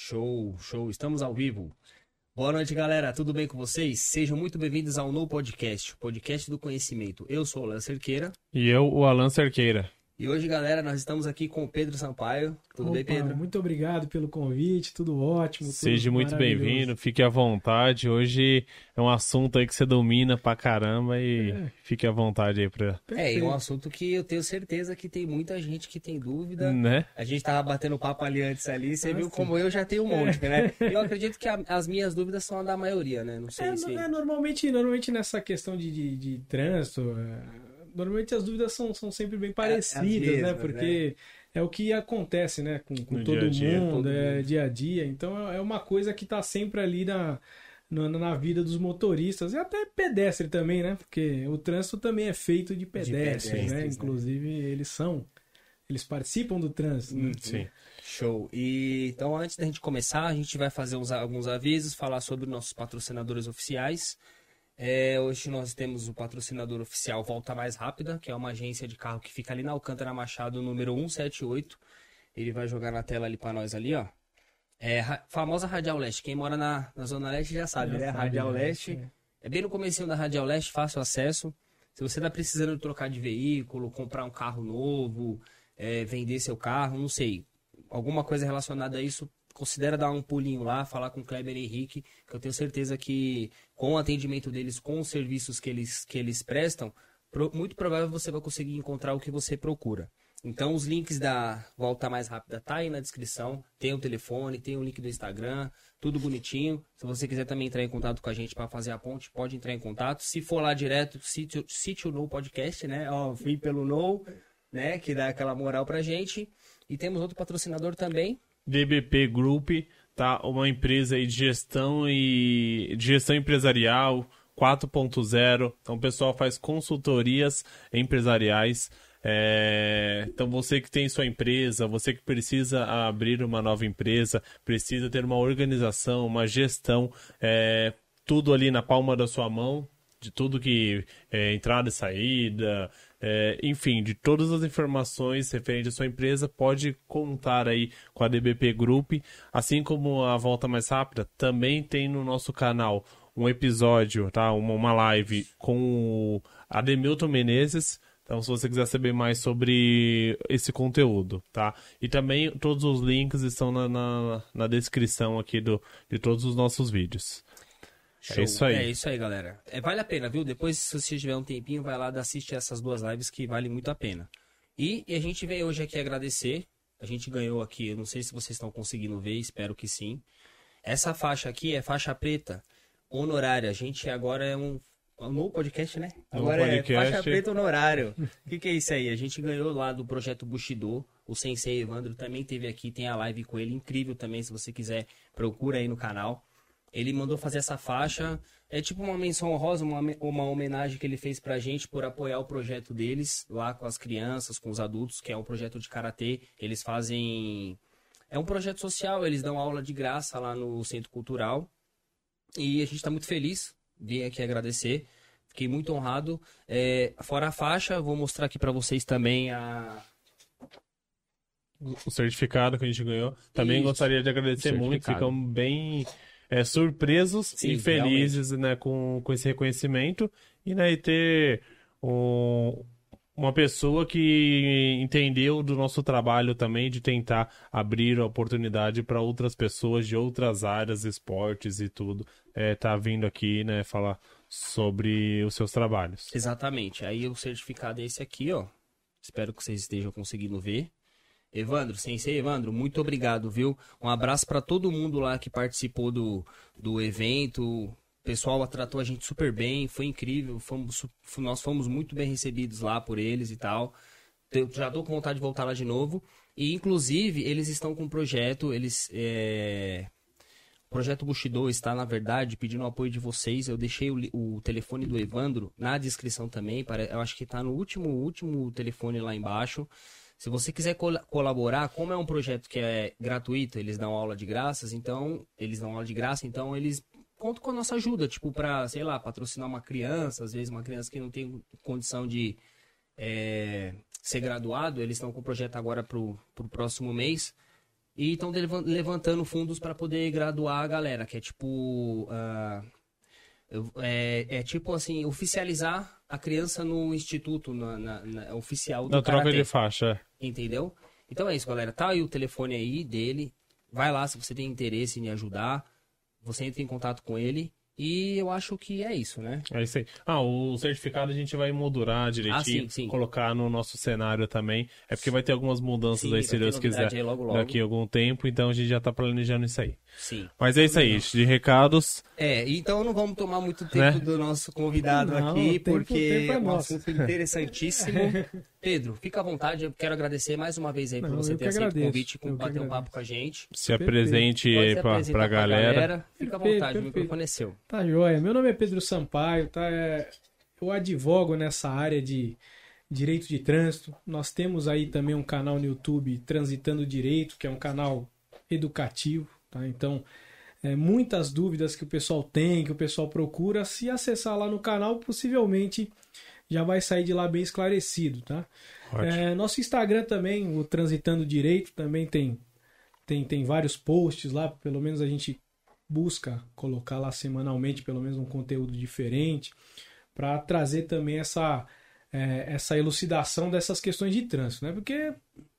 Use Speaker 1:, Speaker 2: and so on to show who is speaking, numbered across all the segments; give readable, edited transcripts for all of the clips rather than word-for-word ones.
Speaker 1: Show, show. Estamos ao vivo. Boa noite, galera. Tudo bem com vocês? Sejam muito bem-vindos ao No Podcast, o podcast do conhecimento. Eu sou o Alan Cerqueira.
Speaker 2: E eu, o Alan Cerqueira.
Speaker 1: E hoje, galera, nós estamos aqui com o Pedro Sampaio. Tudo bem, Pedro?
Speaker 3: Muito obrigado pelo convite, tudo ótimo.
Speaker 2: Seja muito bem-vindo, fique à vontade. Hoje é um assunto aí que você domina pra caramba e fique à vontade aí pra...
Speaker 1: É um assunto que eu tenho certeza que tem muita gente que tem dúvida.
Speaker 2: Né?
Speaker 1: A gente tava batendo papo ali antes ali, você viu como eu já tenho um monte, né? Eu acredito que as minhas dúvidas são a da maioria, né? Não sei se...
Speaker 3: Normalmente nessa questão de trânsito... Normalmente as dúvidas são sempre bem parecidas, né? Porque é o que acontece, né? Com todo mundo, dia a dia. Então é uma coisa que tá sempre ali na vida dos motoristas. E até pedestre também, né? Porque o trânsito também é feito de pedestres, né? Inclusive eles participam do trânsito. Né?
Speaker 2: Sim.
Speaker 1: Show. E então antes da gente começar, a gente vai fazer alguns avisos, falar sobre nossos patrocinadores oficiais. Hoje nós temos o patrocinador oficial Volta Mais Rápida, que é uma agência de carro que fica ali na Alcântara Machado, número 178. Ele vai jogar na tela ali pra nós ali, ó. Famosa Radial Leste. Quem mora na Zona Leste já sabe, né? Radial Leste. É bem no comecinho da Radial Leste, fácil acesso. Se você tá precisando trocar de veículo, comprar um carro novo, vender seu carro, não sei. Alguma coisa relacionada a isso, considera dar um pulinho lá, falar com o Kleber e Henrique, que eu tenho certeza que com o atendimento deles, com os serviços que eles prestam, muito provável você vai conseguir encontrar o que você procura. Então os links da Volta Mais Rápida tá aí na descrição, tem o telefone, tem o link do Instagram, tudo bonitinho. Se você quiser também entrar em contato com a gente para fazer a ponte, pode entrar em contato. Se for lá direto, cite o No Podcast, né? Ó, vim pelo No, né? Que dá aquela moral pra gente. E temos outro patrocinador também,
Speaker 2: DBP Group, tá? Uma empresa aí de gestão empresarial 4.0. Então o pessoal faz consultorias empresariais. Então você que tem sua empresa, você que precisa abrir uma nova empresa, precisa ter uma organização, uma gestão, tudo ali na palma da sua mão, de tudo que entrada e saída, enfim, de todas as informações referentes à sua empresa, pode contar aí com a DBP Group, assim como a Volta Mais Rápida, também tem no nosso canal um episódio, tá? Uma live com o Ademilton Menezes. Então, se você quiser saber mais sobre esse conteúdo, tá? E também todos os links estão na descrição aqui de todos os nossos vídeos.
Speaker 1: Show.
Speaker 2: É isso aí.
Speaker 1: É isso aí, galera. Vale a pena, viu? Depois, se você tiver um tempinho, vai lá assistir essas duas lives que vale muito a pena. E a gente veio hoje aqui agradecer. A gente ganhou aqui, eu não sei se vocês estão conseguindo ver, espero que sim. Essa faixa aqui é faixa preta honorária. A gente agora é um novo podcast, né? Agora é faixa preta honorário. O que é isso aí? A gente ganhou lá do projeto Bushido. O Sensei Evandro também teve aqui, tem a live com ele, incrível também, se você quiser, procura aí no canal. Ele mandou fazer essa faixa, é tipo uma menção honrosa, uma homenagem que ele fez pra gente por apoiar o projeto deles, lá com as crianças, com os adultos, que é um projeto de karatê. Eles fazem... É um projeto social, eles dão aula de graça lá no Centro Cultural. E a gente tá muito feliz, vim aqui agradecer, fiquei muito honrado. Fora a faixa, vou mostrar aqui pra vocês também
Speaker 2: o certificado que a gente ganhou. Também
Speaker 1: Isso.
Speaker 2: Gostaria de agradecer muito, ficamos bem... surpresos e felizes, né, com esse reconhecimento e, né, e ter uma pessoa que entendeu do nosso trabalho também de tentar abrir a oportunidade para outras pessoas de outras áreas, esportes e tudo, tá vindo aqui, né, falar sobre os seus trabalhos.
Speaker 1: Exatamente. Aí o certificado é esse aqui, ó. Espero que vocês estejam conseguindo ver. Evandro, Sensei Evandro, muito obrigado, viu? Um abraço para todo mundo lá que participou do evento. O pessoal tratou a gente super bem, foi incrível. Nós fomos muito bem recebidos lá por eles e tal. Eu já tô com vontade de voltar lá de novo. E, inclusive, eles estão com um projeto. O projeto Bushido está, na verdade, pedindo o apoio de vocês. Eu deixei o telefone do Evandro na descrição também. Eu acho que está no último telefone lá embaixo. Se você quiser colaborar, como é um projeto que é gratuito, eles dão aula de graça, então eles contam com a nossa ajuda, tipo, para, sei lá, patrocinar uma criança, às vezes uma criança que não tem condição de ser graduado, eles estão com o projeto agora pro próximo mês. E estão levantando fundos para poder graduar a galera, que é tipo... tipo assim, oficializar a criança no instituto na oficial do
Speaker 2: Na troca
Speaker 1: karatê.
Speaker 2: de faixa.
Speaker 1: Entendeu? Então é isso, galera. Tá aí o telefone aí dele. Vai lá se você tem interesse em ajudar. Você entra em contato com ele. E eu acho que é isso, né?
Speaker 2: É isso aí. O certificado a gente vai moldurar direitinho,
Speaker 1: sim.
Speaker 2: colocar no nosso cenário também. É porque vai ter algumas mudanças aí, se Deus quiser,
Speaker 1: logo.
Speaker 2: daqui a algum tempo. Então a gente já tá planejando isso aí.
Speaker 1: Sim.
Speaker 2: Mas é isso aí, de recados.
Speaker 1: Então não vamos tomar muito tempo do nosso convidado aqui, porque
Speaker 3: é
Speaker 1: um assunto interessantíssimo. Pedro, fica à vontade, eu quero agradecer mais uma vez aí por você ter aceito o convite e bater um papo com a gente.
Speaker 2: Se apresente aí pra galera.
Speaker 1: Fica à vontade, o microfone é seu.
Speaker 3: Tá joia. Meu nome é Pedro Sampaio, tá? Eu advogo nessa área de direito de trânsito. Nós temos aí também um canal no YouTube, Transitando Direito, que é um canal educativo, tá? Então, muitas dúvidas que o pessoal tem, que o pessoal procura, se acessar lá no canal, possivelmente já vai sair de lá bem esclarecido, tá? Nosso Instagram também, o Transitando Direito, também tem vários posts lá, pelo menos a gente busca colocar lá semanalmente pelo menos um conteúdo diferente para trazer também essa elucidação dessas questões de trânsito, né? Porque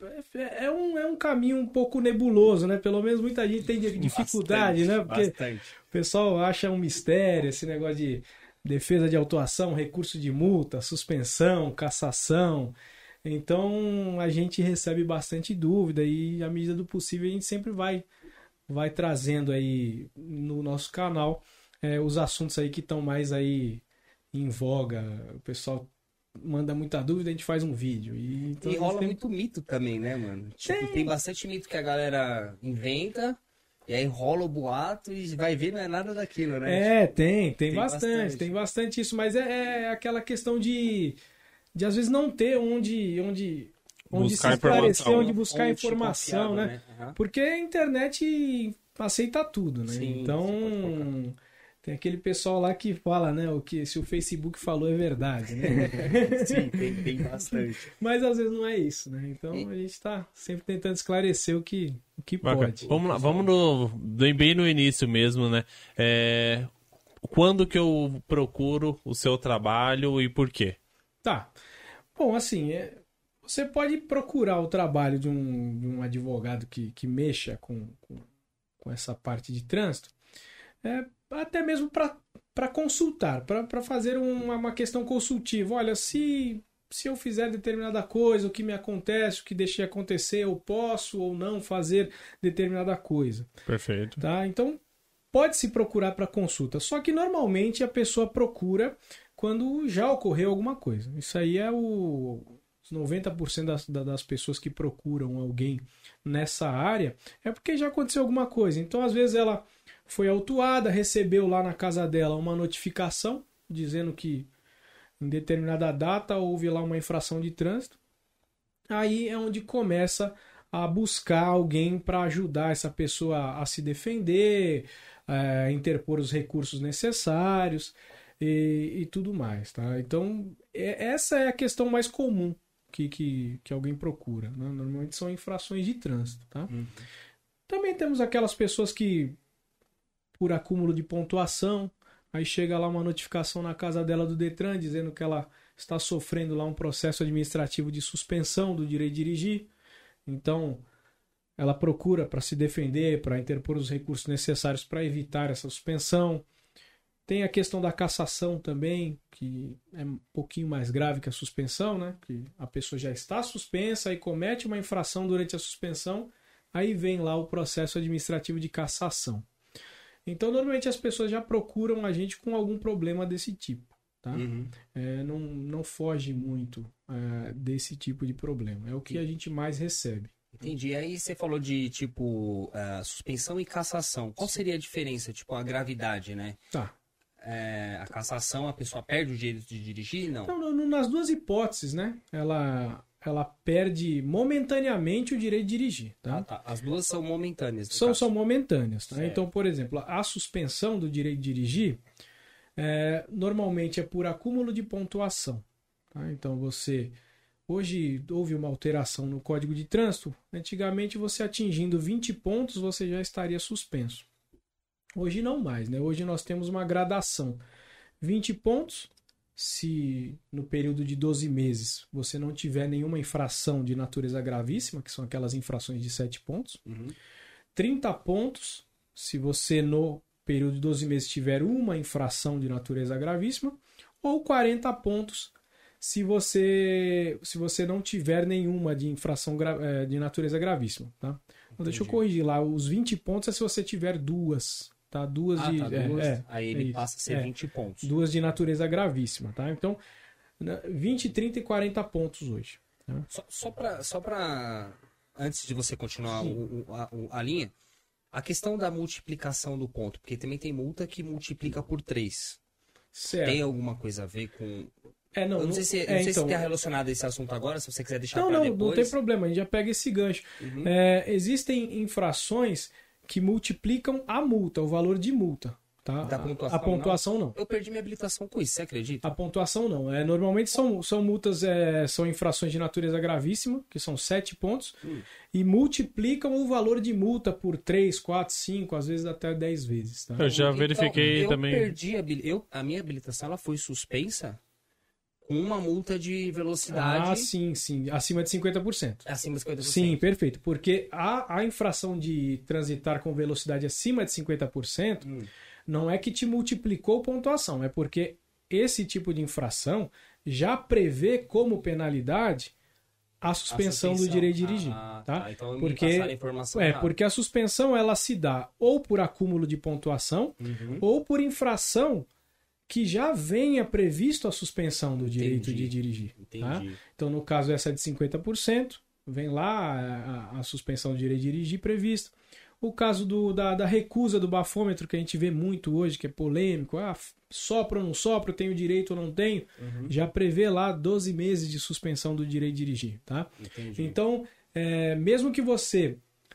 Speaker 3: é um caminho um pouco nebuloso, né? Pelo menos muita gente tem dificuldade, né? Porque o pessoal acha um mistério esse negócio de defesa de autuação, recurso de multa, suspensão, cassação. Então a gente recebe bastante dúvida e à medida do possível a gente sempre vai trazendo aí no nosso canal os assuntos aí que estão mais aí em voga. O pessoal manda muita dúvida, a gente faz um vídeo.
Speaker 1: E rola muito mito também, né, mano? Tipo, tem bastante mito que a galera inventa, e aí rola o boato e vai ver, não é nada daquilo, né?
Speaker 3: Tem bastante isso, mas é aquela questão de às vezes não ter onde
Speaker 2: buscar
Speaker 3: se esclarecer, onde buscar
Speaker 1: onde
Speaker 3: informação, né?
Speaker 1: Uhum.
Speaker 3: Porque a internet aceita tudo, né?
Speaker 1: Sim,
Speaker 3: então, tem aquele pessoal lá que fala, né? Se o Facebook falou é verdade, né?
Speaker 1: Sim, tem bastante.
Speaker 3: Mas às vezes não é isso, né? Então a gente está sempre tentando esclarecer o que pode.
Speaker 2: Vamos lá, vamos bem no início mesmo, né? Quando que eu procuro o seu trabalho e por quê?
Speaker 3: Tá. Bom, assim, você pode procurar o trabalho de um advogado que mexa com essa parte de trânsito, até mesmo para consultar, para fazer uma questão consultiva. Olha, se eu fizer determinada coisa, o que me acontece, o que deixei acontecer, eu posso ou não fazer determinada coisa.
Speaker 2: Perfeito.
Speaker 3: Tá? Então, pode se procurar para consulta. Só que normalmente a pessoa procura quando já ocorreu alguma coisa. Isso aí é os 90% das pessoas que procuram alguém nessa área é porque já aconteceu alguma coisa. Então, às vezes, ela foi autuada, recebeu lá na casa dela uma notificação dizendo que em determinada data houve lá uma infração de trânsito. Aí é onde começa a buscar alguém para ajudar essa pessoa a se defender, interpor os recursos necessários e tudo mais, tá? Então, essa é a questão mais comum que alguém procura, né? Normalmente são infrações de trânsito, tá?
Speaker 1: Uhum.
Speaker 3: Também temos aquelas pessoas que, por acúmulo de pontuação, aí chega lá uma notificação na casa dela do Detran dizendo que ela está sofrendo lá um processo administrativo de suspensão do direito de dirigir. Então, ela procura para se defender, para interpor os recursos necessários para evitar essa suspensão. Tem a questão da cassação também, que é um pouquinho mais grave que a suspensão, né? Que a pessoa já está suspensa e comete uma infração durante a suspensão, aí vem lá o processo administrativo de cassação. Então, normalmente as pessoas já procuram a gente com algum problema desse tipo, tá?
Speaker 1: Uhum.
Speaker 3: Não foge muito desse tipo de problema. É o que a gente mais recebe.
Speaker 1: Entendi. Aí você falou de, tipo, suspensão e cassação. Qual seria a diferença? Tipo, a gravidade, né?
Speaker 3: Tá.
Speaker 1: A cassação, a pessoa perde o direito de dirigir? Não.
Speaker 3: Então, nas duas hipóteses, né? Ela perde momentaneamente o direito de dirigir, tá?
Speaker 1: Tá. As duas são momentâneas.
Speaker 3: São momentâneas, tá?
Speaker 1: Certo.
Speaker 3: Então, por exemplo, a suspensão do direito de dirigir normalmente é por acúmulo de pontuação, tá? Então, você Hoje houve uma alteração no Código de Trânsito. Antigamente, você atingindo 20 pontos, você já estaria suspenso. Hoje não mais, né? Hoje nós temos uma gradação. 20 pontos, se no período de 12 meses você não tiver nenhuma infração de natureza gravíssima, que são aquelas infrações de 7 pontos. 30 pontos, se você no período de 12 meses tiver uma infração de natureza gravíssima. Ou 40 pontos, se você não tiver nenhuma de infração de natureza gravíssima. Tá? Então, deixa eu corrigir lá. Os 20 pontos é se você tiver duas. Tá? Duas.
Speaker 1: Aí ele passa a ser 20 pontos.
Speaker 3: Duas de natureza gravíssima. Tá? Então, 20, 30 e 40 pontos hoje. Tá?
Speaker 1: Só para antes de você continuar a linha, a questão da multiplicação do ponto, porque também tem multa que multiplica por 3.
Speaker 3: Certo.
Speaker 1: Tem alguma coisa a ver com...
Speaker 3: Não,
Speaker 1: eu não sei se está relacionado a esse assunto agora, se você quiser deixar para depois.
Speaker 3: Não tem problema, a gente já pega esse gancho. Existem infrações que multiplicam a multa, o valor de multa. Tá? A pontuação não.
Speaker 1: Eu perdi minha habilitação com isso, você acredita?
Speaker 3: A pontuação não. Normalmente são multas, são infrações de natureza gravíssima, que são 7 pontos, e multiplicam o valor de multa por 3, 4, 5, às vezes até 10 vezes. Tá?
Speaker 2: Eu já verifiquei também.
Speaker 1: A minha habilitação ela foi suspensa com uma multa de velocidade.
Speaker 3: Sim. Acima de 50%.
Speaker 1: Acima de 50%.
Speaker 3: Sim, perfeito. Porque a infração de transitar com velocidade acima de 50%. Não é que te multiplicou pontuação, é porque esse tipo de infração já prevê como penalidade a suspensão do direito de dirigir. Tá?
Speaker 1: Então
Speaker 3: porque,
Speaker 1: me passaram a informação
Speaker 3: porque a suspensão ela se dá ou por acúmulo de pontuação ou por infração que já venha previsto a suspensão do direito de dirigir. Tá? Então, no caso, essa é de 50%, vem lá a suspensão do direito de dirigir prevista. O caso da recusa do bafômetro, que a gente vê muito hoje, que é polêmico. Sopro ou não sopro, tenho direito ou não tenho. Já prevê lá 12 meses de suspensão do direito de dirigir. Tá? Então, mesmo que você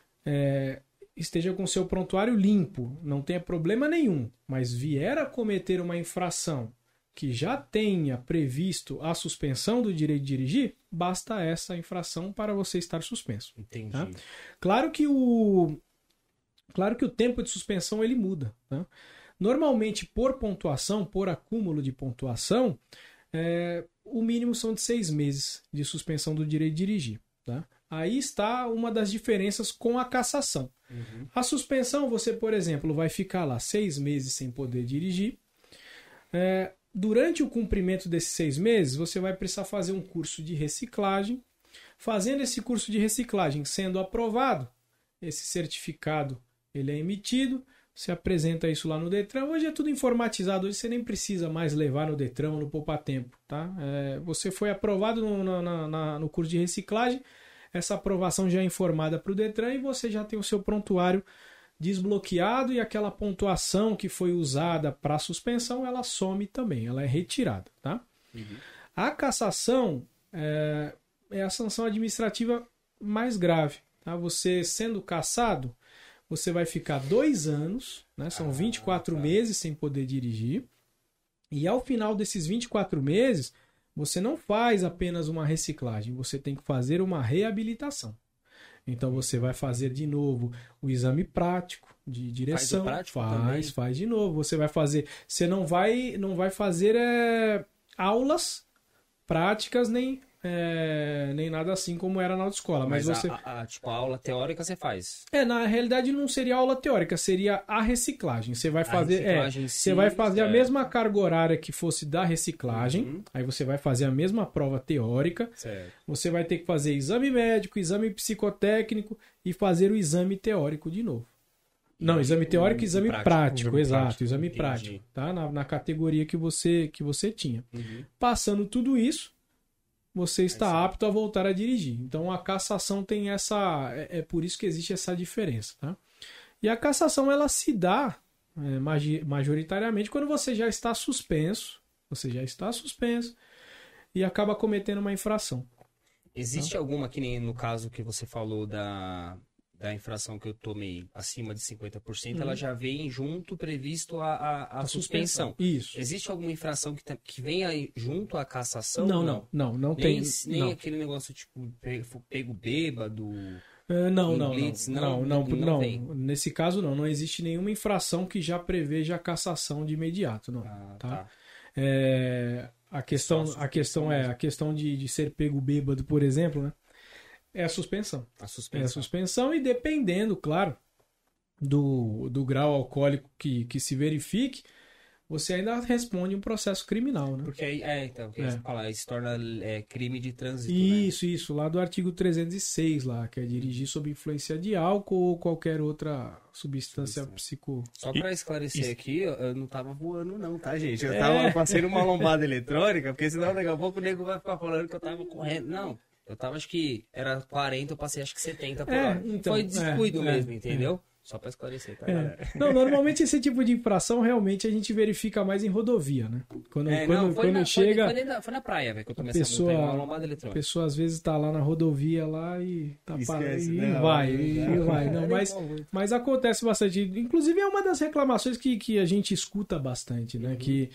Speaker 3: esteja com seu prontuário limpo, não tenha problema nenhum, mas vier a cometer uma infração que já tenha previsto a suspensão do direito de dirigir, basta essa infração para você estar suspenso.
Speaker 1: Entendi.
Speaker 3: Tá? Claro que o tempo de suspensão ele muda. Tá? Normalmente, por pontuação, por acúmulo de pontuação, o mínimo são de 6 meses de suspensão do direito de dirigir. Tá? Aí está uma das diferenças com a cassação. A suspensão, você, por exemplo, vai ficar lá 6 meses sem poder dirigir. Durante o cumprimento desses 6 meses, você vai precisar fazer um curso de reciclagem. Fazendo esse curso de reciclagem, sendo aprovado, esse certificado ele é emitido, você apresenta isso lá no Detran. Hoje é tudo informatizado, hoje você nem precisa mais levar no Detran ou no poupa-tempo. Tá? Você foi aprovado no curso de reciclagem, essa aprovação já é informada para o Detran e você já tem o seu prontuário desbloqueado e aquela pontuação que foi usada para suspensão, ela some também, ela é retirada. Tá? A cassação é a sanção administrativa mais grave. Tá? Você sendo cassado, você vai ficar 2 anos, né? São 24 meses sem poder dirigir. E ao final desses 24 meses, você não faz apenas uma reciclagem, você tem que fazer uma reabilitação. Então você vai fazer de novo o exame prático de direção. Faz de novo. Você vai fazer. Você não vai fazer aulas práticas nem nada assim como era na autoescola. Mas você...
Speaker 1: a aula teórica você faz?
Speaker 3: Na realidade não seria aula teórica, seria a reciclagem. Você vai fazer, vai fazer a mesma carga horária que fosse da reciclagem, aí você vai fazer a mesma prova teórica, você vai ter que fazer exame médico, exame psicotécnico e fazer o exame teórico de novo. Não, exame teórico e exame prático, exato, exame prático, tá? Na categoria que você tinha. Passando tudo isso, você está apto a voltar a dirigir. Então a cassação tem essa... É por isso que existe essa diferença. Tá? E a cassação ela se dá majoritariamente quando você já está suspenso. Você já está suspenso e acaba cometendo uma infração.
Speaker 1: Existe alguma, que nem no caso que você falou da infração que eu tomei acima de 50%, ela já vem junto previsto a suspensão.
Speaker 3: Isso.
Speaker 1: Existe alguma infração que venha junto à cassação?
Speaker 3: Não tem.
Speaker 1: Nem aquele negócio tipo pego bêbado.
Speaker 3: Não. Nesse caso não existe nenhuma infração que já preveja a cassação de imediato, não. Tá? A questão de ser pego bêbado, por exemplo, né? É a suspensão. É a suspensão e dependendo, claro, do grau alcoólico que se verifique, você ainda responde um processo criminal, né?
Speaker 1: Porque aí, falar, se torna crime de trânsito,
Speaker 3: Isso, lá do artigo 306, lá, que é dirigir sob influência de álcool ou qualquer outra substância psico...
Speaker 1: Só pra esclarecer aqui, eu não tava voando não, tá, gente? Eu passei numa lombada eletrônica, porque senão daqui a pouco o nego vai ficar falando que eu tava correndo. Não, eu tava, acho que era 40, eu passei acho que 70 por hora. Então, foi descuido mesmo, entendeu? Só para esclarecer, tá, galera?
Speaker 3: Não, normalmente esse tipo de infração realmente a gente verifica mais em rodovia, né? Quando chega...
Speaker 1: Foi na praia, velho, que eu tomei essa multa, uma lombada eletrônica.
Speaker 3: A pessoa às vezes tá lá na rodovia lá e tá
Speaker 1: esquece,
Speaker 3: vai. Não, mas acontece bastante. Inclusive é uma das reclamações que a gente escuta bastante, né? Que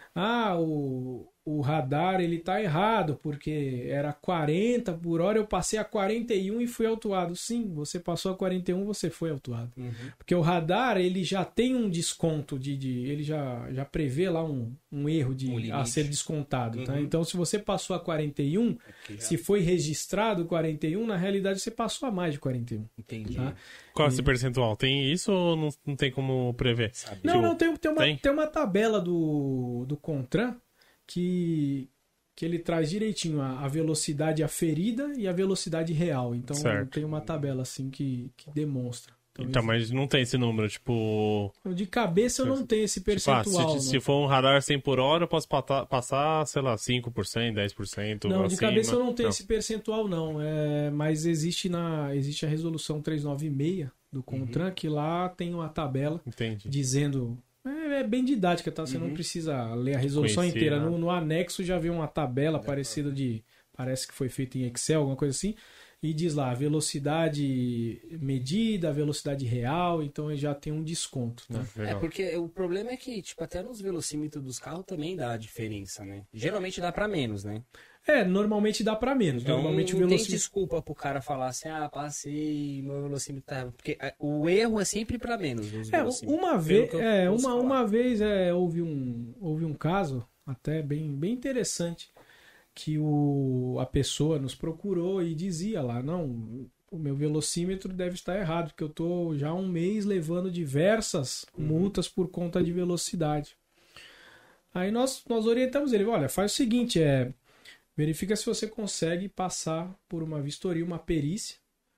Speaker 3: o radar ele tá errado, porque era 40 por hora, eu passei a 41 e fui autuado. Sim, você passou a 41, você foi autuado. Porque o radar ele já tem um desconto, ele já prevê lá um erro a ser descontado. Tá? Então, se você passou a 41, se foi registrado 41, na realidade você passou a mais de 41.
Speaker 1: Entendi.
Speaker 3: Tá?
Speaker 2: Qual é esse percentual? Tem isso ou não tem como prever?
Speaker 3: Não, tem uma tabela do CONTRAN que ele traz direitinho a velocidade aferida e a velocidade real. Então tem uma tabela assim que demonstra.
Speaker 2: Então, mas não tem esse número, tipo...
Speaker 3: De cabeça eu não tenho esse percentual.
Speaker 2: Se for um radar 100 por hora, eu posso passar, sei lá, 5%, 10%.
Speaker 3: Não,
Speaker 2: acima.
Speaker 3: De cabeça eu não tenho esse percentual, não. Mas existe a resolução 396 do CONTRAN, que lá tem uma tabela dizendo... É bem didática, tá? Você não precisa ler a resolução inteira. No anexo já vem uma tabela parecida parece que foi feita em Excel, alguma coisa assim. E diz lá, a velocidade medida, a velocidade real, então já tem um desconto. Né?
Speaker 1: Porque o problema é que, tipo, até nos velocímetros dos carros também dá diferença, né? Geralmente dá pra menos, né?
Speaker 3: Normalmente dá pra menos.
Speaker 1: Então,
Speaker 3: normalmente
Speaker 1: não tem desculpa pro cara falar assim, passei, meu velocímetro tá... Porque o erro é sempre pra menos nos velocímetros.
Speaker 3: Uma vez houve um caso, até bem interessante, que a pessoa nos procurou e dizia lá, não, o meu velocímetro deve estar errado, porque eu tô já há um mês levando diversas multas por conta de velocidade. Aí nós orientamos ele, olha, faz o seguinte, verifica se você consegue passar por uma vistoria, uma perícia,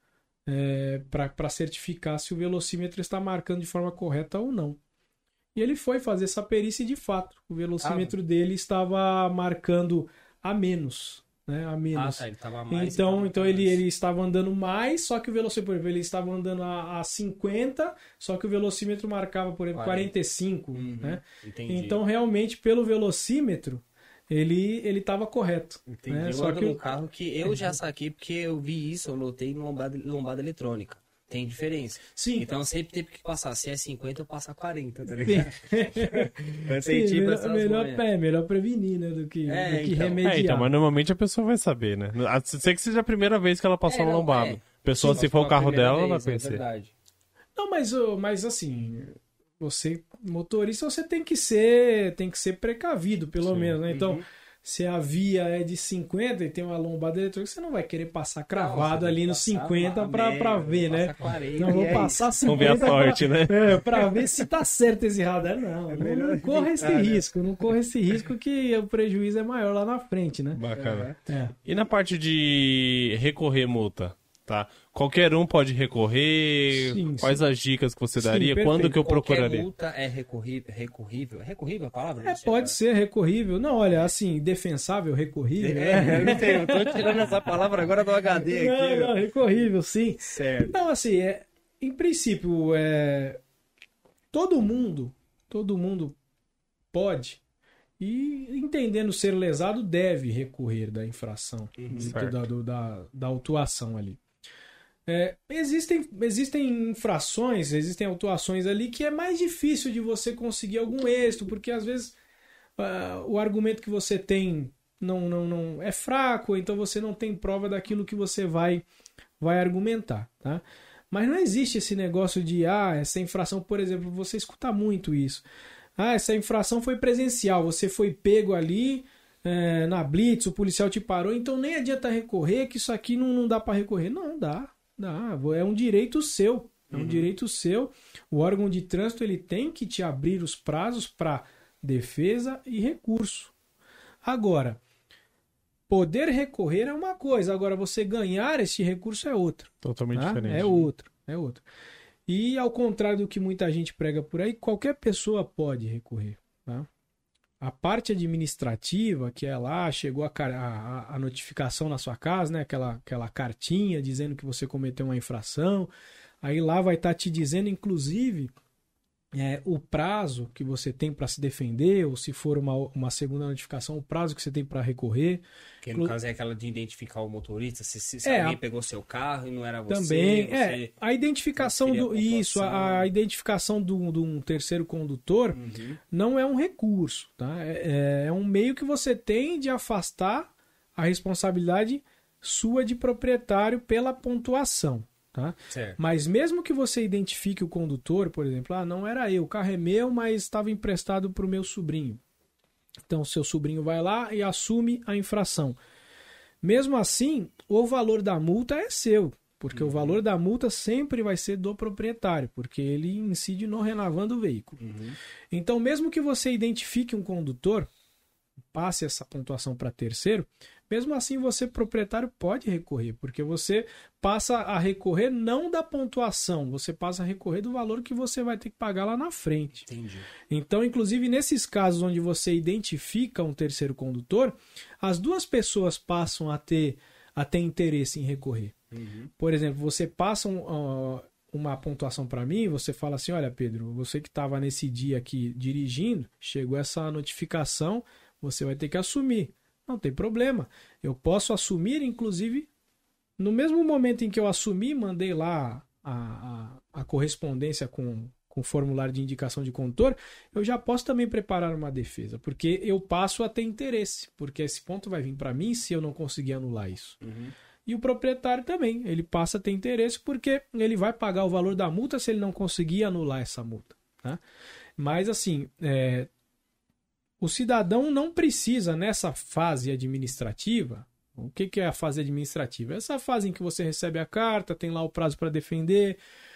Speaker 3: para certificar se o velocímetro está marcando de forma correta ou não. E ele foi fazer essa perícia e, de fato, o velocímetro dele estava marcando a menos, né? A menos.
Speaker 1: Ele estava mais.
Speaker 3: Então ele estava andando mais, só que o velocímetro, por exemplo, ele estava andando a 50, só que o velocímetro marcava, por exemplo, 45, né?
Speaker 1: Entendi.
Speaker 3: Então, realmente, pelo velocímetro, ele estava correto.
Speaker 1: Entendi. Né? Só que um carro que eu já saquei, porque eu vi isso, eu notei no lombada eletrônica. Tem diferença.
Speaker 3: Sim.
Speaker 1: Então eu sempre teve que passar. Se é 50, eu passo a 40, tá ligado?
Speaker 3: Melhor prevenir, né? Do que remediar.
Speaker 2: Então, mas normalmente a pessoa vai saber, né? A não ser que seja a primeira vez que ela passou uma lombada. A pessoa, se for o carro dela, ela vai conhecer.
Speaker 1: Verdade.
Speaker 3: Não, mas assim, você, motorista, você tem que ser precavido, pelo menos, né? Então, se a via é de 50 e tem uma lombada eletrônica, você não vai querer passar cravado ali no 50 pra ver, né?
Speaker 1: 40,
Speaker 3: não vou passar 50
Speaker 2: vamos ver a sorte, né?
Speaker 3: Pra ver se tá certo esse radar. Não corra esse risco. Não corra esse risco que o prejuízo é maior lá na frente, né?
Speaker 2: Bacana. E na parte de recorrer multa? Tá? Qualquer um pode recorrer? Quais as dicas que você daria?
Speaker 3: Perfeito.
Speaker 2: Quando que eu procuraria?
Speaker 1: Qualquer multa é recorrível? É recorrível a palavra?
Speaker 3: Pode ser recorrível. Não, olha, assim, defensável, recorrível.
Speaker 1: Eu tô tirando essa palavra agora do HD aqui.
Speaker 3: Não, recorrível, sim.
Speaker 1: Certo.
Speaker 3: Não, assim, em princípio, todo mundo pode, e entendendo ser lesado, deve recorrer da infração, da autuação ali. Existem infrações, existem autuações ali que é mais difícil de você conseguir algum êxito, porque às vezes o argumento que você tem não é fraco, então você não tem prova daquilo que você vai argumentar, tá? Mas não existe esse negócio de, essa infração, por exemplo, você escuta muito isso. Essa infração foi presencial, você foi pego ali na blitz, o policial te parou, então nem adianta recorrer, que isso aqui não dá para recorrer. Não, dá. É um direito seu. É um direito seu. O órgão de trânsito ele tem que te abrir os prazos para defesa e recurso. Agora, poder recorrer é uma coisa, agora você ganhar esse recurso é outra.
Speaker 2: Totalmente diferente.
Speaker 3: É outro. E ao contrário do que muita gente prega por aí, qualquer pessoa pode recorrer. Tá? A parte administrativa, que é lá, chegou a notificação na sua casa, né? Aquela cartinha dizendo que você cometeu uma infração. Aí lá vai estar te dizendo, inclusive, o prazo que você tem para se defender, ou se for uma segunda notificação, o prazo que você tem para recorrer.
Speaker 1: Que no caso é aquela de identificar o motorista, se alguém pegou seu carro e não era você.
Speaker 3: Também, a identificação a identificação de um terceiro condutor não é um recurso, tá? É um meio que você tem de afastar a responsabilidade sua de proprietário pela pontuação. Tá? Mas mesmo que você identifique o condutor, por exemplo, não era eu, o carro é meu, mas estava emprestado para o meu sobrinho. Então, seu sobrinho vai lá e assume a infração. Mesmo assim, o valor da multa é seu, porque o valor da multa sempre vai ser do proprietário, porque ele incide no renovando o veículo. Então, mesmo que você identifique um condutor, passe essa pontuação para terceiro, mesmo assim você, proprietário, pode recorrer, porque você passa a recorrer não da pontuação, você passa a recorrer do valor que você vai ter que pagar lá na frente.
Speaker 1: Entendi.
Speaker 3: Então, inclusive, nesses casos onde você identifica um terceiro condutor, as duas pessoas passam a ter interesse em recorrer. Por exemplo, você passa uma pontuação para mim, você fala assim, olha, Pedro, você que estava nesse dia aqui dirigindo, chegou essa notificação, você vai ter que assumir. Não tem problema. Eu posso assumir, inclusive, no mesmo momento em que eu assumi, mandei lá a correspondência com o formulário de indicação de condutor, eu já posso também preparar uma defesa, porque eu passo a ter interesse, porque esse ponto vai vir para mim se eu não conseguir anular isso. E o proprietário também, ele passa a ter interesse porque ele vai pagar o valor da multa se ele não conseguir anular essa multa. Tá? Mas assim, o cidadão não precisa, nessa fase administrativa, o que é a fase administrativa? Essa fase em que você recebe a carta, tem lá o prazo para defender,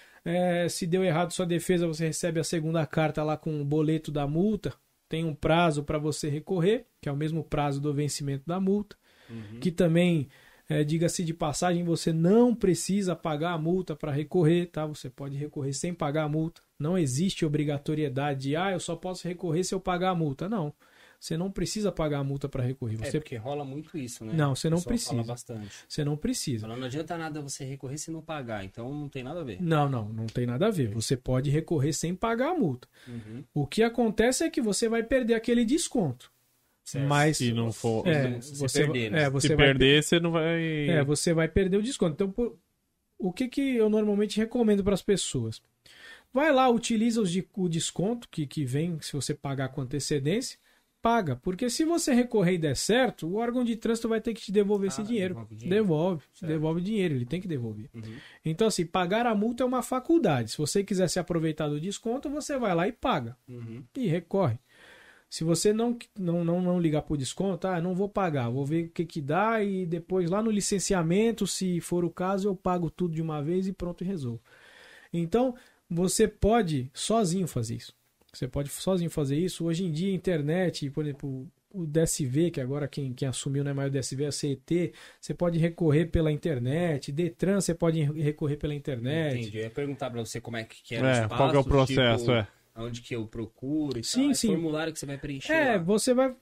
Speaker 3: se deu errado sua defesa, você recebe a segunda carta lá com o boleto da multa, tem um prazo para você recorrer, que é o mesmo prazo do vencimento da multa, que também, diga-se de passagem, você não precisa pagar a multa para recorrer, tá? Você pode recorrer sem pagar a multa. Não existe obrigatoriedade de, eu só posso recorrer se eu pagar a multa. Não, você não precisa pagar a multa para recorrer.
Speaker 1: Porque rola muito isso, né?
Speaker 3: Não, você não precisa.
Speaker 1: Fala bastante.
Speaker 3: Você não precisa.
Speaker 1: Não adianta nada você recorrer se não pagar, então não tem nada a ver.
Speaker 3: Não tem nada a ver. Você pode recorrer sem pagar a multa. O que acontece é que você vai perder aquele desconto.
Speaker 1: Certo.
Speaker 3: Mas
Speaker 2: se não for,
Speaker 3: você
Speaker 2: perder, você não vai.
Speaker 3: Você vai perder o desconto. Então, o que eu normalmente recomendo para as pessoas? Vai lá, utiliza o desconto que vem se você pagar com antecedência, paga. Porque se você recorrer e der certo, o órgão de trânsito vai ter que te devolver esse dinheiro. Devolve o dinheiro, ele tem que devolver. Então, assim, pagar a multa é uma faculdade. Se você quiser se aproveitar do desconto, você vai lá e paga. E recorre. Se você não ligar para o desconto, não vou pagar, vou ver o que dá e depois lá no licenciamento, se for o caso, eu pago tudo de uma vez e pronto, e resolvo. Então, você pode sozinho fazer isso. Hoje em dia, a internet, por exemplo, o DSV, que agora quem assumiu não é mais o DSV, é o CET, você pode recorrer pela internet, Detran você pode recorrer pela internet.
Speaker 1: Entendi, eu ia perguntar para você como é que era o espaço,
Speaker 2: qual que é o processo,
Speaker 1: onde que eu procuro e
Speaker 3: sim.
Speaker 1: formulário que você vai preencher.
Speaker 3: Você vai,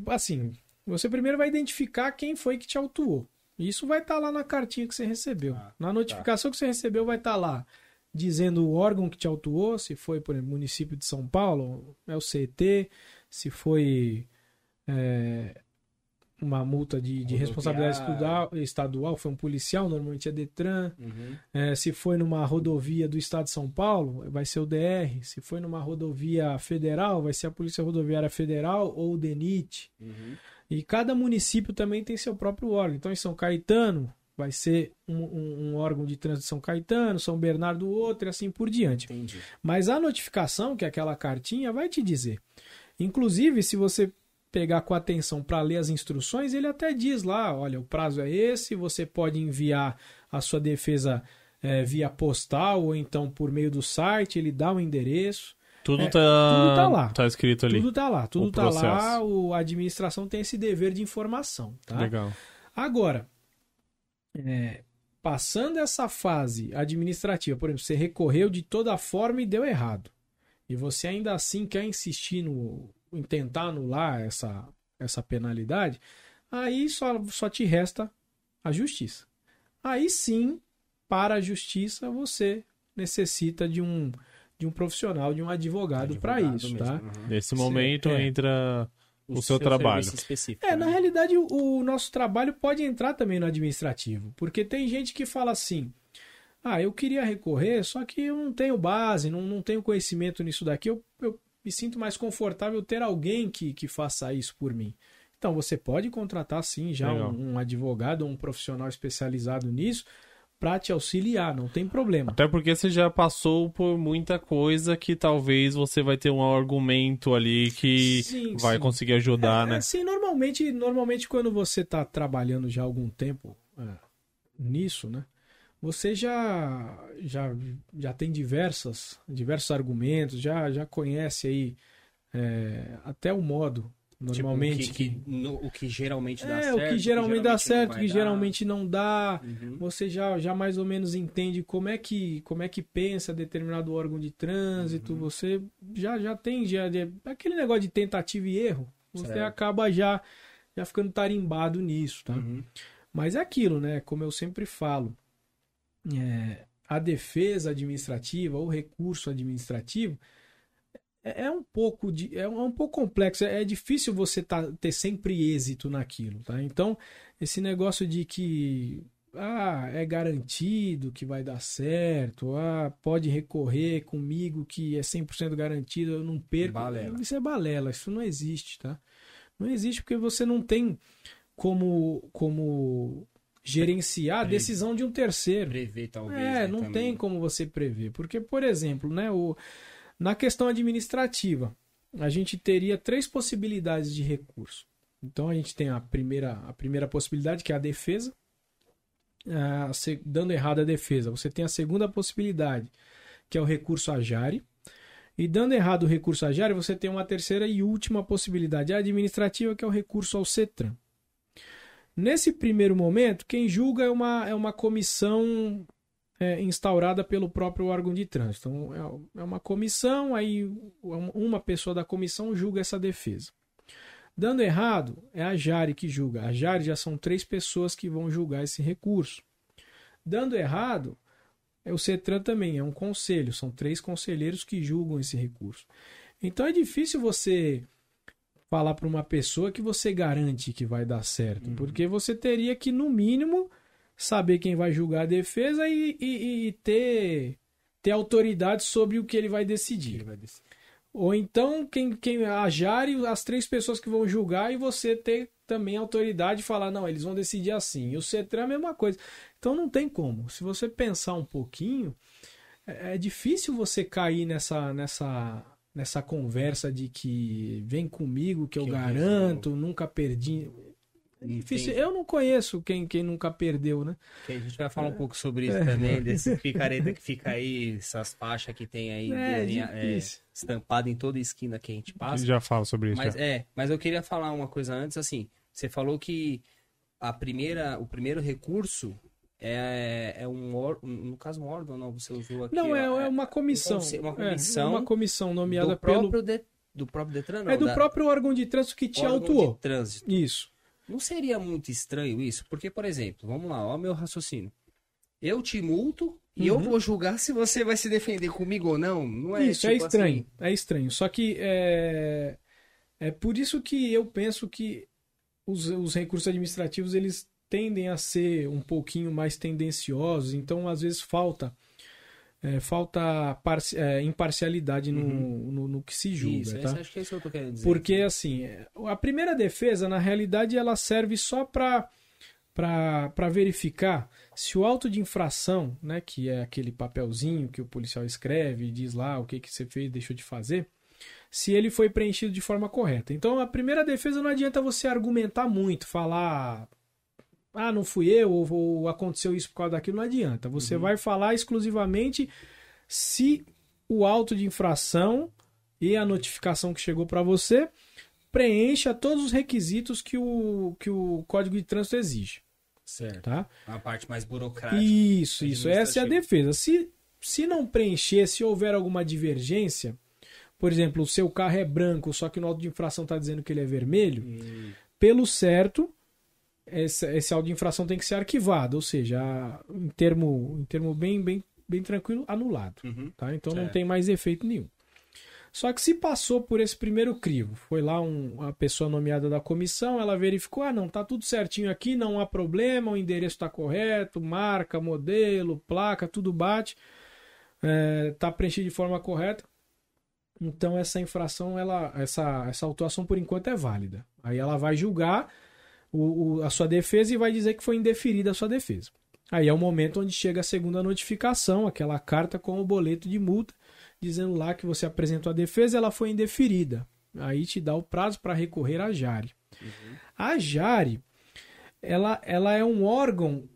Speaker 3: você primeiro vai identificar quem foi que te autuou. Isso vai estar lá na cartinha que você recebeu. Na notificação que você recebeu vai estar lá dizendo o órgão que te autuou, se foi, por exemplo, município de São Paulo, é o CET, se foi uma multa de responsabilidade estadual, foi um policial, normalmente é Detran. Se foi numa rodovia do estado de São Paulo, vai ser o DR. Se foi numa rodovia federal, vai ser a Polícia Rodoviária Federal ou o DENIT. E cada município também tem seu próprio órgão. Então, em São Caetano, vai ser um órgão de trânsito de São Caetano, São Bernardo outro, e assim por diante.
Speaker 1: Entendi.
Speaker 3: Mas a notificação, que é aquela cartinha, vai te dizer. Inclusive, se você pegar com atenção para ler as instruções, ele até diz lá, olha, o prazo é esse, você pode enviar a sua defesa via postal ou então por meio do site, ele dá o endereço.
Speaker 2: Tudo tá lá. Tá escrito ali.
Speaker 3: Tudo tá lá. Tudo tá lá. A administração tem esse dever de informação. Tá?
Speaker 2: Legal.
Speaker 3: Agora, passando essa fase administrativa, por exemplo, você recorreu de toda forma e deu errado. E você ainda assim quer insistir em tentar anular essa penalidade, aí só te resta a justiça. Aí sim, para a justiça, você necessita de um profissional, de um advogado para isso. Tá?
Speaker 2: Nesse momento entra o seu trabalho.
Speaker 3: Na realidade, o nosso trabalho pode entrar também no administrativo, porque tem gente que fala assim, eu queria recorrer, só que eu não tenho base, não tenho conhecimento nisso daqui, eu me sinto mais confortável ter alguém que faça isso por mim. Então, você pode contratar, sim, já um advogado ou um profissional especializado nisso para te auxiliar, não tem problema.
Speaker 2: Até porque você já passou por muita coisa que talvez você vai ter um argumento ali que vai conseguir ajudar, né?
Speaker 3: Sim, normalmente quando você está trabalhando já há algum tempo nisso, né? Você já tem diversos argumentos, já conhece aí até o modo, normalmente.
Speaker 1: O que geralmente dá certo.
Speaker 3: O que geralmente dá certo, o que geralmente não dá. Você já mais ou menos entende como é que pensa determinado órgão de trânsito. Você já tem aquele negócio de tentativa e erro. Você acaba já ficando tarimbado nisso, tá? Mas é aquilo, né? Como eu sempre falo. A defesa administrativa, o recurso administrativo é um pouco complexo, é difícil você ter sempre êxito naquilo, tá? Então, esse negócio de que é garantido que vai dar certo, pode recorrer comigo que é 100% garantido, eu não perco.
Speaker 1: Balela.
Speaker 3: Isso é balela, isso não existe, tá? Não existe porque você não tem como gerenciar a decisão de um terceiro.
Speaker 1: Prever, talvez.
Speaker 3: Não tem como você prever. Porque, por exemplo, né, na questão administrativa, a gente teria 3 possibilidades de recurso. Então, a gente tem a primeira possibilidade, que é a defesa. Dando errado a defesa, você tem a segunda possibilidade, que é o recurso à Jari. E dando errado o recurso à Jari, você tem uma terceira e última possibilidade administrativa, que é o recurso ao CETRAN. Nesse primeiro momento, quem julga é uma comissão instaurada pelo próprio órgão de trânsito. Então, é uma comissão, aí uma pessoa da comissão julga essa defesa. Dando errado, é a Jari que julga. A Jari já são 3 pessoas que vão julgar esse recurso. Dando errado, o CETRAN também, é um conselho. São 3 conselheiros que julgam esse recurso. Então, é difícil você falar para uma pessoa que você garante que vai dar certo. Porque você teria que, no mínimo, saber quem vai julgar a defesa e ter autoridade sobre o que ele vai decidir. Ou então, a Jari, as 3 pessoas que vão julgar e você ter também autoridade de falar, não, eles vão decidir assim. E o CETRAN é a mesma coisa. Então, não tem como. Se você pensar um pouquinho, é difícil você cair nessa conversa de que vem comigo que eu garanto, nunca perdi. É difícil. Eu não conheço quem nunca perdeu, né?
Speaker 1: A gente vai falar um pouco sobre isso também, desse picareta que fica aí, essas faixas que tem aí estampada em toda esquina que a gente passa.
Speaker 2: A gente já fala sobre isso.
Speaker 1: Mas eu queria falar uma coisa antes, assim, você falou que o primeiro recurso no caso um órgão, não, você usou aqui.
Speaker 3: Não, é uma comissão. Uma comissão nomeada
Speaker 1: do próprio Detran, não?
Speaker 3: É do próprio órgão de trânsito que te autuou.
Speaker 1: De trânsito.
Speaker 3: Isso.
Speaker 1: Não seria muito estranho isso? Porque, por exemplo, vamos lá, ó o meu raciocínio. Eu te multo e eu vou julgar se você vai se defender comigo ou não. Não é
Speaker 3: isso, tipo estranho. Assim... É estranho. Só que é por isso que eu penso que os recursos administrativos, eles tendem a ser um pouquinho mais tendenciosos, então às vezes falta imparcialidade no que se julga.
Speaker 1: Isso,
Speaker 3: tá?
Speaker 1: acho que é isso que eu tô querendo dizer.
Speaker 3: Porque, assim, a primeira defesa, na realidade, ela serve só para verificar se o auto de infração, né, que é aquele papelzinho que o policial escreve e diz lá o que você fez, deixou de fazer, se ele foi preenchido de forma correta. Então, a primeira defesa não adianta você argumentar muito, falar... não fui eu, ou aconteceu isso por causa daquilo, não adianta. Você vai falar exclusivamente se o auto de infração e a notificação que chegou para você preencha todos os requisitos que o Código de Trânsito exige.
Speaker 1: Certo.
Speaker 3: Tá?
Speaker 1: A parte mais burocrática.
Speaker 3: Isso. Essa é a defesa. Se não preencher, se houver alguma divergência, por exemplo, o seu carro é branco, só que no auto de infração está dizendo que ele é vermelho, pelo certo... Esse auto de infração tem que ser arquivado, ou seja, em termo bem tranquilo, anulado. Tá? Então não tem mais efeito nenhum. Só que se passou por esse primeiro crivo, foi lá a pessoa nomeada da comissão, ela verificou, não, tá tudo certinho aqui, não há problema, o endereço está correto, marca, modelo, placa, tudo bate, tá preenchido de forma correta. Então essa infração, essa autuação por enquanto é válida. Aí ela vai julgar a sua defesa e vai dizer que foi indeferida a sua defesa. Aí é o momento onde chega a segunda notificação, aquela carta com o boleto de multa, dizendo lá que você apresentou a defesa e ela foi indeferida. Aí te dá o prazo para recorrer à JARE. A JARE, ela é um órgão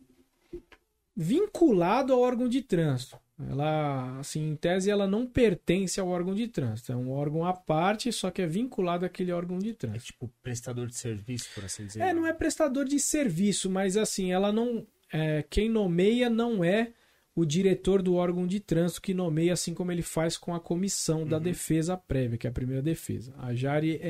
Speaker 3: vinculado ao órgão de trânsito. Ela, assim, em tese, ela não pertence ao órgão de trânsito. É um órgão à parte, só que é vinculado àquele órgão de trânsito.
Speaker 1: É tipo prestador de serviço, por assim dizer.
Speaker 3: Não é prestador de serviço, mas assim, ela não... quem nomeia não é o diretor do órgão de trânsito que nomeia, assim como ele faz com a comissão da defesa prévia, que é a primeira defesa. A JARE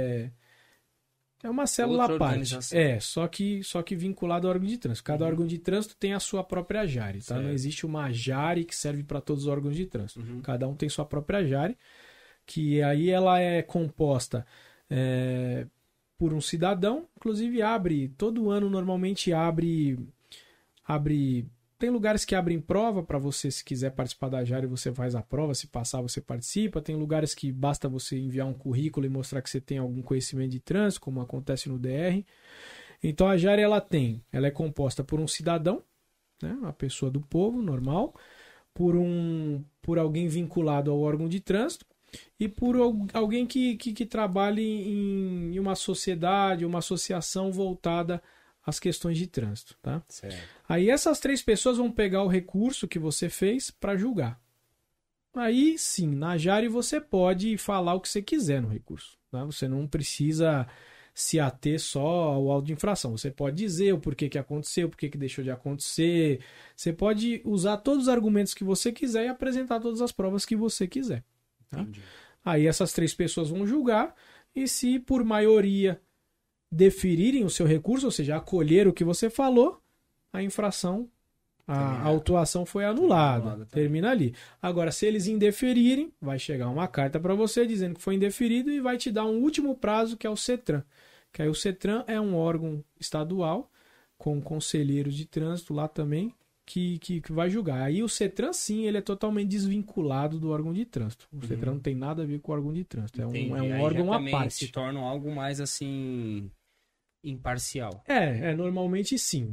Speaker 3: é uma célula à parte. Só que vinculado ao órgão de trânsito. Cada órgão de trânsito tem a sua própria JARE. Tá? Não existe uma JARE que serve para todos os órgãos de trânsito. Cada um tem sua própria JARE, que aí ela é composta por um cidadão. Inclusive todo ano normalmente abre. Tem lugares que abrem prova para você, se quiser participar da JARE, você faz a prova, se passar você participa. Tem lugares que basta você enviar um currículo e mostrar que você tem algum conhecimento de trânsito, como acontece no DR. Então a JARE ela é composta por um cidadão, né, uma pessoa do povo, normal, por alguém vinculado ao órgão de trânsito e por alguém que trabalhe em uma sociedade, uma associação voltada as questões de trânsito, tá?
Speaker 1: Certo.
Speaker 3: Aí essas 3 pessoas vão pegar o recurso que você fez para julgar. Aí sim, na JARE você pode falar o que você quiser no recurso, tá? Você não precisa se ater só ao auto de infração. Você pode dizer o porquê que aconteceu, porquê que deixou de acontecer. Você pode usar todos os argumentos que você quiser e apresentar todas as provas que você quiser. Tá? Aí essas 3 pessoas vão julgar e se por maioria deferirem o seu recurso, ou seja, acolher o que você falou, a infração, a autuação foi anulada. Termina ali. Agora, se eles indeferirem, vai chegar uma carta para você dizendo que foi indeferido e vai te dar um último prazo, que é o CETRAN. Que aí o CETRAN é um órgão estadual, com conselheiros de trânsito lá também, que vai julgar. Aí o CETRAN, sim, ele é totalmente desvinculado do órgão de trânsito. O CETRAN não tem nada a ver com o órgão de trânsito. É um órgão à parte.
Speaker 1: Se torna algo mais assim... imparcial.
Speaker 3: Normalmente sim.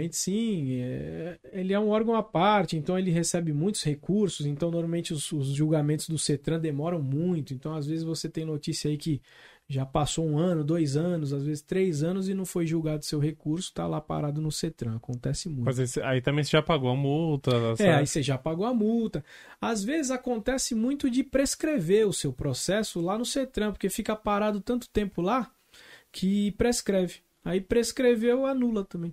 Speaker 3: Ele é um órgão à parte, então ele recebe muitos recursos, então normalmente os julgamentos do CETRAN demoram muito, então às vezes você tem notícia aí que já passou 1 ano, 2 anos, às vezes 3 anos e não foi julgado seu recurso, tá lá parado no CETRAN, acontece muito.
Speaker 2: Mas aí também você já pagou a multa.
Speaker 3: Aí você já pagou a multa. Às vezes acontece muito de prescrever o seu processo lá no CETRAN, porque fica parado tanto tempo lá, que prescreve. Aí prescreveu, anula também.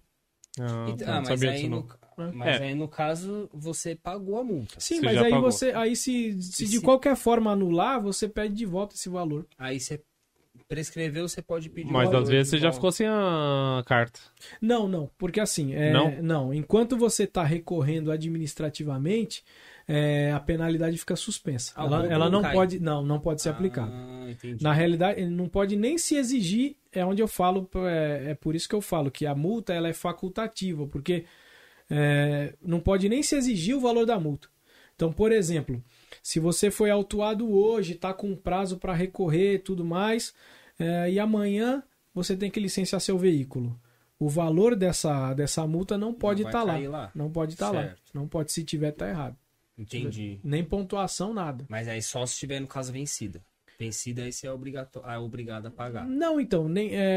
Speaker 1: Mas aí no caso você pagou a multa.
Speaker 3: Sim, mas aí pagou. Se de qualquer forma anular, você pede de volta esse valor.
Speaker 1: Aí você prescreveu, você pode pedir.
Speaker 2: Mas às vezes você já ficou sem a carta.
Speaker 3: Não, porque assim, não, enquanto você está recorrendo administrativamente, a penalidade fica suspensa. Ela não pode, não pode ser aplicada.
Speaker 1: Entendi.
Speaker 3: Na realidade, ele não pode nem se exigir, é onde eu falo, é por isso que eu falo que a multa ela é facultativa, porque não pode nem se exigir o valor da multa. Então, por exemplo, se você foi autuado hoje, está com prazo para recorrer e tudo mais, e amanhã você tem que licenciar seu veículo. O valor dessa multa não pode estar lá. Não pode estar lá. Não pode, se tiver, tá errado.
Speaker 1: Entendi.
Speaker 3: Nem pontuação, nada.
Speaker 1: Mas aí só se estiver, no caso, vencida. Vencida, aí você é obrigado a pagar.
Speaker 3: Não, então,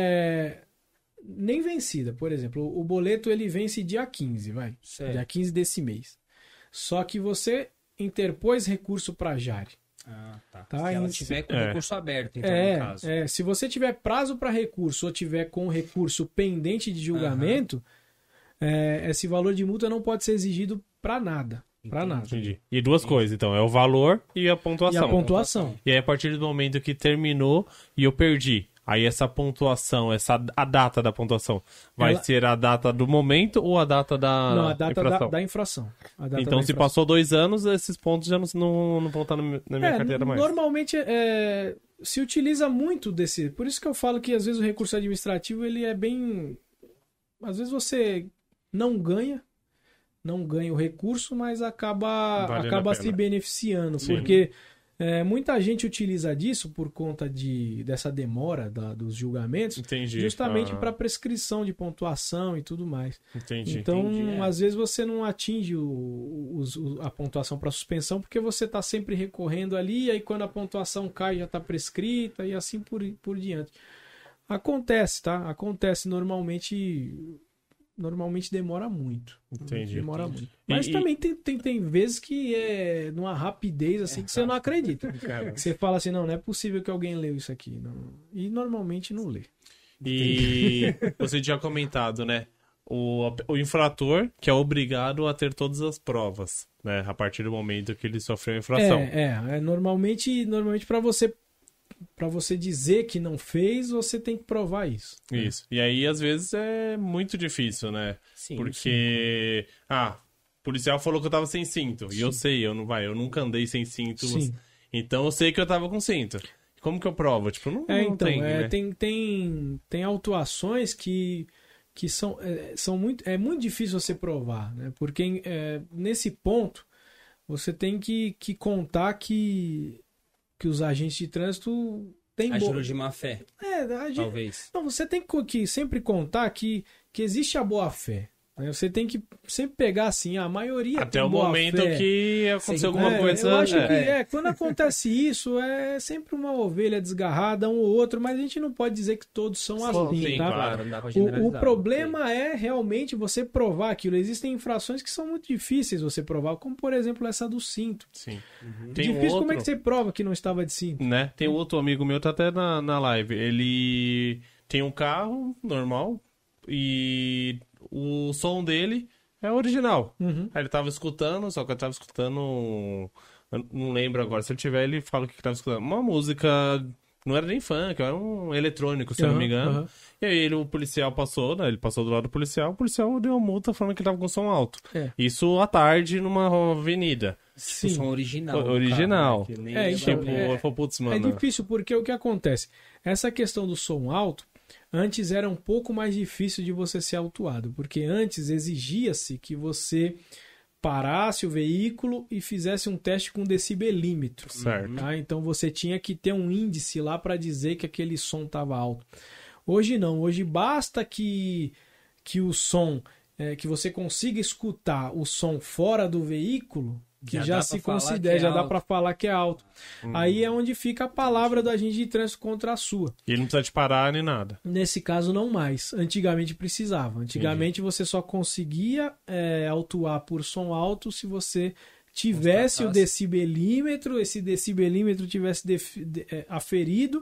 Speaker 3: nem vencida. Por exemplo, o boleto ele vence dia 15, vai.
Speaker 1: Certo.
Speaker 3: Dia 15 desse mês. Só que você interpôs recurso para a Jari.
Speaker 1: Tá.
Speaker 3: Tá?
Speaker 1: Se ela tiver com recurso aberto, então, no caso.
Speaker 3: Se você tiver prazo para recurso ou tiver com recurso pendente de julgamento, esse valor de multa não pode ser exigido para nada. Para nada.
Speaker 2: Entendi. E duas coisas, então. É o valor e a pontuação. E aí, a partir do momento que terminou e eu perdi, aí essa pontuação, a data da pontuação, vai ser a data do momento ou a data da
Speaker 3: Não, a data
Speaker 2: infração?
Speaker 3: da infração.
Speaker 2: Então, se passou 2 anos, esses pontos já não vão estar na minha carteira mais.
Speaker 3: Normalmente, se utiliza muito desse... Por isso que eu falo que, às vezes, o recurso administrativo, ele é bem... Às vezes, você não ganha o recurso, mas acaba se beneficiando. Sim. Porque muita gente utiliza disso por conta dessa demora dos julgamentos.
Speaker 2: Entendi.
Speaker 3: Justamente para prescrição de pontuação e tudo mais.
Speaker 2: Entendi.
Speaker 3: Então, às vezes você não atinge a pontuação para suspensão porque você está sempre recorrendo ali, e aí quando a pontuação cai já está prescrita e assim por diante. Acontece, tá? Acontece normalmente demora muito.
Speaker 2: Entendi.
Speaker 3: Demora muito. Mas também tem vezes que é numa rapidez assim que você não acredita. Que você fala assim, não é possível que alguém leu isso aqui. Não. E normalmente não lê.
Speaker 2: E você tinha comentado, né? O infrator que é obrigado a ter todas as provas, né? A partir do momento que ele sofreu a infração.
Speaker 3: Normalmente para você dizer que não fez, você tem que provar isso.
Speaker 2: Isso. E aí, às vezes, é muito difícil, né?
Speaker 1: Sim,
Speaker 2: porque, o policial falou que eu tava sem cinto. Sim. E eu sei, eu nunca andei sem cinto.
Speaker 3: Sim.
Speaker 2: Então, eu sei que eu tava com cinto. Como que eu provo? Tipo, não tem, né?
Speaker 3: Tem autuações que são muito difícil você provar, né? Porque nesse ponto, você tem que contar que os agentes de trânsito têm...
Speaker 1: Agiram de má fé, talvez.
Speaker 3: Não, você tem que sempre contar que existe a boa-fé. Né? Você tem que sempre pegar assim, a maioria
Speaker 2: até
Speaker 3: tem
Speaker 2: o momento que aconteceu alguma coisa...
Speaker 3: Eu acho que quando acontece isso, é sempre uma ovelha desgarrada, um ou outro, mas a gente não pode dizer que todos são assim,
Speaker 2: sim,
Speaker 3: tá?
Speaker 2: Claro,
Speaker 1: não dá pra generalizar.
Speaker 3: O problema é realmente você provar aquilo. Existem infrações que são muito difíceis você provar, como por exemplo essa do cinto.
Speaker 2: Sim.
Speaker 3: Tem difícil, como é que você prova que não estava de cinto?
Speaker 2: Né? Tem outro amigo meu, tá até na live. Ele tem um carro normal e o som dele é original. Aí ele tava escutando, só que eu tava escutando... Eu não lembro agora. Se ele tiver, ele fala o que tava escutando. Uma música... Não era nem funk, era um eletrônico, se eu não me engano. E aí o policial passou, né? Ele passou do lado do policial. O policial deu uma multa falando que ele tava com som alto. Isso à tarde numa avenida.
Speaker 1: Sim. Som original.
Speaker 2: Original.
Speaker 1: Cara,
Speaker 2: né? Putz, mano.
Speaker 3: É difícil porque o que acontece? Essa questão do som alto, antes era um pouco mais difícil de você ser autuado. Porque antes exigia-se que você parasse o veículo e fizesse um teste com decibelímetro.
Speaker 2: Certo.
Speaker 3: Tá? Então você tinha que ter um índice lá para dizer que aquele som estava alto. Hoje não. Hoje basta que o som, que você consiga escutar o som fora do veículo, que já se considera, já dá para falar que é alto. Aí é onde fica a palavra do agente de trânsito contra a sua.
Speaker 2: E ele não precisa te parar nem nada.
Speaker 3: Nesse caso, não mais. Antigamente precisava. Antigamente você só conseguia autuar por som alto se você tivesse o decibelímetro, esse decibelímetro tivesse aferido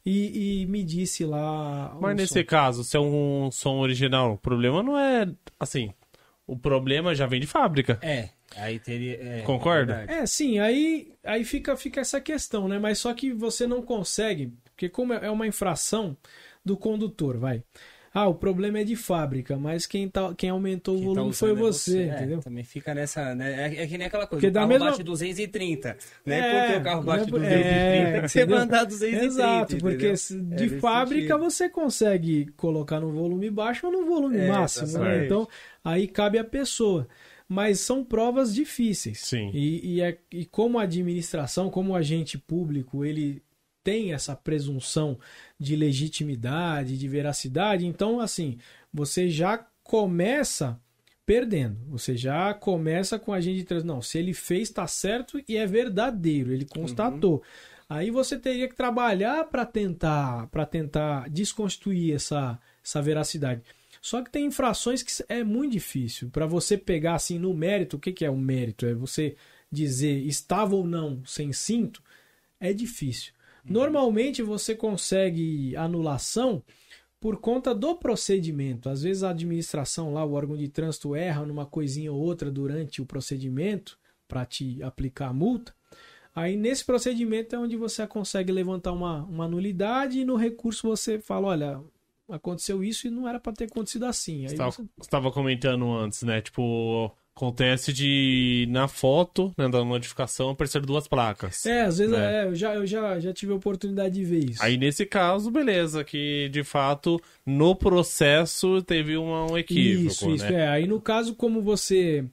Speaker 3: e medisse lá.
Speaker 2: Mas nesse caso, se é um som original, o problema não é assim. O problema já vem de fábrica.
Speaker 1: Aí teria...
Speaker 2: Concorda?
Speaker 3: Sim, aí fica essa questão, né? Mas só que você não consegue, porque como é uma infração do condutor, vai. O problema é de fábrica, mas quem aumentou o volume foi você, entendeu?
Speaker 1: Também fica nessa, né? É que nem aquela coisa,
Speaker 3: porque
Speaker 1: o carro bate 230, né? Porque o carro bate 230, que você vai andar 230.
Speaker 3: Exato, porque de fábrica você consegue colocar no volume baixo ou no volume máximo, né? Então, aí cabe a pessoa. Mas são provas difíceis.
Speaker 2: Sim.
Speaker 3: E como a administração, como o agente público, ele tem essa presunção de legitimidade, de veracidade, então, assim, você já começa perdendo. Você já começa com a agente de trânsito. Não, se ele fez, está certo e é verdadeiro, ele constatou. Aí você teria que trabalhar para tentar desconstituir essa veracidade. Só que tem infrações que é muito difícil. Para você pegar assim no mérito, o que é o mérito? É você dizer estava ou não sem cinto, é difícil. Normalmente você consegue anulação por conta do procedimento. Às vezes a administração lá, o órgão de trânsito erra numa coisinha ou outra durante o procedimento para te aplicar a multa. Aí nesse procedimento é onde você consegue levantar uma nulidade e no recurso você fala, olha, aconteceu isso e não era para ter acontecido assim. Aí
Speaker 2: você estava comentando antes, né? Tipo, acontece na foto, né, da notificação, aparecer 2 placas.
Speaker 3: Às vezes eu já tive a oportunidade de ver isso.
Speaker 2: Aí nesse caso, beleza, que de fato no processo teve um equívoco.
Speaker 3: Isso,
Speaker 2: né?
Speaker 3: Aí no caso, como você...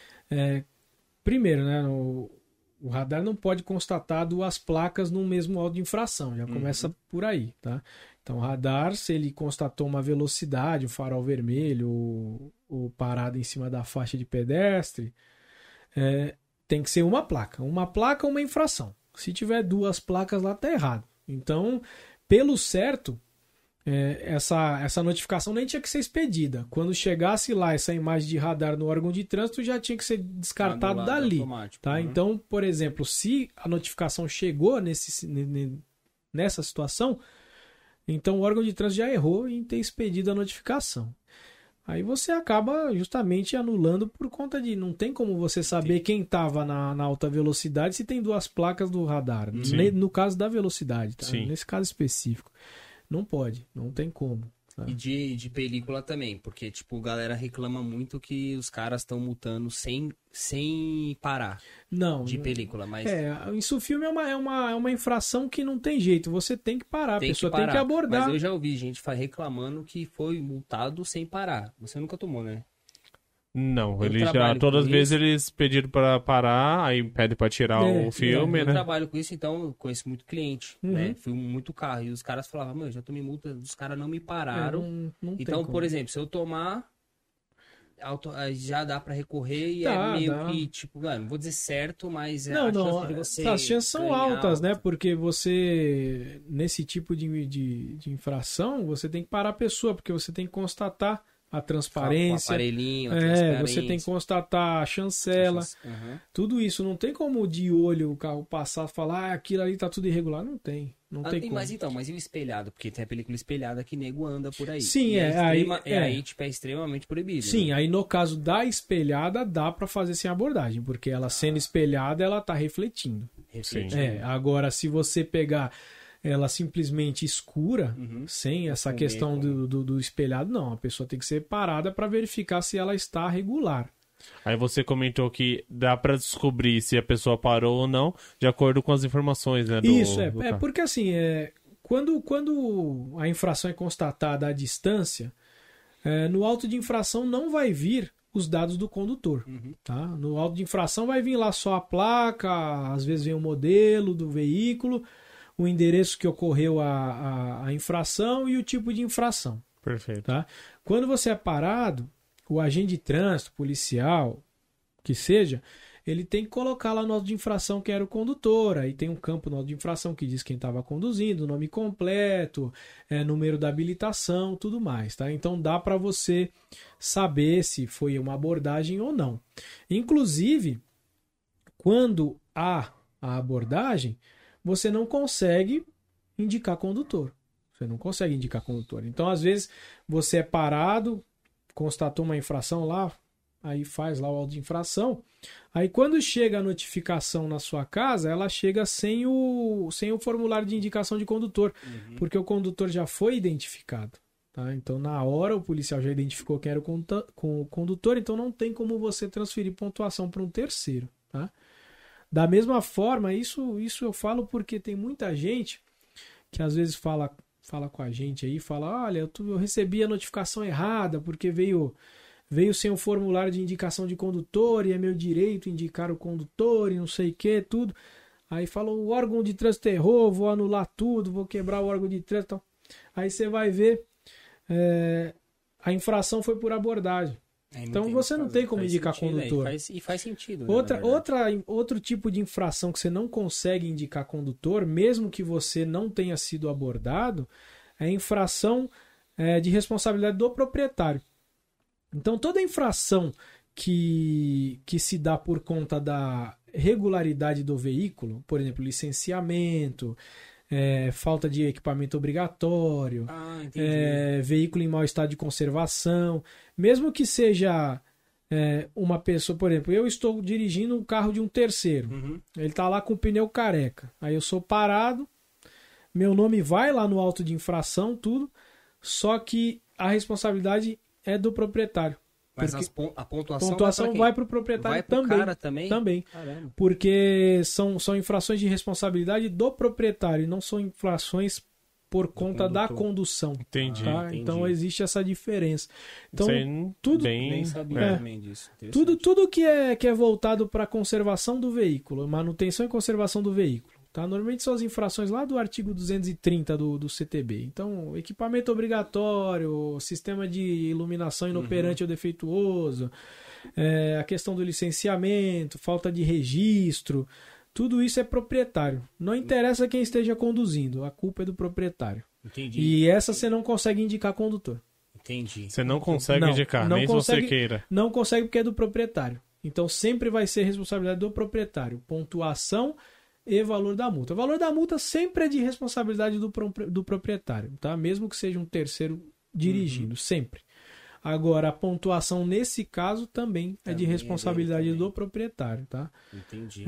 Speaker 3: primeiro, né, o radar não pode constatar 2 placas no mesmo auto de infração, já começa por aí, tá? Então, o radar, se ele constatou uma velocidade, um farol vermelho ou parada em cima da faixa de pedestre, tem que ser uma placa. Uma placa ou uma infração. Se tiver 2 placas lá, tá errado. Então, pelo certo, essa notificação nem tinha que ser expedida. Quando chegasse lá essa imagem de radar no órgão de trânsito, já tinha que ser descartado dali. Tá? Então, por exemplo, se a notificação chegou nessa situação, então o órgão de trânsito já errou em ter expedido a notificação. Aí você acaba justamente anulando por conta de... Não tem como você saber quem estava na alta velocidade se tem 2 placas do radar. No caso da velocidade, tá? Nesse caso específico. Não pode, não tem como. Tá?
Speaker 1: E de película também, porque tipo, a galera reclama muito que os caras estão multando sem parar.
Speaker 3: Não.
Speaker 1: De película, mas...
Speaker 3: Isso o filme é uma infração que não tem jeito, você tem que parar, a pessoa tem que abordar.
Speaker 1: Mas eu já ouvi gente reclamando que foi multado sem parar. Você nunca tomou, né?
Speaker 2: Não, eles já todas as vezes eles pediram para parar, aí pede para tirar o filme, né?
Speaker 1: Eu trabalho com isso, então eu conheço muito cliente, né? Fui muito carro e os caras falavam, meu, já tomei multa, os caras não me pararam.
Speaker 3: Não
Speaker 1: então, por exemplo, se eu tomar, já dá para recorrer e é meio que, tipo, não vou dizer certo, mas a chance de você
Speaker 3: as chances são altas, né? Porque você, nesse tipo de infração, você tem que parar a pessoa, porque você tem que constatar a transparência, você tem que constatar a chancela, tudo isso. Não tem como de olho o carro passar e falar, aquilo ali tá tudo irregular. Não tem como.
Speaker 1: Mas e o espelhado? Porque tem a película espelhada que nego anda por aí.
Speaker 3: Sim,
Speaker 1: aí tipo, é extremamente proibido.
Speaker 3: Sim,
Speaker 1: né?
Speaker 3: aí no caso da espelhada dá para fazer sem abordagem, porque ela sendo espelhada, ela tá refletindo. Agora, se você pegar ela simplesmente escura, sem essa questão do espelhado, não. A pessoa tem que ser parada para verificar se ela está regular.
Speaker 2: Aí você comentou que dá para descobrir se a pessoa parou ou não, de acordo com as informações, né?
Speaker 3: Isso, porque assim, quando a infração é constatada à distância, no auto de infração não vai vir os dados do condutor. Tá? No auto de infração vai vir lá só a placa, às vezes vem o modelo do veículo, o endereço que ocorreu a infração e o tipo de infração.
Speaker 2: Perfeito.
Speaker 3: Tá? Quando você é parado, o agente de trânsito, policial, que seja, ele tem que colocar lá no auto de infração quem era o condutor. Aí tem um campo no auto de infração que diz quem estava conduzindo, nome completo, número da habilitação, tudo mais. Tá? Então dá para você saber se foi uma abordagem ou não. Inclusive, quando há a abordagem, você não consegue indicar condutor. Então, às vezes, você é parado, constatou uma infração lá, aí faz lá o auto de infração. Aí quando chega a notificação na sua casa, ela chega sem o formulário de indicação de condutor, porque o condutor já foi identificado. Tá? Então na hora o policial já identificou quem era o condutor, então não tem como você transferir pontuação para um terceiro. Tá? Da mesma forma, isso eu falo porque tem muita gente que às vezes fala com a gente aí, fala, olha, eu recebi a notificação errada porque veio sem o formulário de indicação de condutor e é meu direito indicar o condutor e não sei o que, tudo. Aí fala, o órgão de trânsito errou, vou anular tudo, vou quebrar o órgão de trânsito. Aí você vai ver, a infração foi por abordagem. Então você não tem como indicar condutor.
Speaker 1: Faz sentido.
Speaker 3: Outro tipo de infração que você não consegue indicar condutor, mesmo que você não tenha sido abordado, é a infração de responsabilidade do proprietário. Então toda infração que se dá por conta da regularidade do veículo, por exemplo, licenciamento, falta de equipamento obrigatório, veículo em mau estado de conservação, mesmo que seja uma pessoa, por exemplo, eu estou dirigindo um carro de um terceiro, ele está lá com o pneu careca, aí eu sou parado, meu nome vai lá no auto de infração, tudo, só que a responsabilidade é do proprietário.
Speaker 1: Mas a pontuação
Speaker 3: vai para o proprietário
Speaker 1: vai pro cara também?
Speaker 3: Também.
Speaker 1: Caramba.
Speaker 3: Porque são infrações de responsabilidade do proprietário, não são infrações por conta da condução.
Speaker 2: Entendi,
Speaker 3: tá?
Speaker 2: entendi.
Speaker 3: Então existe essa diferença. Então,
Speaker 1: nem sabia também disso.
Speaker 3: Tudo que é voltado para a conservação do veículo, manutenção e conservação do veículo. Tá? Normalmente são as infrações lá do artigo 230 do CTB. Então, equipamento obrigatório, sistema de iluminação inoperante ou defeituoso, a questão do licenciamento, falta de registro, tudo isso é proprietário. Não interessa quem esteja conduzindo, a culpa é do proprietário.
Speaker 1: Entendi.
Speaker 3: E essa você não consegue indicar condutor.
Speaker 1: Entendi.
Speaker 2: Você não consegue indicar, nem
Speaker 3: consegue,
Speaker 2: se você queira.
Speaker 3: Não consegue porque é do proprietário. Então sempre vai ser responsabilidade do proprietário. Pontuação e valor da multa. O valor da multa sempre é de responsabilidade do proprietário, tá? Mesmo que seja um terceiro dirigindo, sempre. Agora, a pontuação nesse caso também é de responsabilidade do proprietário, tá?
Speaker 1: Entendi.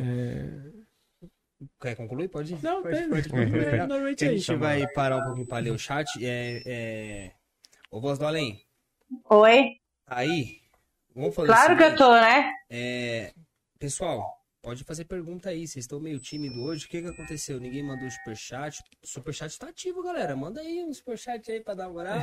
Speaker 1: Quer concluir? Pode ir?
Speaker 3: Não,
Speaker 1: pode.
Speaker 3: Normalmente é
Speaker 1: a
Speaker 3: isso.
Speaker 1: gente vai parar um pouquinho para ler o chat. Ô, Voz do Além.
Speaker 4: Oi.
Speaker 1: Aí, vamos fazer
Speaker 4: claro que eu tô, né?
Speaker 1: Pessoal, pode fazer pergunta aí. Vocês estão meio tímidos hoje. O que aconteceu? Ninguém mandou superchat. O superchat tá ativo, galera. Manda aí um superchat aí pra dar moral.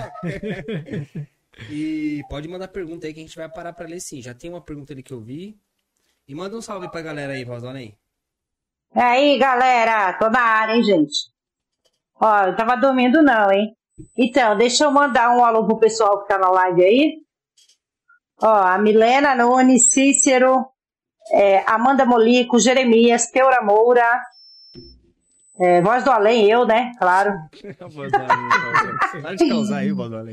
Speaker 1: E pode mandar pergunta aí que a gente vai parar pra ler sim. Já tem uma pergunta ali que eu vi. E manda um salve pra galera aí, Voz do Além.
Speaker 4: E aí, galera. Tô na área, hein, gente? Ó, eu tava dormindo não, hein? Então, deixa eu mandar um alô pro pessoal que tá na live aí. Ó, a Milena Nunes, Cícero, Amanda Molico, Jeremias, Teura Moura, Voz do Além, eu, né? Claro.
Speaker 1: Voz do Além. Para de causar aí, Voz do Além.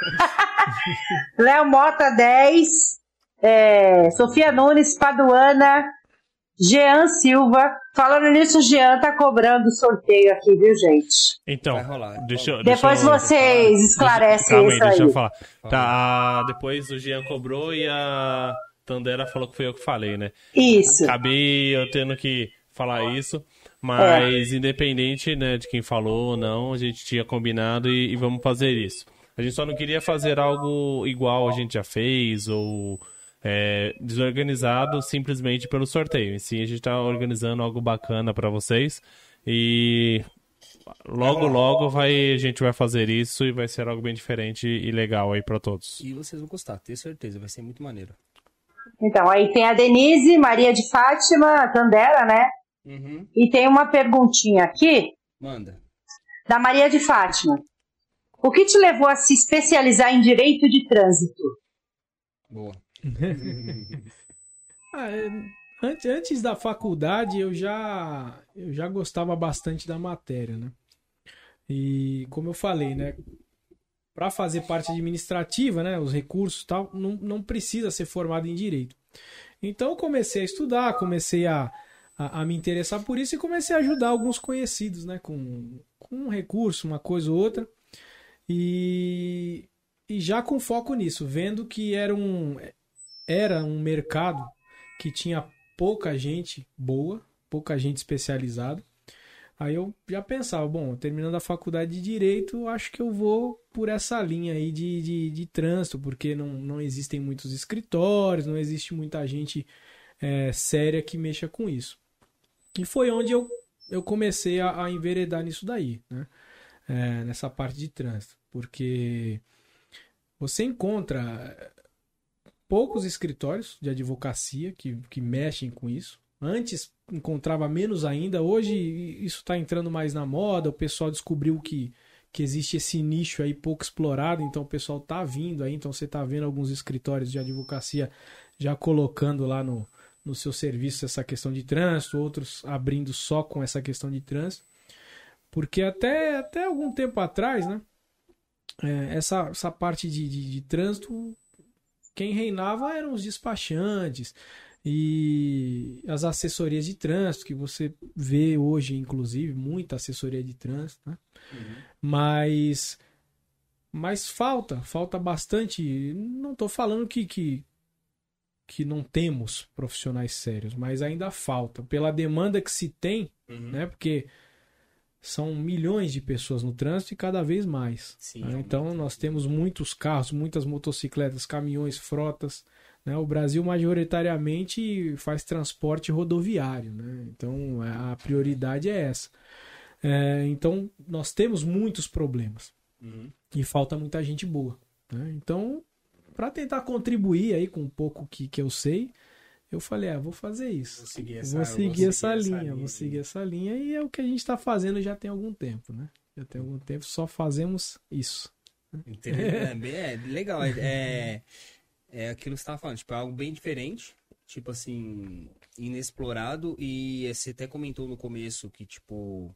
Speaker 4: Léo Mota 10, Sofia Nunes, Paduana, Jean Silva. Falando nisso, o Jean tá cobrando sorteio aqui, viu, gente?
Speaker 2: Então,
Speaker 1: vai rolar.
Speaker 4: Depois vocês esclarecem isso aí.
Speaker 2: Deixa eu falar. Tá, depois o Jean cobrou e a Tandera falou que foi eu que falei, né?
Speaker 4: Isso.
Speaker 2: Acabei eu tendo que falar isso, mas independente, né, de quem falou ou não, a gente tinha combinado e vamos fazer isso. A gente só não queria fazer algo igual a gente já fez ou desorganizado simplesmente pelo sorteio. E sim, a gente tá organizando algo bacana para vocês e logo a gente vai fazer isso e vai ser algo bem diferente e legal aí para todos.
Speaker 1: E vocês vão gostar, tenho certeza, vai ser muito maneiro.
Speaker 4: Então, aí tem a Denise, Maria de Fátima, a Tandera, né? E tem uma perguntinha aqui.
Speaker 1: Manda.
Speaker 4: Da Maria de Fátima. O que te levou a se especializar em direito de trânsito?
Speaker 1: Boa.
Speaker 3: Antes da faculdade eu já gostava bastante da matéria, né? E como eu falei, né? Para fazer parte administrativa, né? Os recursos e tal, não precisa ser formado em direito. Então eu comecei a estudar, comecei a me interessar por isso e comecei a ajudar alguns conhecidos, né? Com um recurso, uma coisa ou outra. E já com foco nisso, vendo que era um mercado que tinha pouca gente boa, pouca gente especializada. Aí eu já pensava, bom, terminando a faculdade de Direito, acho que eu vou por essa linha aí de trânsito, porque não existem muitos escritórios, não existe muita gente séria que mexa com isso. E foi onde eu comecei a enveredar nisso daí, né? Nessa parte de trânsito, porque você encontra poucos escritórios de advocacia que mexem com isso. Antes encontrava menos ainda, hoje isso está entrando mais na moda, o pessoal descobriu que existe esse nicho aí pouco explorado, então o pessoal está vindo aí, então você está vendo alguns escritórios de advocacia já colocando lá no seu serviço essa questão de trânsito, outros abrindo só com essa questão de trânsito, porque até algum tempo atrás, né, essa parte de trânsito, quem reinava eram os despachantes e as assessorias de trânsito, que você vê hoje, inclusive, muita assessoria de trânsito, né? Mas falta bastante. Não estou falando que não temos profissionais sérios, mas ainda falta. Pela demanda que se tem, né? Porque são milhões de pessoas no trânsito e cada vez mais.
Speaker 1: Sim,
Speaker 3: né? Então nós temos muitos carros, muitas motocicletas, caminhões, frotas. Né? O Brasil majoritariamente faz transporte rodoviário. Né? Então a prioridade é essa. Então nós temos muitos problemas. E falta muita gente boa. Né? Então, para tentar contribuir aí com um pouco que eu sei, eu falei, vou fazer isso. Vou seguir essa linha. E é o que a gente está fazendo já tem algum tempo, né? Já tem algum tempo, só fazemos isso.
Speaker 1: Legal. É aquilo que você estava falando, tipo, é algo bem diferente, tipo assim, inexplorado. E você até comentou no começo que, tipo,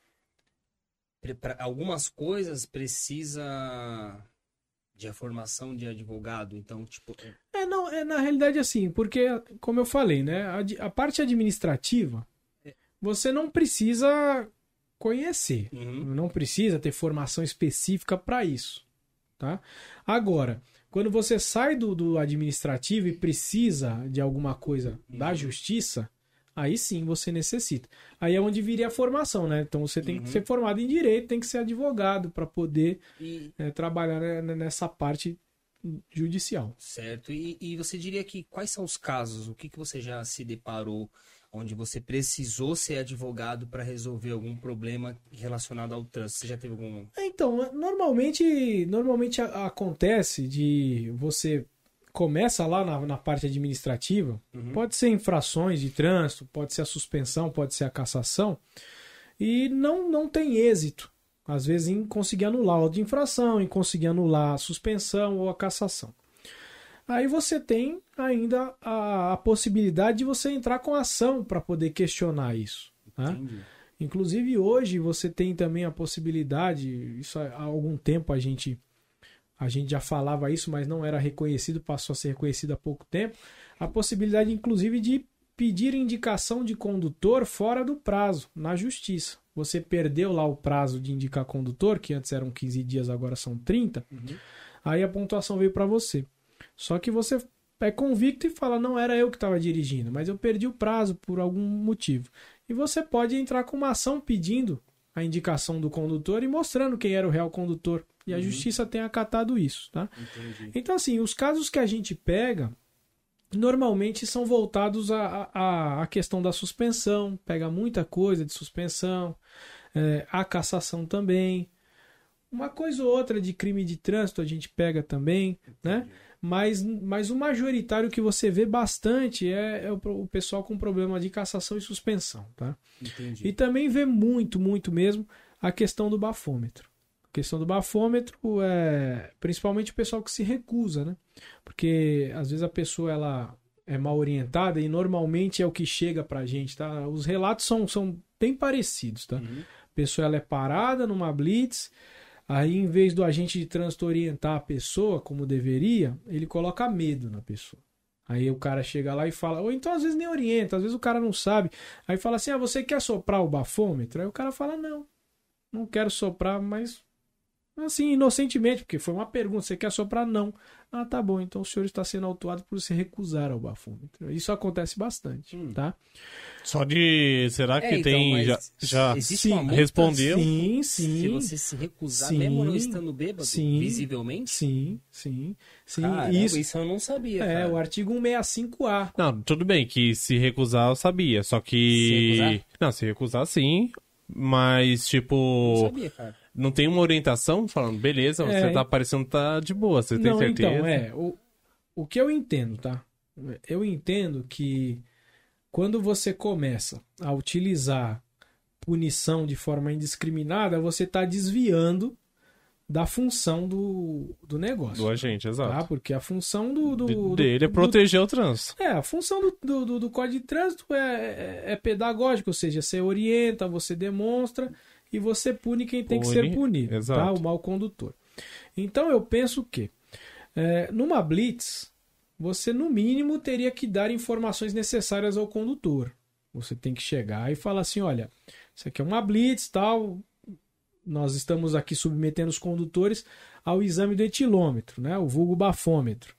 Speaker 1: para algumas coisas precisa de a formação de advogado, então, tipo...
Speaker 3: na realidade assim, porque, como eu falei, né, a parte administrativa, você não precisa conhecer, não precisa ter formação específica para isso, tá? Agora, quando você sai do administrativo e precisa de alguma coisa da justiça, aí sim você necessita. Aí é onde viria a formação, né? Então você tem que ser formado em direito, tem que ser advogado para poder trabalhar nessa parte judicial.
Speaker 1: Certo. E você diria que quais são os casos? O que você já se deparou onde você precisou ser advogado para resolver algum problema relacionado ao trânsito? Você já teve algum...
Speaker 3: Então, normalmente acontece de você... Começa lá na parte administrativa, pode ser infrações de trânsito, pode ser a suspensão, pode ser a cassação, e não tem êxito, às vezes, em conseguir anular o auto de infração, em conseguir anular a suspensão ou a cassação. Aí você tem ainda a possibilidade de você entrar com ação para poder questionar isso. Né? Inclusive hoje você tem também a possibilidade, isso há algum tempo a gente já falava isso, mas não era reconhecido, passou a ser reconhecido há pouco tempo, a possibilidade, inclusive, de pedir indicação de condutor fora do prazo, na justiça. Você perdeu lá o prazo de indicar condutor, que antes eram 15 dias, agora são 30, aí a pontuação veio para você. Só que você é convicto e fala, não era eu que estava dirigindo, mas eu perdi o prazo por algum motivo. E você pode entrar com uma ação pedindo a indicação do condutor e mostrando quem era o real condutor. E a justiça tem acatado isso, tá?
Speaker 1: Entendi.
Speaker 3: Então, assim, os casos que a gente pega, normalmente são voltados à questão da suspensão. Pega muita coisa de suspensão. A cassação também. Uma coisa ou outra de crime de trânsito a gente pega também, né? Mas o majoritário que você vê bastante é o pessoal com problema de cassação e suspensão, tá?
Speaker 1: Entendi.
Speaker 3: E também vê muito mesmo a questão do bafômetro. A questão do bafômetro principalmente o pessoal que se recusa, né? Porque às vezes a pessoa ela é mal orientada e normalmente é o que chega pra gente, tá? Os relatos são bem parecidos, tá? A pessoa ela é parada numa blitz, aí em vez do agente de trânsito orientar a pessoa como deveria, ele coloca medo na pessoa. Aí o cara chega lá e fala, ou então às vezes nem orienta, às vezes o cara não sabe. Aí fala assim, você quer soprar o bafômetro? Aí o cara fala, não quero soprar, mas Assim, inocentemente, porque foi uma pergunta, você quer soprar? Não. Ah, tá bom, então o senhor está sendo autuado por se recusar ao bafômetro. Isso acontece bastante, tá?
Speaker 2: Só de... Será que tem... Já
Speaker 1: existe uma multa?
Speaker 2: respondeu?
Speaker 3: Sim.
Speaker 1: Se você se recusar,
Speaker 3: Sim.
Speaker 1: mesmo não estando bêbado, visivelmente?
Speaker 3: Sim.
Speaker 1: Caramba, isso eu não sabia, cara.
Speaker 3: O artigo 165A.
Speaker 2: Não, tudo bem que se recusar eu sabia, só que...
Speaker 1: Se recusar?
Speaker 2: Não, se recusar sim, mas tipo...
Speaker 1: Não sabia, cara.
Speaker 2: Não tem uma orientação falando, beleza, você tá parecendo tá de boa, você tem certeza?
Speaker 3: Então, o que eu entendo, tá? Eu entendo que quando você começa a utilizar punição de forma indiscriminada, você tá desviando da função do negócio.
Speaker 2: Do agente, exato.
Speaker 3: Tá? Porque a função
Speaker 2: dele é proteger o trânsito.
Speaker 3: A função do Código de Trânsito é pedagógica, ou seja, você orienta, você demonstra e você pune quem tem que ser punido, tá? O mau condutor. Então eu penso que numa blitz, você no mínimo teria que dar informações necessárias ao condutor. Você tem que chegar e falar assim, olha, isso aqui é uma blitz, tal, nós estamos aqui submetendo os condutores ao exame do etilômetro, né? O vulgo bafômetro.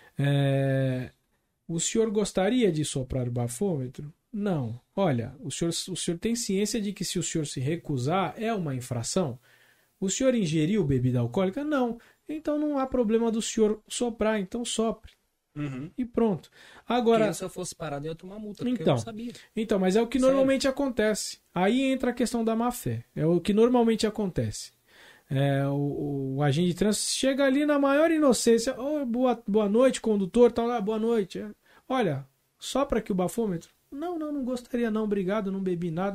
Speaker 3: O senhor gostaria de soprar o bafômetro? Não. Olha, o senhor tem ciência de que se o senhor se recusar é uma infração? O senhor ingeriu bebida alcoólica? Não. Então não há problema do senhor soprar, então sopre. E pronto. Agora,
Speaker 1: se eu fosse parado, eu ia tomar multa, porque eu não sabia.
Speaker 3: Então, mas é o que normalmente acontece. Aí entra a questão da má-fé. É o que normalmente acontece. O agente de trânsito chega ali na maior inocência. Oh, boa noite, condutor. Tá lá, boa noite. Olha, sopra aqui o bafômetro. Não gostaria não, obrigado, não bebi nada.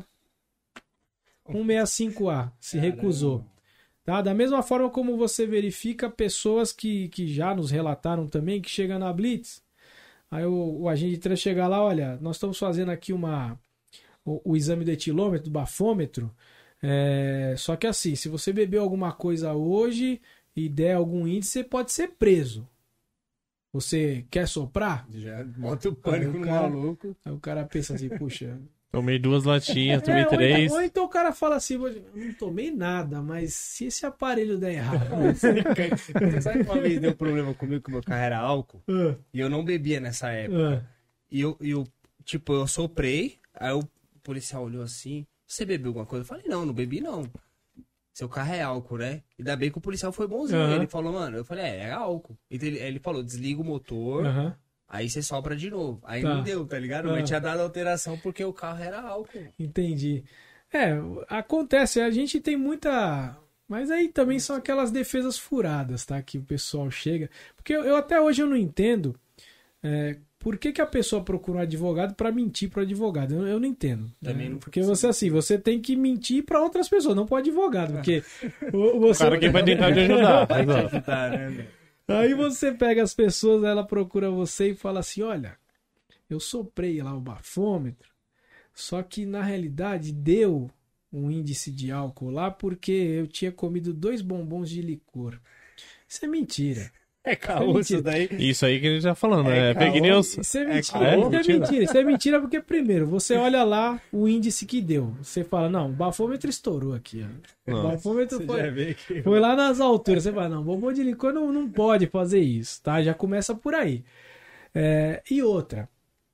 Speaker 3: 165A, se recusou. Tá? Da mesma forma como você verifica pessoas que já nos relataram também, que chegam na blitz, aí o agente de trânsito chega lá, olha, nós estamos fazendo aqui o exame do etilômetro, do bafômetro, só que assim, se você bebeu alguma coisa hoje e der algum índice, você pode ser preso. Você quer soprar?
Speaker 1: Já bota o pânico no maluco.
Speaker 3: Aí o cara pensa assim, puxa...
Speaker 2: Tomei 2 latinhas, tomei 3.
Speaker 3: Ou então o cara fala assim, não tomei nada, mas se esse aparelho der errado...
Speaker 1: Você sabe que uma vez deu problema comigo que o meu carro era álcool? E eu não bebia nessa época. E eu soprei, aí o policial olhou assim, você bebeu alguma coisa? Eu falei, não bebi não. Seu carro é álcool, né? Ainda bem que o policial foi bonzinho. Ele falou, mano, eu falei, é álcool. Então ele falou, desliga o motor, aí você sopra de novo. Aí não deu, tá ligado? Mas tinha dado alteração porque o carro era álcool.
Speaker 3: Entendi. Acontece, a gente tem muita... Mas aí também são aquelas defesas furadas, tá? Que o pessoal chega... Porque eu até hoje eu não entendo por que a pessoa procura um advogado para mentir pro advogado. Eu não entendo.
Speaker 1: Também não.
Speaker 3: Porque você tem que mentir para outras pessoas, não pro advogado. Porque
Speaker 2: o cara que vai tentar te ajudar.
Speaker 1: Vai te ajudar, né?
Speaker 3: Aí você pega as pessoas, ela procura você e fala assim, olha, eu soprei lá o bafômetro, só que na realidade deu um índice de álcool lá porque eu tinha comido 2 bombons de licor. Isso é mentira.
Speaker 1: É caô isso daí.
Speaker 2: Isso aí que ele tá falando, né? Fake news.
Speaker 3: Isso é mentira. Isso é mentira porque, primeiro, você olha lá o índice que deu. Você fala, não, o bafômetro estourou aqui. Ó. O bafômetro foi lá nas alturas. Você fala, não, bombom de licor não pode fazer isso, tá? Já começa por aí. E outra,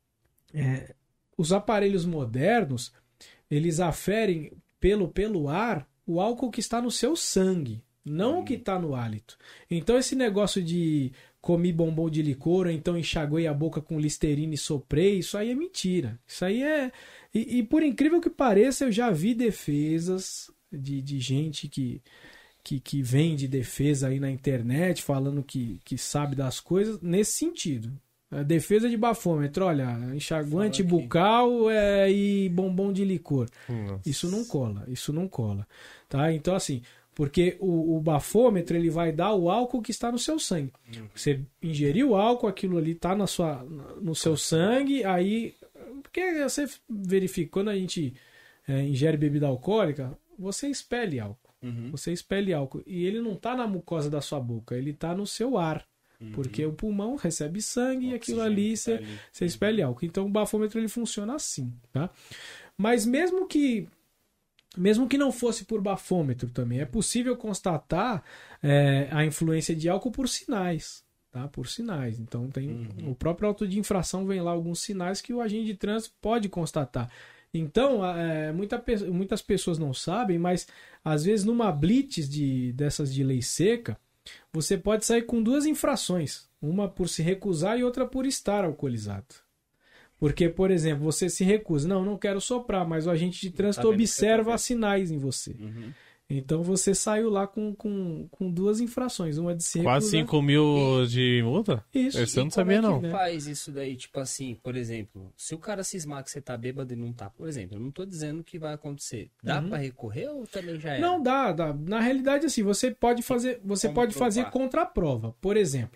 Speaker 3: os aparelhos modernos, eles aferem pelo ar o álcool que está no seu sangue. Não o que está no hálito. Então esse negócio de comi bombom de licor, ou então enxaguei a boca com Listerine e soprei, isso aí é mentira. Isso aí é... E por incrível que pareça, eu já vi defesas de gente que vende defesa aí na internet, falando que sabe das coisas, nesse sentido. A defesa de bafômetro, olha, enxaguante bucal e bombom de licor.
Speaker 2: Nossa.
Speaker 3: Isso não cola. Tá? Então assim... Porque o bafômetro ele vai dar o álcool que está no seu sangue. Você ingeriu o álcool, aquilo ali está no seu sangue, aí... Porque você verifica, quando a gente ingere bebida alcoólica, você expele álcool. Você expele álcool. E ele não está na mucosa da sua boca, ele está no seu ar. Porque o pulmão recebe sangue e aquilo ali você expele álcool. Então o bafômetro ele funciona assim. Tá? Mas mesmo que mesmo que não fosse por bafômetro também, é possível constatar a influência de álcool por sinais. Tá? Por sinais. Então, o próprio auto de infração vem lá alguns sinais que o agente de trânsito pode constatar. Então, muitas pessoas não sabem, mas às vezes numa blitz dessas de lei seca, você pode sair com 2 infrações. Uma por se recusar e outra por estar alcoolizado. Porque, por exemplo, você se recusa. Não quero soprar, mas o agente de trânsito observa sinais em você. Então você saiu lá com 2 infrações. Uma de se recusar.
Speaker 2: Quase 5 mil de multa?
Speaker 3: Isso.
Speaker 2: Esse eu não sabia, não.
Speaker 1: Faz isso daí, tipo assim, por exemplo, se o cara cismar que você tá bêbado e não tá, por exemplo, eu não tô dizendo que vai acontecer. Dá pra recorrer ou também já é?
Speaker 3: Não, dá. Na realidade, assim, você pode fazer contraprova. Por exemplo,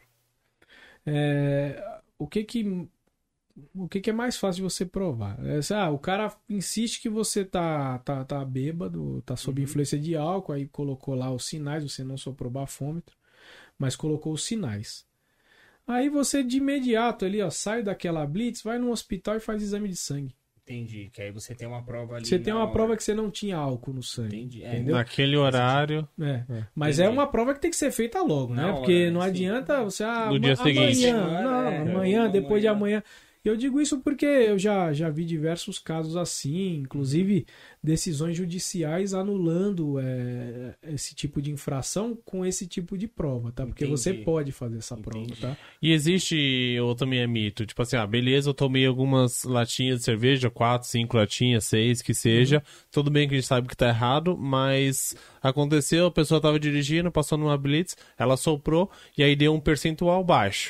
Speaker 3: o que é mais fácil de você provar? O cara insiste que você tá bêbado, tá sob influência de álcool, aí colocou lá os sinais, você não soprou bafômetro, mas colocou os sinais. Aí você de imediato ali, sai daquela blitz, vai no hospital e faz exame de sangue.
Speaker 1: Entendi, que aí você tem uma prova ali.
Speaker 3: Você tem uma prova que você não tinha álcool no sangue. Entendi.
Speaker 2: Entendeu? Naquele horário.
Speaker 3: Mas é uma prova que tem que ser feita logo, né? Porque não adianta você.
Speaker 2: No dia seguinte.
Speaker 3: Amanhã, depois de amanhã. Eu digo isso porque eu já vi diversos casos assim, inclusive decisões judiciais anulando esse tipo de infração com esse tipo de prova, tá? Porque você pode fazer essa prova, tá?
Speaker 2: E existe, ou também é mito, tipo assim, beleza, eu tomei algumas latinhas de cerveja, 4, 5 latinhas, 6, que seja, tudo bem que a gente sabe que tá errado, mas aconteceu, a pessoa tava dirigindo, passou numa blitz, ela soprou e aí deu um percentual baixo.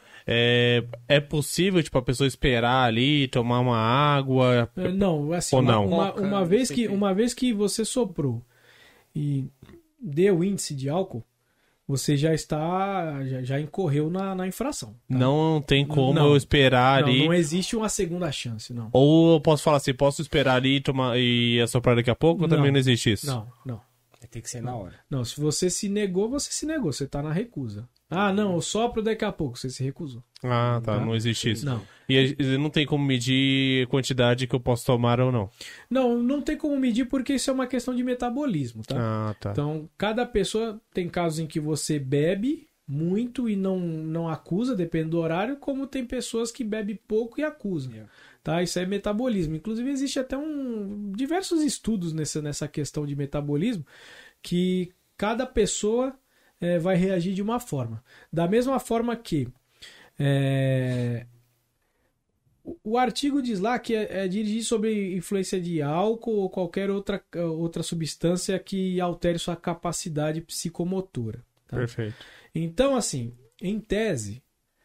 Speaker 2: É possível, tipo, a pessoa esperar ali, tomar uma água?
Speaker 3: Não, assim,
Speaker 2: ou não?
Speaker 3: Uma vez que você soprou e deu índice de álcool, você já incorreu na infração. Tá?
Speaker 2: Não tem como eu esperar ali.
Speaker 3: Não existe uma segunda chance, não.
Speaker 2: Ou eu posso falar assim, posso esperar ali e assoprar daqui a pouco, ou também não existe isso?
Speaker 3: Não.
Speaker 1: Tem que ser na hora.
Speaker 3: Não, se você se negou, você tá na recusa. Não, eu sopro daqui a pouco, você se recusou.
Speaker 2: Tá, não existe isso.
Speaker 3: Não.
Speaker 2: E não tem como medir a quantidade que eu posso tomar ou não?
Speaker 3: Não tem como medir porque isso é uma questão de metabolismo, tá?
Speaker 2: Tá.
Speaker 3: Então, cada pessoa tem casos em que você bebe muito e não acusa, depende do horário, como tem pessoas que bebem pouco e acusam. Tá? Isso é metabolismo. Inclusive, existe até diversos estudos nessa questão de metabolismo que cada pessoa vai reagir de uma forma. Da mesma forma que o artigo diz lá que dirigir sob influência de álcool ou qualquer outra substância que altere sua capacidade psicomotora. Tá?
Speaker 2: Perfeito.
Speaker 3: Então, assim, em tese,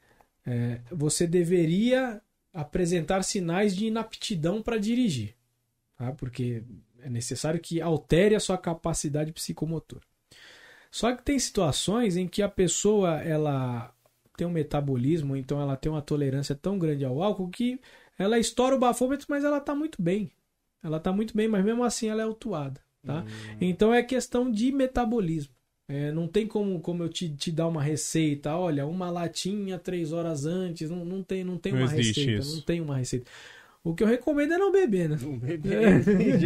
Speaker 3: você deveria apresentar sinais de inaptidão para dirigir, tá? Porque é necessário que altere a sua capacidade psicomotora. Só que tem situações em que a pessoa ela tem um metabolismo, então ela tem uma tolerância tão grande ao álcool que ela estoura o bafômetro, mas ela está muito bem. Ela está muito bem, mas mesmo assim ela é autuada. Tá? Então é questão de metabolismo. Não tem como eu te dar uma receita. Olha, uma latinha 3 horas antes. Não tem uma receita.
Speaker 2: Isso.
Speaker 3: Não tem uma receita. O que eu recomendo é não beber, né?
Speaker 1: Não beber.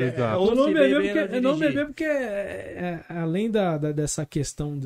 Speaker 3: Não beber porque além dessa questão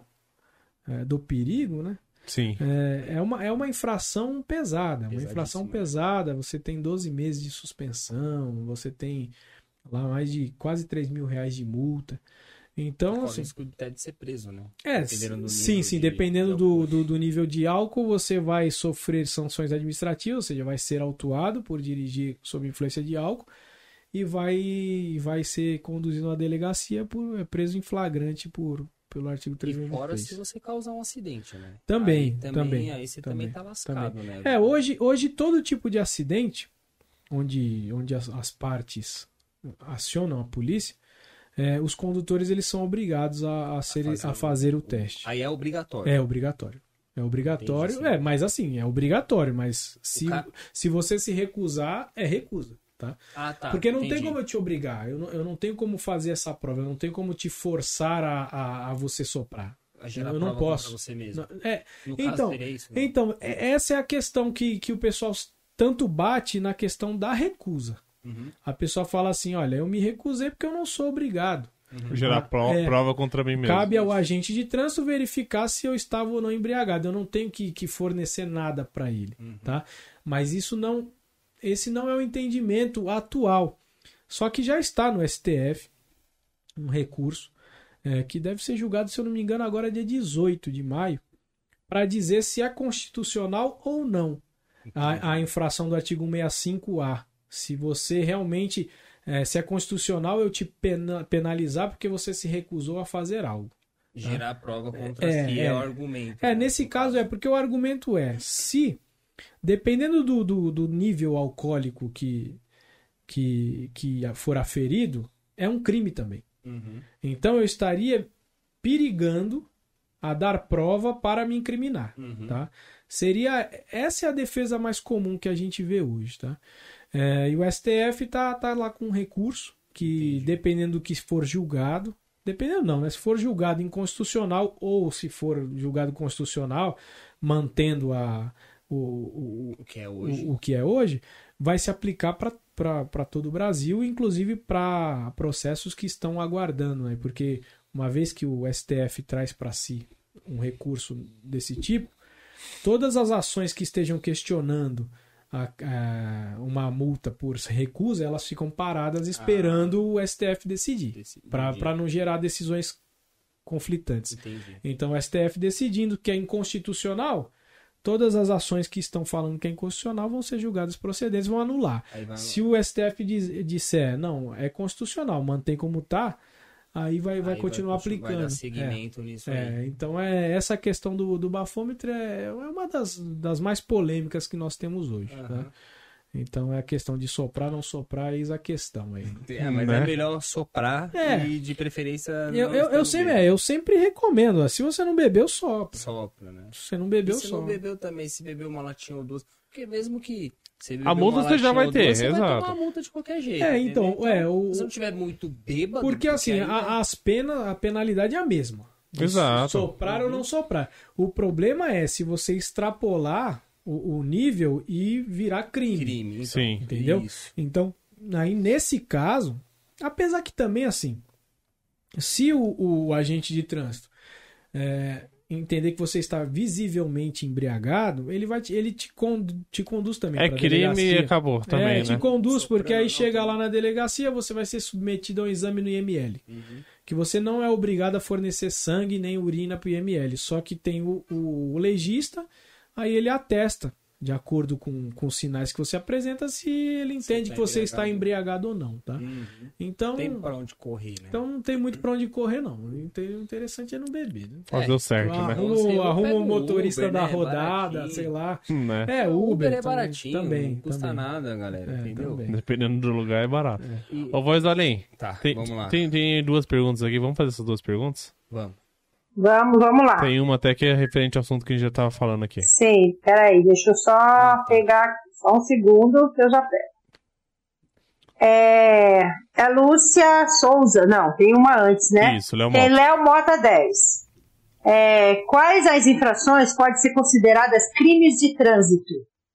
Speaker 3: do perigo, né?
Speaker 2: Sim.
Speaker 3: É uma infração pesada. Uma infração pesada. Você tem 12 meses de suspensão. Você tem lá mais de quase 3 mil reais de multa. Então, assim,
Speaker 1: risco até de ser preso, né?
Speaker 3: Dependendo do nível de álcool, você vai sofrer sanções administrativas, ou seja, vai ser autuado por dirigir sob influência de álcool e vai ser conduzido à delegacia preso em flagrante pelo artigo 323.
Speaker 1: E fora se você causar um acidente, né?
Speaker 3: Também.
Speaker 1: Aí você também tá lascado, né?
Speaker 3: Hoje todo tipo de acidente onde as partes acionam a polícia, os condutores eles são obrigados a fazer o teste.
Speaker 1: Aí é obrigatório.
Speaker 3: É obrigatório. Entendi, mas assim, é obrigatório. Mas se você se recusar, é recusa. Tá?
Speaker 1: Tá.
Speaker 3: Porque não tem como eu te obrigar. Eu não tenho como fazer essa prova. Eu não tenho como te forçar a você soprar. Eu não posso.
Speaker 1: Você mesmo.
Speaker 3: Então, essa é a questão que o pessoal tanto bate na questão da recusa. A pessoa fala assim, olha, eu me recusei porque eu não sou obrigado.
Speaker 2: Gerar prova contra mim mesmo.
Speaker 3: Cabe ao agente de trânsito verificar se eu estava ou não embriagado. Eu não tenho que fornecer nada para ele, tá? Mas esse não é o entendimento atual. Só que já está no STF um recurso que deve ser julgado, se eu não me engano, agora dia 18 de maio, para dizer se é constitucional ou não a infração do artigo 65A. Se você realmente... se é constitucional eu te penalizar porque você se recusou a fazer algo.
Speaker 1: Gerar prova contra si é o argumento.
Speaker 3: Nesse caso porque o argumento se, dependendo do nível alcoólico que for aferido, é um crime também. Então eu estaria perigando a dar prova para me incriminar. Tá? Essa é a defesa mais comum que a gente vê hoje. Tá? E o STF tá lá com um recurso que, dependendo do que for julgado, dependendo não, né? Se for julgado inconstitucional ou se for julgado constitucional, mantendo o que é hoje, vai se aplicar para todo o Brasil, inclusive para processos que estão aguardando, né? Porque uma vez que o STF traz para si um recurso desse tipo, todas as ações que estejam questionando uma multa por recusa, elas ficam paradas esperando o STF decidir, para não gerar decisões conflitantes.
Speaker 1: Entendi.
Speaker 3: Então o STF decidindo que é inconstitucional, todas as ações que estão falando que é inconstitucional vão ser julgadas procedentes, vão anular. Se o STF disser, não, é constitucional, mantém como está, aí vai continuar aplicando. Vai
Speaker 1: dar seguimento nisso aí.
Speaker 3: Então essa questão do bafômetro é uma das mais polêmicas que nós temos hoje. Né? Então é a questão de soprar, não soprar, eis a questão aí.
Speaker 1: Mas é melhor soprar e de preferência...
Speaker 3: Eu sempre recomendo, se você não bebeu, sopra.
Speaker 1: Sopra, né?
Speaker 3: Se você não bebeu,
Speaker 1: sopra. Se não bebeu também, se bebeu uma latinha ou duas, porque mesmo que...
Speaker 2: A multa você já vai ter,
Speaker 1: você
Speaker 2: exato.
Speaker 1: vai tomar a multa de qualquer jeito. Se não tiver muito bêbado...
Speaker 3: Porque assim, a penalidade é a mesma.
Speaker 2: Exato.
Speaker 3: Soprar ou não soprar. O problema é se você extrapolar o nível e virar crime.
Speaker 1: Então,
Speaker 2: sim.
Speaker 3: Entendeu?
Speaker 1: Isso.
Speaker 3: Então, aí nesse caso, apesar que também assim, se o agente de trânsito entender que você está visivelmente embriagado, ele te conduz também para a delegacia.
Speaker 2: Crime e acabou também, né?
Speaker 3: Te conduz, porque aí chega lá na delegacia, você vai ser submetido a um exame no IML. Que você não é obrigado a fornecer sangue nem urina para o IML, só que tem o legista, aí ele atesta, de acordo com os sinais que você apresenta, se ele entende que você está embriagado ou não, tá? Então,
Speaker 1: tem para onde correr, né?
Speaker 3: Então não tem muito para onde correr, não. O interessante é não beber. Né?
Speaker 2: Fazer o certo, né?
Speaker 3: Arruma o motorista
Speaker 1: Uber,
Speaker 3: da
Speaker 1: né?
Speaker 3: rodada,
Speaker 1: Baratinho.
Speaker 3: sei lá.
Speaker 2: Né?
Speaker 3: Uber
Speaker 1: é baratinho,
Speaker 3: também,
Speaker 1: não custa nada, galera, entendeu?
Speaker 3: Também.
Speaker 2: Dependendo do lugar é barato. Ô, Voz do Além,
Speaker 1: vamos lá.
Speaker 2: Tem duas perguntas aqui, vamos fazer essas duas perguntas?
Speaker 4: Vamos lá.
Speaker 2: Tem uma até que é referente ao assunto que a gente já estava falando aqui.
Speaker 4: Sei, peraí, deixa eu só pegar só um segundo que eu já pego. É Lúcia Souza, não, tem uma antes, né?
Speaker 2: Isso, Léo Mota.
Speaker 4: Tem Léo Mota 10. Quais as infrações podem ser consideradas crimes de trânsito?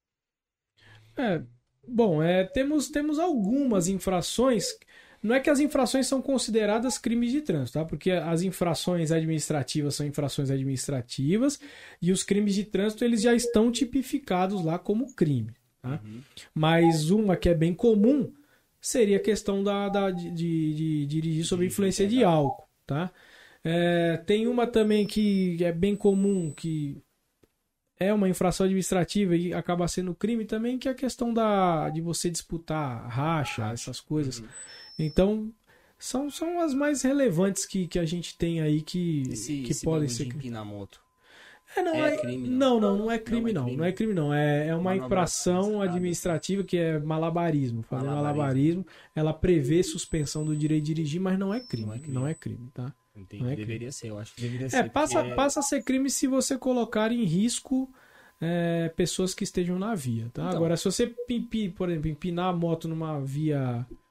Speaker 3: Temos algumas infrações. Não é que as infrações são consideradas crimes de trânsito, tá? Porque as infrações administrativas são infrações administrativas e os crimes de trânsito eles já estão tipificados lá como crime, tá? Mas uma que é bem comum seria a questão de dirigir sob influência de álcool, tá? Tem uma também que é bem comum, que é uma infração administrativa e acaba sendo crime também, que é a questão de você disputar racha, essas coisas. Então, são as mais relevantes que a gente tem aí que podem ser...
Speaker 1: de empinar moto.
Speaker 3: Crime, não é crime, não. Não é crime, não. É uma infração administrativa que é malabarismo. Fazer malabarismo, ela prevê suspensão do direito de dirigir, mas não é crime. Não é crime, tá?
Speaker 1: Entendi. Deveria ser, eu acho que deveria ser.
Speaker 3: Passa a ser crime se você colocar em risco pessoas que estejam na via, tá? Então, agora, se você, por exemplo, empinar a moto numa via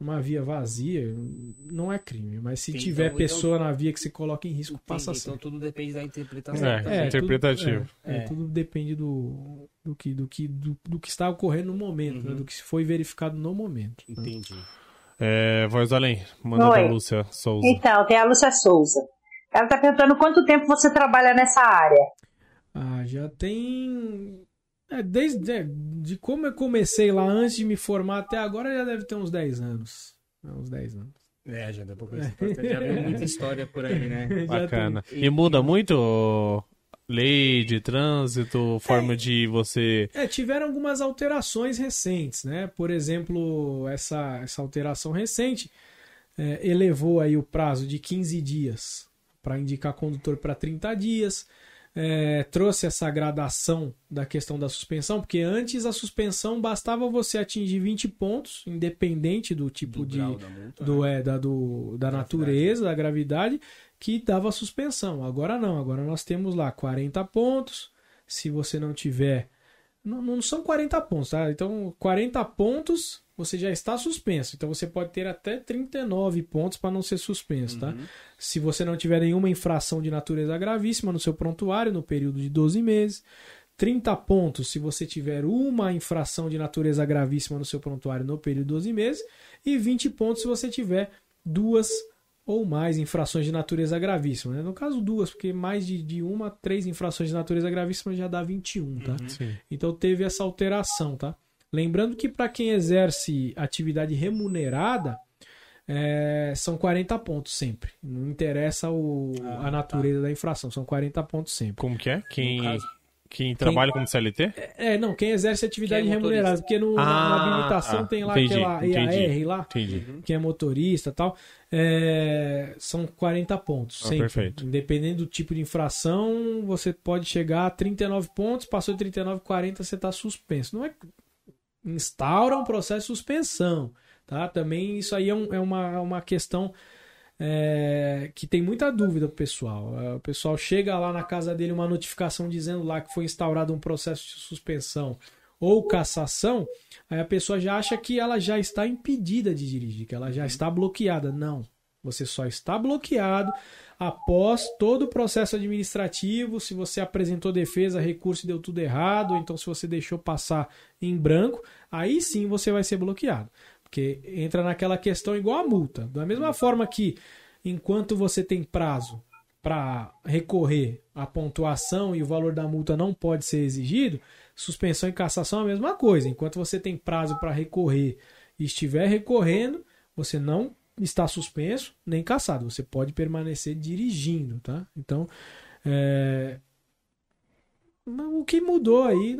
Speaker 3: uma via vazia, não é crime. Mas se tiver pessoa na via que se coloca em risco, passa a ser.
Speaker 1: Então tudo depende da interpretação.
Speaker 2: Interpretativo.
Speaker 3: Tudo depende do que está ocorrendo no momento, né? Do que foi verificado no momento.
Speaker 1: Entendi.
Speaker 2: Voz do Além, manda pra Lúcia Souza.
Speaker 4: Então, tem a Lúcia Souza. Ela está perguntando quanto tempo você trabalha nessa área.
Speaker 3: Já tem... de como eu comecei lá antes de me formar até agora, já deve ter uns 10 anos. Uns 10 anos.
Speaker 1: Já deu pra conhecer. Já veio muita história por aí, né?
Speaker 2: Bacana. E muda muito lei de trânsito, forma de você...
Speaker 3: tiveram algumas alterações recentes, né? Por exemplo, essa alteração recente elevou aí o prazo de 15 dias para indicar condutor para 30 dias. Trouxe essa gradação da questão da suspensão, porque antes a suspensão bastava você atingir 20 pontos, independente do tipo da natureza, da gravidade, que dava suspensão. Agora não, agora nós temos lá 40 pontos. Se você não tiver... Não são 40 pontos, tá? Então, 40 pontos você já está suspenso. Então, você pode ter até 39 pontos para não ser suspenso, tá? Se você não tiver nenhuma infração de natureza gravíssima no seu prontuário, no período de 12 meses. 30 pontos se você tiver uma infração de natureza gravíssima no seu prontuário no período de 12 meses. E 20 pontos se você tiver 2 ou mais infrações de natureza gravíssima, né? No caso 2, porque mais de 1 a 3 infrações de natureza gravíssima já dá 21, tá? Então teve essa alteração, tá? Lembrando que para quem exerce atividade remunerada, são 40 pontos sempre. Não interessa a natureza da infração, são 40 pontos sempre.
Speaker 2: Como que é? Quem trabalha como CLT?
Speaker 3: Quem exerce atividade remunerada, porque na habilitação tem lá aquela EAR lá, que é motorista e tal, são 40 pontos, sempre.
Speaker 2: Perfeito.
Speaker 3: Independente do tipo de infração, você pode chegar a 39 pontos, passou de 39, 40, você está suspenso. Não é... Instaura um processo de suspensão, tá? Também isso aí é uma questão... que tem muita dúvida pro pessoal. O pessoal chega lá na casa dele uma notificação dizendo lá que foi instaurado um processo de suspensão ou cassação, aí a pessoa já acha que ela já está impedida de dirigir, que ela já está bloqueada. Não. Você só está bloqueado após todo o processo administrativo, se você apresentou defesa, recurso e deu tudo errado, ou então se você deixou passar em branco, aí sim você vai ser bloqueado. Porque entra naquela questão igual a multa. Da mesma forma que, enquanto você tem prazo para recorrer à pontuação e o valor da multa não pode ser exigido, suspensão e cassação é a mesma coisa. Enquanto você tem prazo para recorrer e estiver recorrendo, você não está suspenso nem cassado. Você pode permanecer dirigindo, tá? Então, o que mudou aí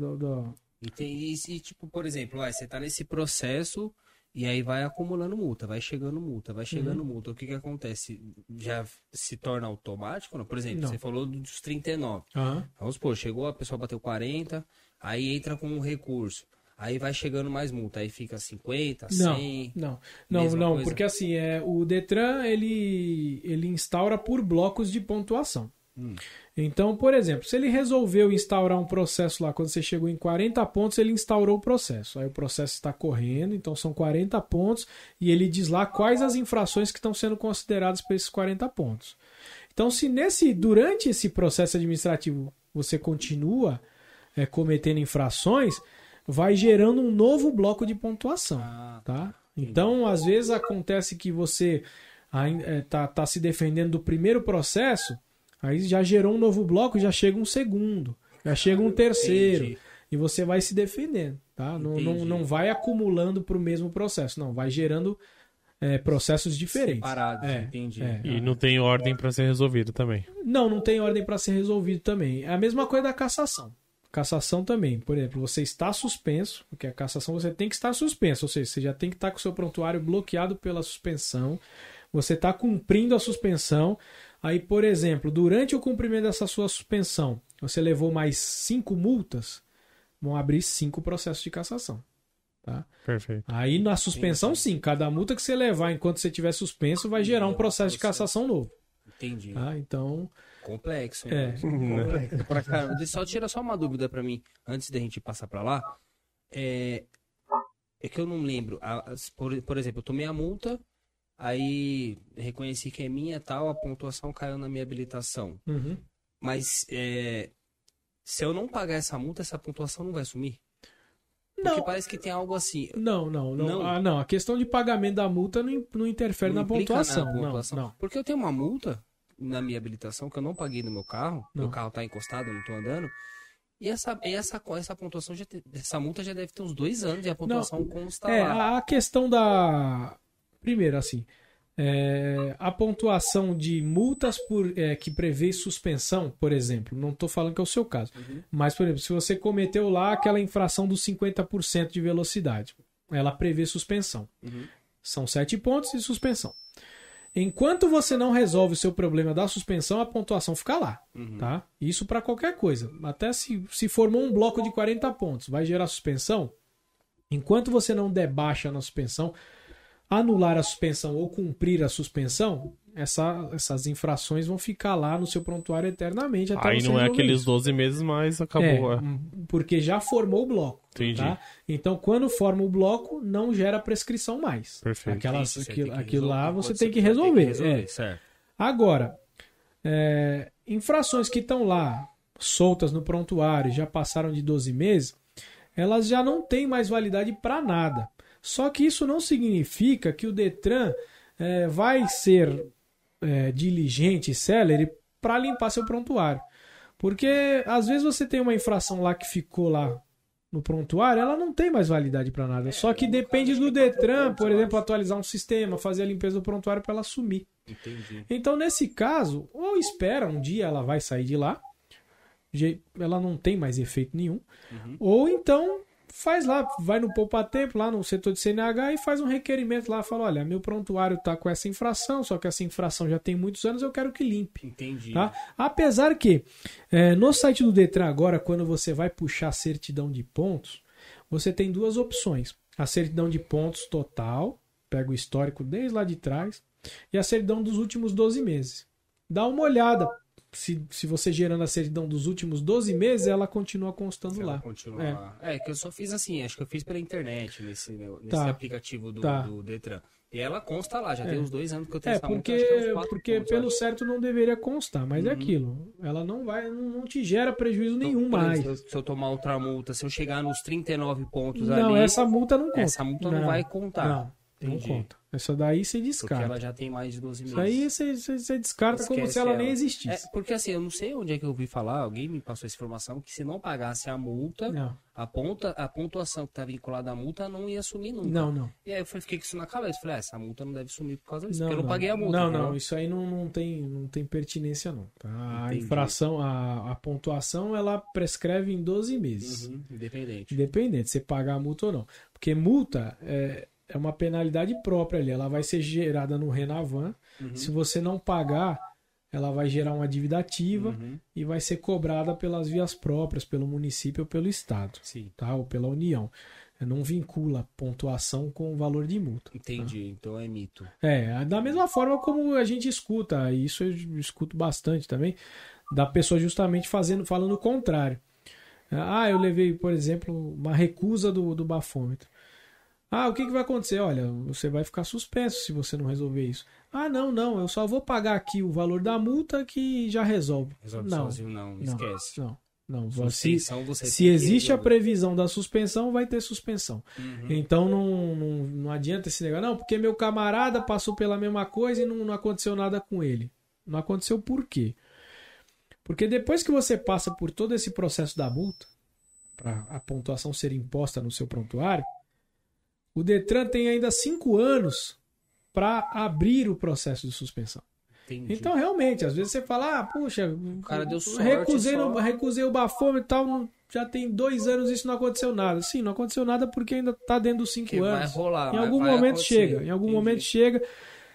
Speaker 1: E tipo, por exemplo, você tá nesse processo e aí vai acumulando multa, vai chegando multa. O que acontece? Já se torna automático? Não? Por exemplo, você falou dos 39. Vamos supor, chegou, a pessoa bateu 40, aí entra com um recurso. Aí vai chegando mais multa, aí fica 50, 100...
Speaker 3: Não, porque assim, o Detran, ele instaura por blocos de pontuação. Então, por exemplo, se ele resolveu instaurar um processo lá, quando você chegou em 40 pontos, ele instaurou o processo. Aí o processo está correndo, então são 40 pontos, e ele diz lá quais as infrações que estão sendo consideradas por esses 40 pontos. Então, se durante esse processo administrativo você continua cometendo infrações, vai gerando um novo bloco de pontuação. Tá? Então, às vezes acontece que você tá se defendendo do primeiro processo, aí já gerou um novo bloco, já chega um segundo, já chega um terceiro, e você vai se defendendo. Tá? Não vai acumulando para o mesmo processo, não, vai gerando processos diferentes.
Speaker 1: Separados, entendi.
Speaker 2: E não tem ordem para ser resolvido também.
Speaker 3: Não tem ordem para ser resolvido também. É a mesma coisa da cassação. Cassação também, por exemplo, você está suspenso, porque a cassação você tem que estar suspenso, ou seja, você já tem que estar com o seu prontuário bloqueado pela suspensão, você está cumprindo a suspensão, aí, por exemplo, durante o cumprimento dessa sua suspensão, você levou mais 5 multas, vão abrir 5 processos de cassação. Tá?
Speaker 2: Perfeito.
Speaker 3: Aí na suspensão, sim, cada multa que você levar enquanto você estiver suspenso vai gerar um processo de cassação novo.
Speaker 1: Entendi.
Speaker 3: Tá? Então...
Speaker 1: Complexo, hein? Complexo pra caramba. Só tira só uma dúvida pra mim, antes da gente passar pra lá. É que eu não lembro. Por exemplo, eu tomei a multa, aí reconheci que é minha e tal, a pontuação caiu na minha habilitação.
Speaker 3: Uhum.
Speaker 1: Mas se eu não pagar essa multa, essa pontuação não vai sumir? Porque
Speaker 3: Não.
Speaker 1: parece que tem algo assim.
Speaker 3: Não. Não, a questão de pagamento da multa não interfere
Speaker 1: Não
Speaker 3: na
Speaker 1: implica
Speaker 3: pontuação.
Speaker 1: na pontuação.
Speaker 3: Não.
Speaker 1: Porque eu tenho uma multa na minha habilitação que eu não paguei no meu carro.
Speaker 3: Não.
Speaker 1: Meu carro tá encostado, eu não tô andando. E essa pontuação, essa multa já deve ter uns 2 anos e a pontuação consta lá.
Speaker 3: A questão da... Primeiro, assim, a pontuação de multas que prevê suspensão, por exemplo, não estou falando que é o seu caso, mas, por exemplo, se você cometeu lá aquela infração dos 50% de velocidade, ela prevê suspensão. São 7 pontos de suspensão. Enquanto você não resolve o seu problema da suspensão, a pontuação fica lá, tá? Isso para qualquer coisa. Até se formou um bloco de 40 pontos, vai gerar suspensão. Enquanto você não debaixa na suspensão, anular a suspensão ou cumprir a suspensão, essas infrações vão ficar lá no seu prontuário eternamente. Até
Speaker 2: Aí
Speaker 3: você
Speaker 2: não é
Speaker 3: resolver
Speaker 2: aqueles
Speaker 3: isso.
Speaker 2: 12 meses mais, acabou.
Speaker 3: Porque já formou o bloco.
Speaker 2: Entendi.
Speaker 3: Tá? Então, quando forma o bloco, não gera prescrição mais.
Speaker 2: Perfeito.
Speaker 3: Aquilo lá você tem que resolver.
Speaker 1: Certo.
Speaker 3: Agora, infrações que estão lá, soltas no prontuário, já passaram de 12 meses, elas já não têm mais validade para nada. Só que isso não significa que o Detran vai ser diligente e célere para limpar seu prontuário. Porque às vezes você tem uma infração lá que ficou lá no prontuário, ela não tem mais validade para nada. Só que depende do Detran, por exemplo, atualizar um sistema, fazer a limpeza do prontuário para ela sumir.
Speaker 1: Entendi.
Speaker 3: Então, nesse caso, ou espera, um dia ela vai sair de lá, ela não tem mais efeito nenhum, ou então faz lá, vai no Poupa Tempo, lá no setor de CNH e faz um requerimento lá, fala, olha, meu prontuário tá com essa infração, só que essa infração já tem muitos anos, eu quero que limpe.
Speaker 1: Entendi.
Speaker 3: Tá? Apesar que, no site do Detran agora, quando você vai puxar a certidão de pontos, você tem 2 opções. A certidão de pontos total, pega o histórico desde lá de trás, e a certidão dos últimos 12 meses. Dá uma olhada. Se você gerando a certidão dos últimos 12 meses, ela continua constando lá.
Speaker 1: Continua lá. Que eu só fiz assim, acho que eu fiz pela internet, nesse aplicativo do Detran. E ela consta lá, já tem uns 2 anos que eu tenho essa multa, acho que é uns 4
Speaker 3: porque
Speaker 1: pontos,
Speaker 3: pelo
Speaker 1: acho.
Speaker 3: certo não deveria constar, mas é aquilo. Ela não te gera prejuízo nenhum
Speaker 1: Por
Speaker 3: mais.
Speaker 1: exemplo, se eu tomar outra multa, se eu chegar nos 39 pontos
Speaker 3: Não,
Speaker 1: ali...
Speaker 3: essa multa não conta.
Speaker 1: Essa multa não vai contar.
Speaker 3: Não
Speaker 1: Entendi.
Speaker 3: conta. Essa daí você
Speaker 1: Porque
Speaker 3: descarta.
Speaker 1: ela já tem mais de 12 meses.
Speaker 3: Isso aí você descarta como
Speaker 1: Esquece
Speaker 3: se ela nem existisse.
Speaker 1: Porque assim, eu não sei onde é que eu ouvi falar, alguém me passou essa informação, que se não pagasse a multa,
Speaker 3: Não.
Speaker 1: a pontuação que está vinculada à multa não ia sumir nunca.
Speaker 3: Não.
Speaker 1: E aí eu fiquei com isso na cabeça. Falei, essa multa não deve sumir por causa disso,
Speaker 3: Não,
Speaker 1: porque eu não paguei a multa.
Speaker 3: Não, isso aí não tem pertinência, não. Tá? A
Speaker 1: Entendi.
Speaker 3: infração, a pontuação, ela prescreve em 12 meses.
Speaker 1: Independente.
Speaker 3: Independente, se pagar a multa ou não. Porque multa é uma penalidade própria ali. Ela vai ser gerada no Renavan. Se você não pagar, ela vai gerar uma dívida ativa e vai ser cobrada pelas vias próprias, pelo município ou pelo Estado.
Speaker 1: Sim.
Speaker 3: Tá? Ou pela União. Não vincula pontuação com o valor de multa.
Speaker 1: Entendi, então é mito.
Speaker 3: Da mesma forma como a gente escuta, e isso eu escuto bastante também, da pessoa justamente falando o contrário. Eu levei, por exemplo, uma recusa do bafômetro. O que vai acontecer? Olha, você vai ficar suspenso se você não resolver isso. Não, eu só vou pagar aqui o valor da multa que já resolve.
Speaker 1: Resolve sozinho, não, esquece.
Speaker 3: Não.
Speaker 1: Suspensão, você
Speaker 3: Se
Speaker 1: tem que
Speaker 3: existe a
Speaker 1: resolver.
Speaker 3: previsão da suspensão, vai ter suspensão. Então não adianta esse negócio. Não, porque meu camarada passou pela mesma coisa e não aconteceu nada com ele. Não aconteceu por quê? Porque depois que você passa por todo esse processo da multa, para a pontuação ser imposta no seu prontuário, o Detran tem ainda 5 anos para abrir o processo de suspensão.
Speaker 1: Entendi.
Speaker 3: Então, realmente, às vezes você fala, puxa,
Speaker 1: o cara deu sorte,
Speaker 3: recusei o bafômetro e tal, já tem 2 anos e isso não aconteceu nada. Sim, não aconteceu nada porque ainda está dentro dos 5 anos.
Speaker 1: Vai rolar,
Speaker 3: em algum momento chega. Em algum momento chega.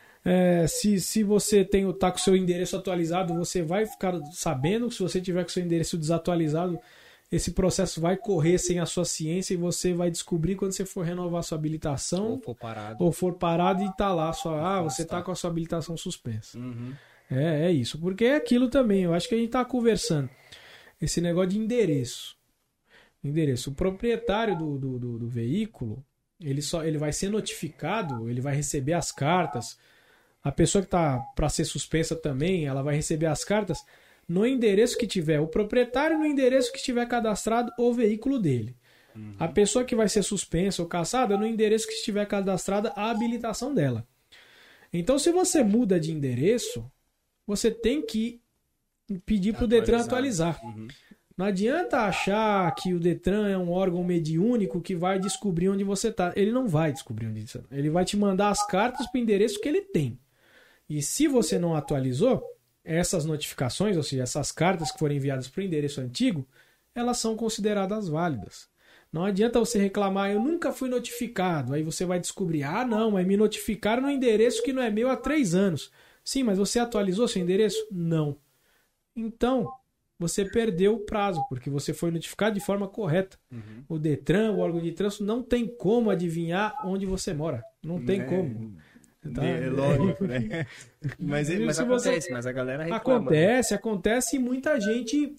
Speaker 3: Se você tá com o seu endereço atualizado, você vai ficar sabendo. Se você tiver com o seu endereço desatualizado, esse processo vai correr sem a sua ciência e você vai descobrir quando você for renovar sua habilitação
Speaker 1: ou
Speaker 3: for parado e tá lá você tá com a sua habilitação suspensa. É isso, porque é aquilo também, eu acho que a gente tá conversando esse negócio de endereço. O proprietário do veículo, ele vai ser notificado, ele vai receber as cartas. A pessoa que está para ser suspensa também, ela vai receber as cartas no endereço que tiver o proprietário, no endereço que estiver cadastrado o veículo dele. A pessoa que vai ser suspensa ou cassada, no endereço que estiver cadastrada a habilitação dela. Então, se você muda de endereço, você tem que pedir para o Detran atualizar. Não adianta achar que o Detran é um órgão mediúnico que vai descobrir onde você está. Ele não vai descobrir onde você está. Ele vai te mandar as cartas para o endereço que ele tem. E se você não atualizou, essas notificações, ou seja, essas cartas que foram enviadas para o endereço antigo, elas são consideradas válidas. Não adianta você reclamar, eu nunca fui notificado. Aí você vai descobrir, não, mas me notificaram no endereço que não é meu há 3 anos. Sim, mas você atualizou seu endereço? Não. Então, você perdeu o prazo, porque você foi notificado de forma correta. O Detran, o órgão de trânsito, não tem como adivinhar onde você mora. Não tem como.
Speaker 2: Tá? É lógico, né? Mas acontece, mas a galera reclama.
Speaker 3: Acontece e muita gente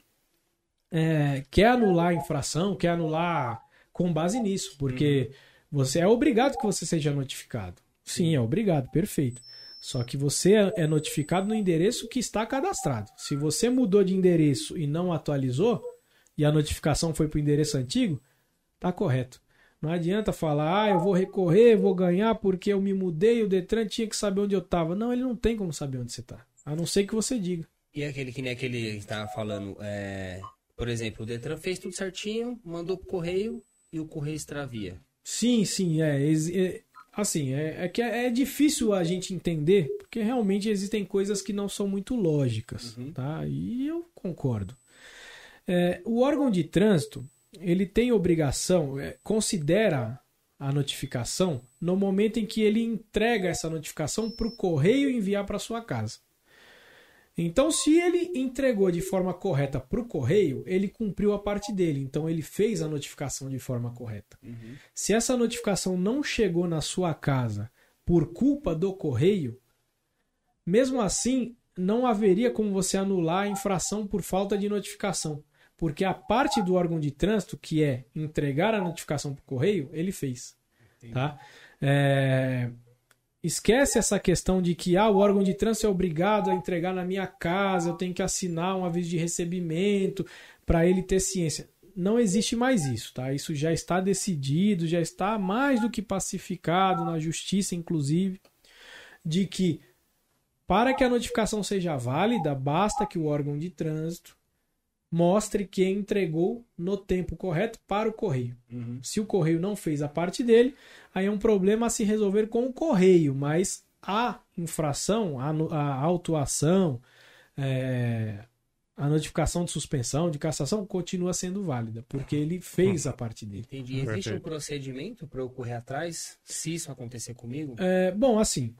Speaker 3: quer anular a infração, quer anular com base nisso, porque você é obrigado que você seja notificado. Sim, é obrigado, perfeito. Só que você é notificado no endereço que está cadastrado. Se você mudou de endereço e não atualizou, e a notificação foi para o endereço antigo, tá correto. Não adianta falar, eu vou recorrer, vou ganhar porque eu me mudei, o Detran tinha que saber onde eu estava. Não, ele não tem como saber onde você está. A não ser que você diga.
Speaker 1: E aquele que nem aquele que estava falando, por exemplo, o Detran fez tudo certinho, mandou pro correio e o correio extravia.
Speaker 3: Sim, assim, que é difícil a gente entender, porque realmente existem coisas que não são muito lógicas, tá? E eu concordo. O órgão de trânsito, ele tem obrigação, considera a notificação no momento em que ele entrega essa notificação para o correio enviar para sua casa. Então, se ele entregou de forma correta para o correio, ele cumpriu a parte dele. Então, ele fez a notificação de forma correta. Se essa notificação não chegou na sua casa por culpa do correio, mesmo assim, não haveria como você anular a infração por falta de notificação. Porque a parte do órgão de trânsito, que é entregar a notificação para o correio, ele fez. Tá? Esquece essa questão de que o órgão de trânsito é obrigado a entregar na minha casa, eu tenho que assinar um aviso de recebimento para ele ter ciência. Não existe mais isso, tá? Isso já está decidido, já está mais do que pacificado na justiça, inclusive, de que para que a notificação seja válida, basta que o órgão de trânsito mostre que entregou no tempo correto para o correio. Se o correio não fez a parte dele, aí é um problema a se resolver com o correio, mas a infração, a autuação, a notificação de suspensão, de cassação, continua sendo válida, porque ele fez a parte dele.
Speaker 1: Entendi. Existe um procedimento para eu correr atrás, se isso acontecer comigo?
Speaker 3: Bom, assim...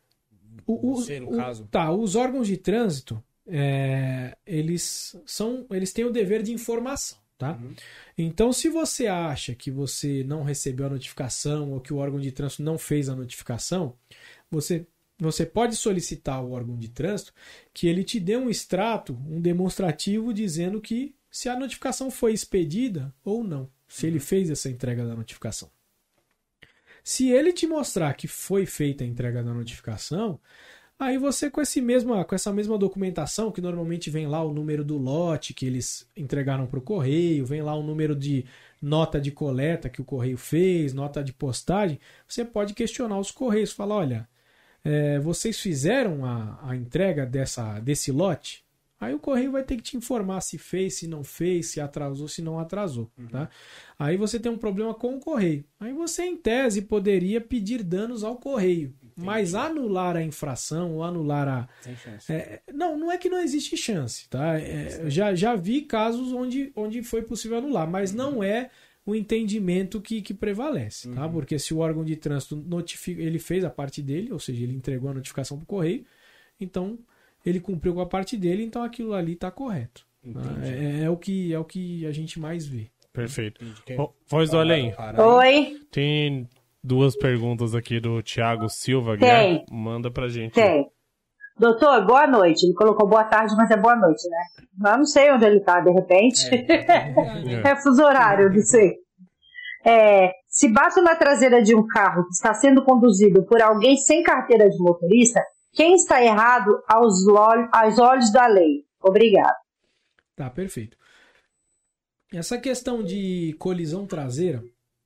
Speaker 3: Os órgãos de trânsito, eles têm o dever de informação, tá? Então, se você acha que você não recebeu a notificação ou que o órgão de trânsito não fez a notificação, você pode solicitar ao órgão de trânsito que ele te dê um extrato, um demonstrativo dizendo que se a notificação foi expedida ou não, se ele fez essa entrega da notificação. Se ele te mostrar que foi feita a entrega da notificação, aí você com essa mesma documentação, que normalmente vem lá o número do lote que eles entregaram para o correio, vem lá o número de nota de coleta que o correio fez, nota de postagem, você pode questionar os correios, falar, olha, vocês fizeram a entrega desse lote? Aí o correio vai ter que te informar se fez, se não fez, se atrasou, se não atrasou. Tá? Aí você tem um problema com o correio. Aí você, em tese, poderia pedir danos ao correio. Entendi. Mas anular a infração ou anular a...
Speaker 1: Sem chance.
Speaker 3: Não é que não existe chance. Tá? Já vi casos onde foi possível anular, mas não é o entendimento que prevalece. Tá? Porque se o órgão de trânsito notifica, ele fez a parte dele, ou seja, ele entregou a notificação para o correio, então... ele cumpriu com a parte dele, então aquilo ali está correto. É o que a gente mais vê.
Speaker 2: Perfeito. Voz do Além.
Speaker 4: Oi.
Speaker 2: Tem 2 perguntas aqui do Thiago Silva. Guilherme, manda pra gente.
Speaker 4: Tem. Doutor, boa noite. Ele colocou boa tarde, mas é boa noite, né? Eu não sei onde ele está, de repente. É fuso horário, não sei. Se bato na traseira de um carro que está sendo conduzido por alguém sem carteira de motorista, quem está errado aos olhos da lei? Obrigado.
Speaker 3: Tá, perfeito. Essa questão de colisão traseira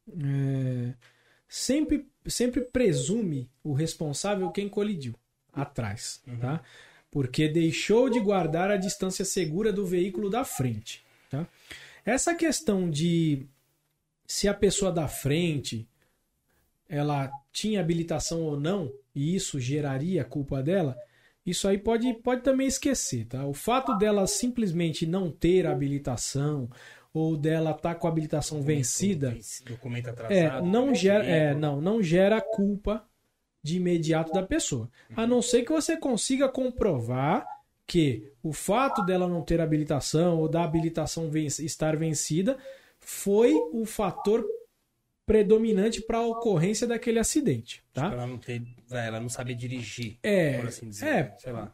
Speaker 3: sempre presume o responsável quem colidiu atrás, tá? Porque deixou de guardar a distância segura do veículo da frente, tá? Essa questão de se a pessoa da frente ela tinha habilitação ou não, e isso geraria a culpa dela, isso aí pode também esquecer, tá? O fato dela simplesmente não ter habilitação ou dela estar com a habilitação vencida,
Speaker 1: documento atrasado,
Speaker 3: não gera culpa de imediato da pessoa. A não ser que você consiga comprovar que o fato dela não ter habilitação ou da habilitação estar vencida foi o fator predominante para a ocorrência daquele acidente, tá?
Speaker 1: Tipo, ela não sabe dirigir, por assim dizer, sei lá.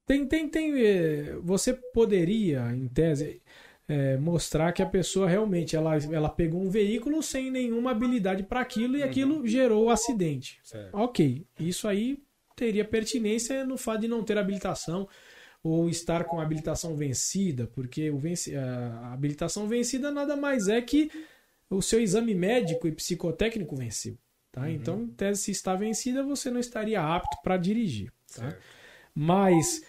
Speaker 3: Você poderia, em tese, mostrar que a pessoa realmente ela pegou um veículo sem nenhuma habilidade para aquilo e aquilo gerou o acidente.
Speaker 1: Certo.
Speaker 3: Ok, isso aí teria pertinência no fato de não ter habilitação ou estar com a habilitação vencida, porque a habilitação vencida nada mais é que o seu exame médico e psicotécnico venceu. Tá? Então, em tese, se está vencida, você não estaria apto para dirigir. Tá? Mas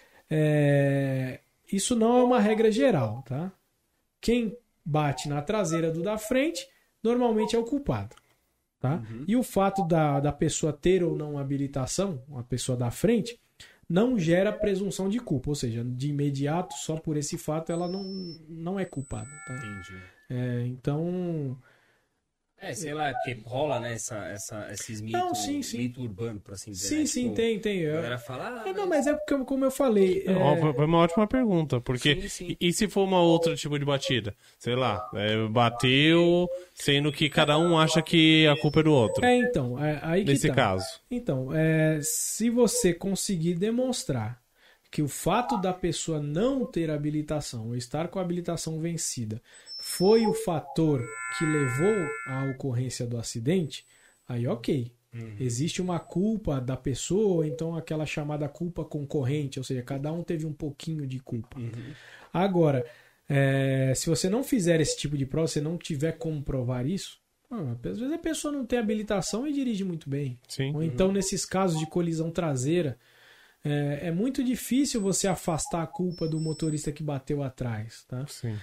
Speaker 3: isso não é uma regra geral. Tá? Quem bate na traseira do da frente, normalmente é o culpado. Tá? E o fato da pessoa ter ou não habilitação, a pessoa da frente, não gera presunção de culpa. Ou seja, de imediato, só por esse fato, ela não é culpada. Tá?
Speaker 1: Entendi.
Speaker 3: Então...
Speaker 1: sei lá, porque rola, né, esses mitos, mito urbano, por assim dizer.
Speaker 3: Sim,
Speaker 1: né?
Speaker 3: tem.
Speaker 1: A galera fala...
Speaker 3: mas é porque, como eu falei...
Speaker 2: Foi uma ótima pergunta, porque...
Speaker 1: Sim.
Speaker 2: E se for uma outra tipo de batida? Sei lá, bateu, sendo que cada um acha que a culpa é do outro.
Speaker 3: Aí que
Speaker 2: nesse caso.
Speaker 3: Então, se você conseguir demonstrar que o fato da pessoa não ter habilitação ou estar com a habilitação vencida foi o fator que levou à ocorrência do acidente, aí ok. Existe uma culpa da pessoa, ou então aquela chamada culpa concorrente, ou seja, cada um teve um pouquinho de culpa. Agora, se você não fizer esse tipo de prova, se não tiver como provar isso, às vezes a pessoa não tem habilitação e dirige muito bem.
Speaker 2: Sim.
Speaker 3: Ou então, nesses casos de colisão traseira, é muito difícil você afastar a culpa do motorista que bateu atrás. Tá?
Speaker 2: Sim.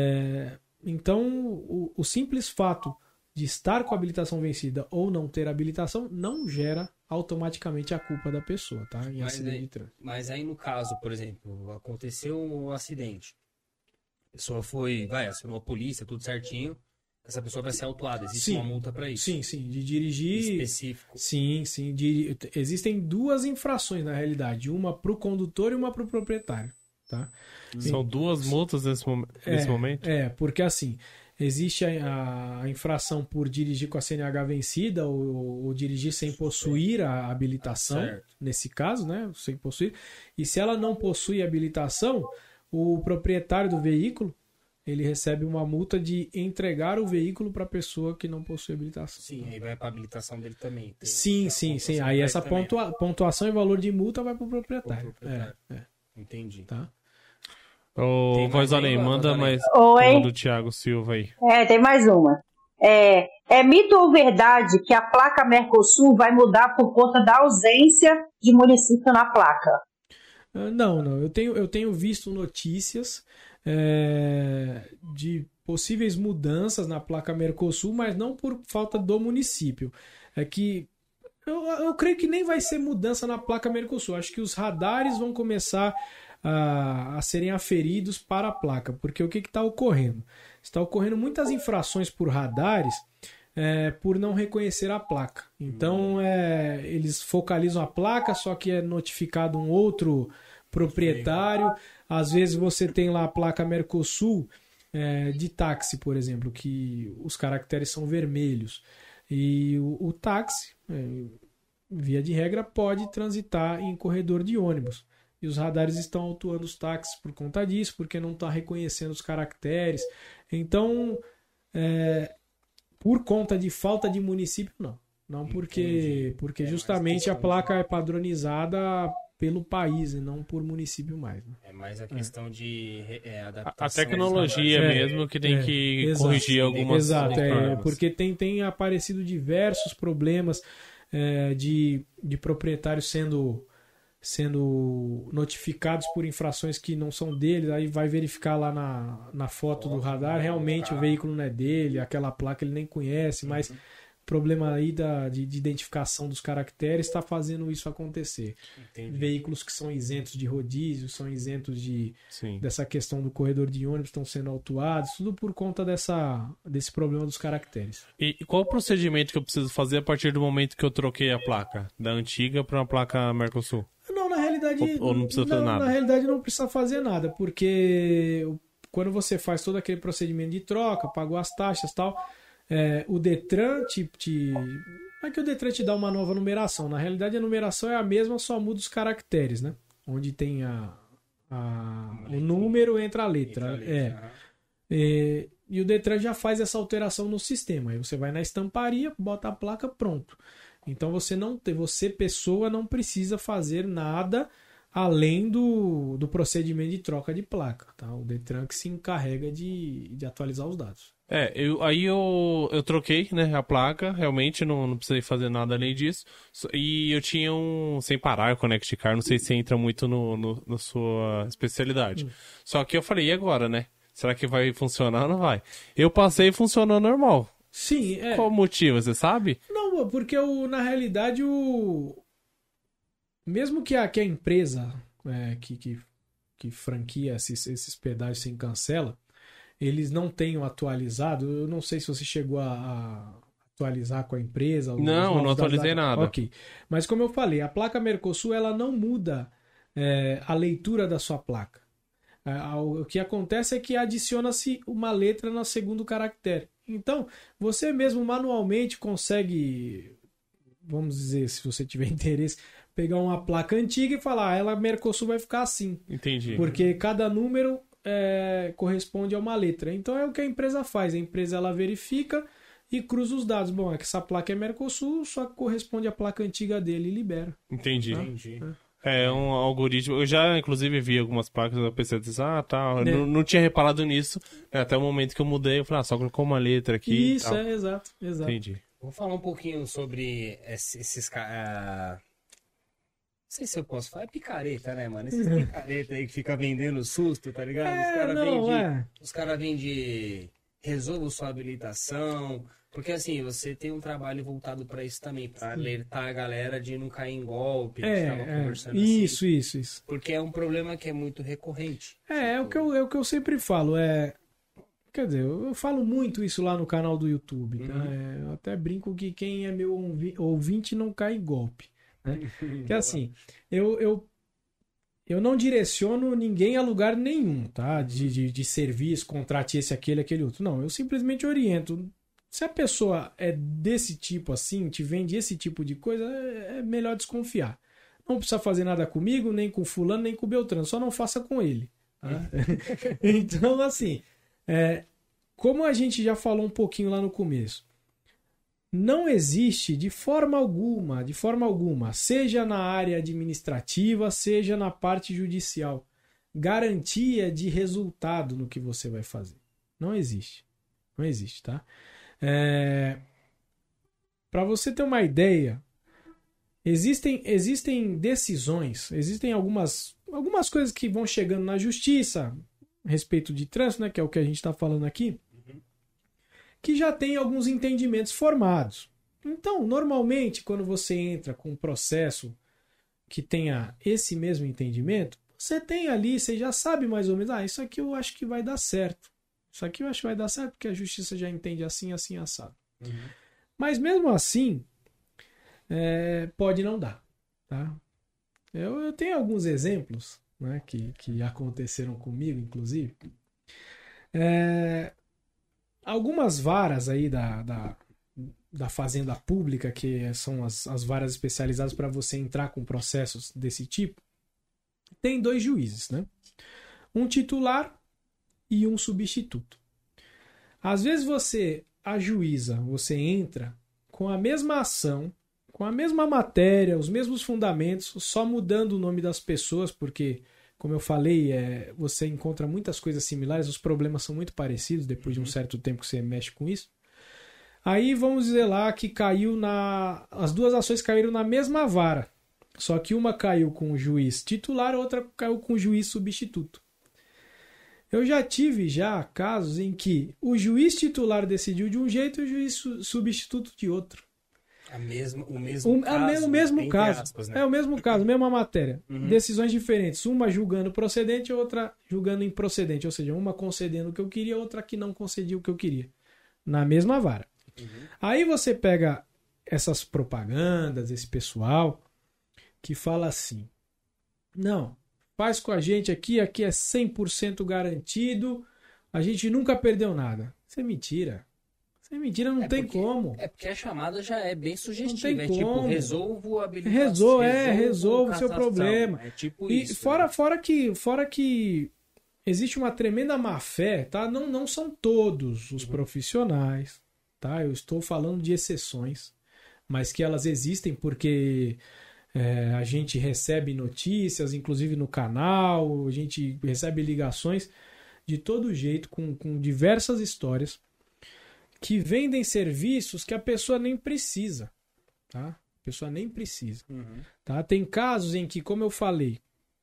Speaker 3: Então, o simples fato de estar com a habilitação vencida ou não ter habilitação não gera automaticamente a culpa da pessoa, tá? Em acidente de trânsito.
Speaker 1: Mas aí no caso, por exemplo, aconteceu um acidente. A pessoa acionou a polícia, tudo certinho. Essa pessoa vai ser autuada. Existe uma multa para isso?
Speaker 3: Sim. De dirigir...
Speaker 1: Específico.
Speaker 3: Sim. Existem duas infrações, na realidade. Uma para o condutor e uma para o proprietário. Tá?
Speaker 2: São duas multas nesse momento?
Speaker 3: Porque assim, existe a infração por dirigir com a CNH vencida ou dirigir sem possuir a habilitação, nesse caso, né? Sem possuir. E se ela não possui habilitação, o proprietário do veículo ele recebe uma multa de entregar o veículo para a pessoa que não possui habilitação.
Speaker 1: Sim, aí vai para a habilitação dele também.
Speaker 3: Sim. Aí essa pontuação e valor de multa vai para o proprietário.
Speaker 1: Entendi.
Speaker 3: Tá?
Speaker 2: Ô, Voz Além, manda mais
Speaker 4: uma
Speaker 2: do Thiago Silva aí.
Speaker 4: Tem mais uma. É mito ou verdade que a placa Mercosul vai mudar por conta da ausência de município na placa?
Speaker 3: Não. Eu tenho visto notícias de possíveis mudanças na placa Mercosul, mas não por falta do município. É que eu creio que nem vai ser mudança na placa Mercosul. Acho que os radares vão começar a serem aferidos para a placa. Porque o que está ocorrendo? Está ocorrendo muitas infrações por radares por não reconhecer a placa. Então, eles focalizam a placa, só que é notificado um outro proprietário. Às vezes você tem lá a placa Mercosul de táxi, por exemplo, que os caracteres são vermelhos. E o táxi, via de regra, pode transitar em corredor de ônibus. E os radares estão autuando os táxis por conta disso, porque não está reconhecendo os caracteres. Então, por conta de falta de município, não. Não porque justamente a placa é padronizada pelo país e não por município mais. Né?
Speaker 1: É mais a questão de adaptação.
Speaker 2: A tecnologia mesmo que tem que corrigir algumas
Speaker 3: Exato, porque tem aparecido diversos problemas de proprietários sendo notificados por infrações que não são deles, aí vai verificar lá na foto do radar, realmente o veículo não é dele, aquela placa ele nem conhece, mas problema aí de identificação dos caracteres está fazendo isso acontecer.
Speaker 1: Entendi.
Speaker 3: Veículos que são isentos de rodízio, são isentos dessa questão do corredor de ônibus, estão sendo autuados, tudo por conta desse problema dos caracteres.
Speaker 2: E qual o procedimento que eu preciso fazer a partir do momento que eu troquei a placa da antiga para uma placa Mercosul?
Speaker 3: Não, na realidade...
Speaker 2: Ou não precisa fazer nada?
Speaker 3: Na realidade não precisa fazer nada, porque quando você faz todo aquele procedimento de troca, pagou as taxas e tal... o Detran não é que o Detran te dá uma nova numeração. Na realidade, a numeração é a mesma, só muda os caracteres, né? Onde tem o número, entra a letra. E o Detran já faz essa alteração no sistema. Aí você vai na estamparia, bota a placa, pronto. Então você, pessoa, não precisa fazer nada além do procedimento de troca de placa. Tá? O Detran que se encarrega de atualizar os dados.
Speaker 2: Eu troquei, né, a placa, realmente não precisei fazer nada além disso. E eu tinha sem parar, Connect Car, não sei se entra muito na sua especialidade. Só que eu falei, e agora, né? Será que vai funcionar ou não vai? Eu passei e funcionou normal.
Speaker 3: Sim,
Speaker 2: Qual o motivo, você sabe?
Speaker 3: Não, porque na realidade mesmo que a empresa que franquia esses pedágios sem cancela, eles não tenham atualizado. Eu não sei se você chegou a atualizar com a empresa.
Speaker 2: Não atualizei nada.
Speaker 3: Ok. Mas como eu falei, a placa Mercosul ela não muda a leitura da sua placa. O que acontece é que adiciona-se uma letra no segundo caractere. Então, você mesmo manualmente consegue, vamos dizer, se você tiver interesse, pegar uma placa antiga e falar, ela Mercosul vai ficar assim.
Speaker 2: Entendi.
Speaker 3: Porque cada número corresponde a uma letra. Então é o que a empresa faz. A empresa ela verifica e cruza os dados. Bom, é que essa placa é Mercosul, só que corresponde à placa antiga dele e libera.
Speaker 2: Entendi. É um algoritmo. Eu já, inclusive, vi algumas placas da PC dizer, não tinha reparado nisso. Até o momento que eu mudei, eu falei, só colocou uma letra aqui.
Speaker 3: Isso, exato.
Speaker 2: Entendi.
Speaker 1: Vou falar um pouquinho sobre esses não sei se eu posso falar, é picareta, né, mano? Esses picareta aí que fica vendendo susto, tá ligado? Os caras vendem resolva sua habilitação, porque assim, você tem um trabalho voltado pra isso também, pra alertar a galera de não cair em golpe, conversando
Speaker 3: isso.
Speaker 1: Porque é um problema que é muito recorrente.
Speaker 3: É o que eu sempre falo, quer dizer, eu falo muito isso lá no canal do YouTube, tá? Eu até brinco que quem é meu ouvinte não cai em golpe. Que assim, eu não direciono ninguém a lugar nenhum, tá? De serviço, contrate esse, aquele outro. Não, eu simplesmente oriento. Se a pessoa é desse tipo assim, te vende esse tipo de coisa, é melhor desconfiar. Não precisa fazer nada comigo, nem com fulano, nem com o Beltrano. Só não faça com ele. Tá? Então, assim, como a gente já falou um pouquinho lá no começo, não existe de forma alguma, seja na área administrativa, seja na parte judicial, garantia de resultado no que você vai fazer. Não existe, tá? Para você ter uma ideia, existem decisões, existem algumas coisas que vão chegando na justiça a respeito de trânsito, né, que é o que a gente está falando aqui, que já tem alguns entendimentos formados. Então, normalmente, quando você entra com um processo que tenha esse mesmo entendimento, você tem ali, você já sabe mais ou menos, isso aqui eu acho que vai dar certo. Isso aqui eu acho que vai dar certo porque a justiça já entende assim, assim, assado. Mas mesmo assim, pode não dar. Tá? Eu tenho alguns exemplos, né, que aconteceram comigo, inclusive. Algumas varas aí da Fazenda Pública, que são as varas especializadas para você entrar com processos desse tipo, tem 2 juízes, né? Um titular e um substituto. Às vezes você a juíza, você entra com a mesma ação, com a mesma matéria, os mesmos fundamentos, só mudando o nome das pessoas, porque, como eu falei, você encontra muitas coisas similares, os problemas são muito parecidos depois de um certo tempo que você mexe com isso. Aí vamos dizer lá que as duas ações caíram na mesma vara, só que uma caiu com o juiz titular, a outra caiu com o juiz substituto. Eu já tive casos em que o juiz titular decidiu de um jeito e o juiz substituto de outro.
Speaker 1: O mesmo
Speaker 3: caso.
Speaker 1: Aspas, né?
Speaker 3: É o mesmo caso, mesma matéria. Decisões diferentes. Uma julgando procedente e outra julgando improcedente. Ou seja, uma concedendo o que eu queria, outra que não concedia o que eu queria. Na mesma vara. Aí você pega essas propagandas, esse pessoal que fala assim: não, faz com a gente aqui é 100% garantido, a gente nunca perdeu nada. Isso é mentira. Isso é mentira, não tem como.
Speaker 1: É porque a chamada já é bem sugestiva.
Speaker 3: Não tem como.
Speaker 1: Tipo, resolvo a habilitação.
Speaker 3: Resolvo o seu problema.
Speaker 1: É tipo
Speaker 3: e
Speaker 1: isso.
Speaker 3: Fora que existe uma tremenda má-fé, tá? Não são todos os profissionais, tá? Eu estou falando de exceções, mas que elas existem porque a gente recebe notícias, inclusive no canal, a gente recebe ligações de todo jeito, com diversas histórias, que vendem serviços que a pessoa nem precisa, tá? A pessoa nem precisa. Tá? Tem casos em que, como eu falei,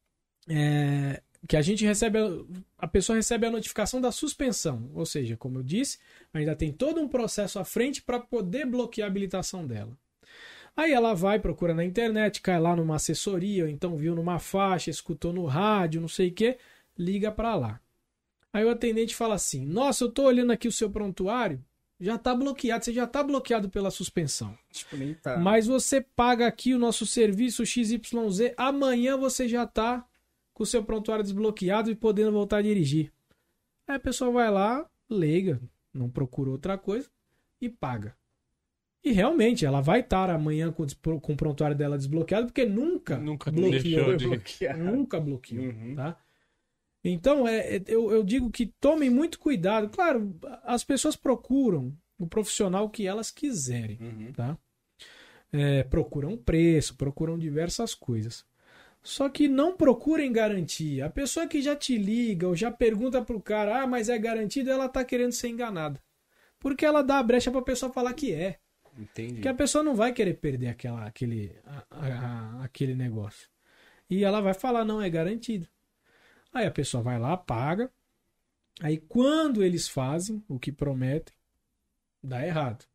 Speaker 3: que a pessoa recebe a notificação da suspensão, ou seja, como eu disse, ainda tem todo um processo à frente para poder bloquear a habilitação dela. Aí ela vai, procura na internet, cai lá numa assessoria, ou então viu numa faixa, escutou no rádio, não sei o que, liga para lá. Aí o atendente fala assim: nossa, eu tô olhando aqui o seu prontuário, já tá bloqueado, você já tá bloqueado pela suspensão.
Speaker 1: Tipo, nem tá.
Speaker 3: Mas você paga aqui o nosso serviço XYZ, amanhã você já tá com o seu prontuário desbloqueado e podendo voltar a dirigir. Aí a pessoa vai lá, liga, não procura outra coisa e paga. E realmente, ela vai estar amanhã com o prontuário dela desbloqueado, porque nunca bloqueou. Nunca bloqueou, tá? Então, eu digo que tomem muito cuidado. Claro, as pessoas procuram o profissional que elas quiserem, tá? Procuram preço, procuram diversas coisas. Só que não procurem garantia. A pessoa que já te liga ou já pergunta pro cara, mas é garantido, ela tá querendo ser enganada. Porque ela dá a brecha pra pessoa falar que é.
Speaker 1: Entendi.
Speaker 3: Porque a pessoa não vai querer perder aquele negócio. E ela vai falar, não, é garantido. Aí a pessoa vai lá, paga. Aí quando eles fazem o que prometem, dá errado.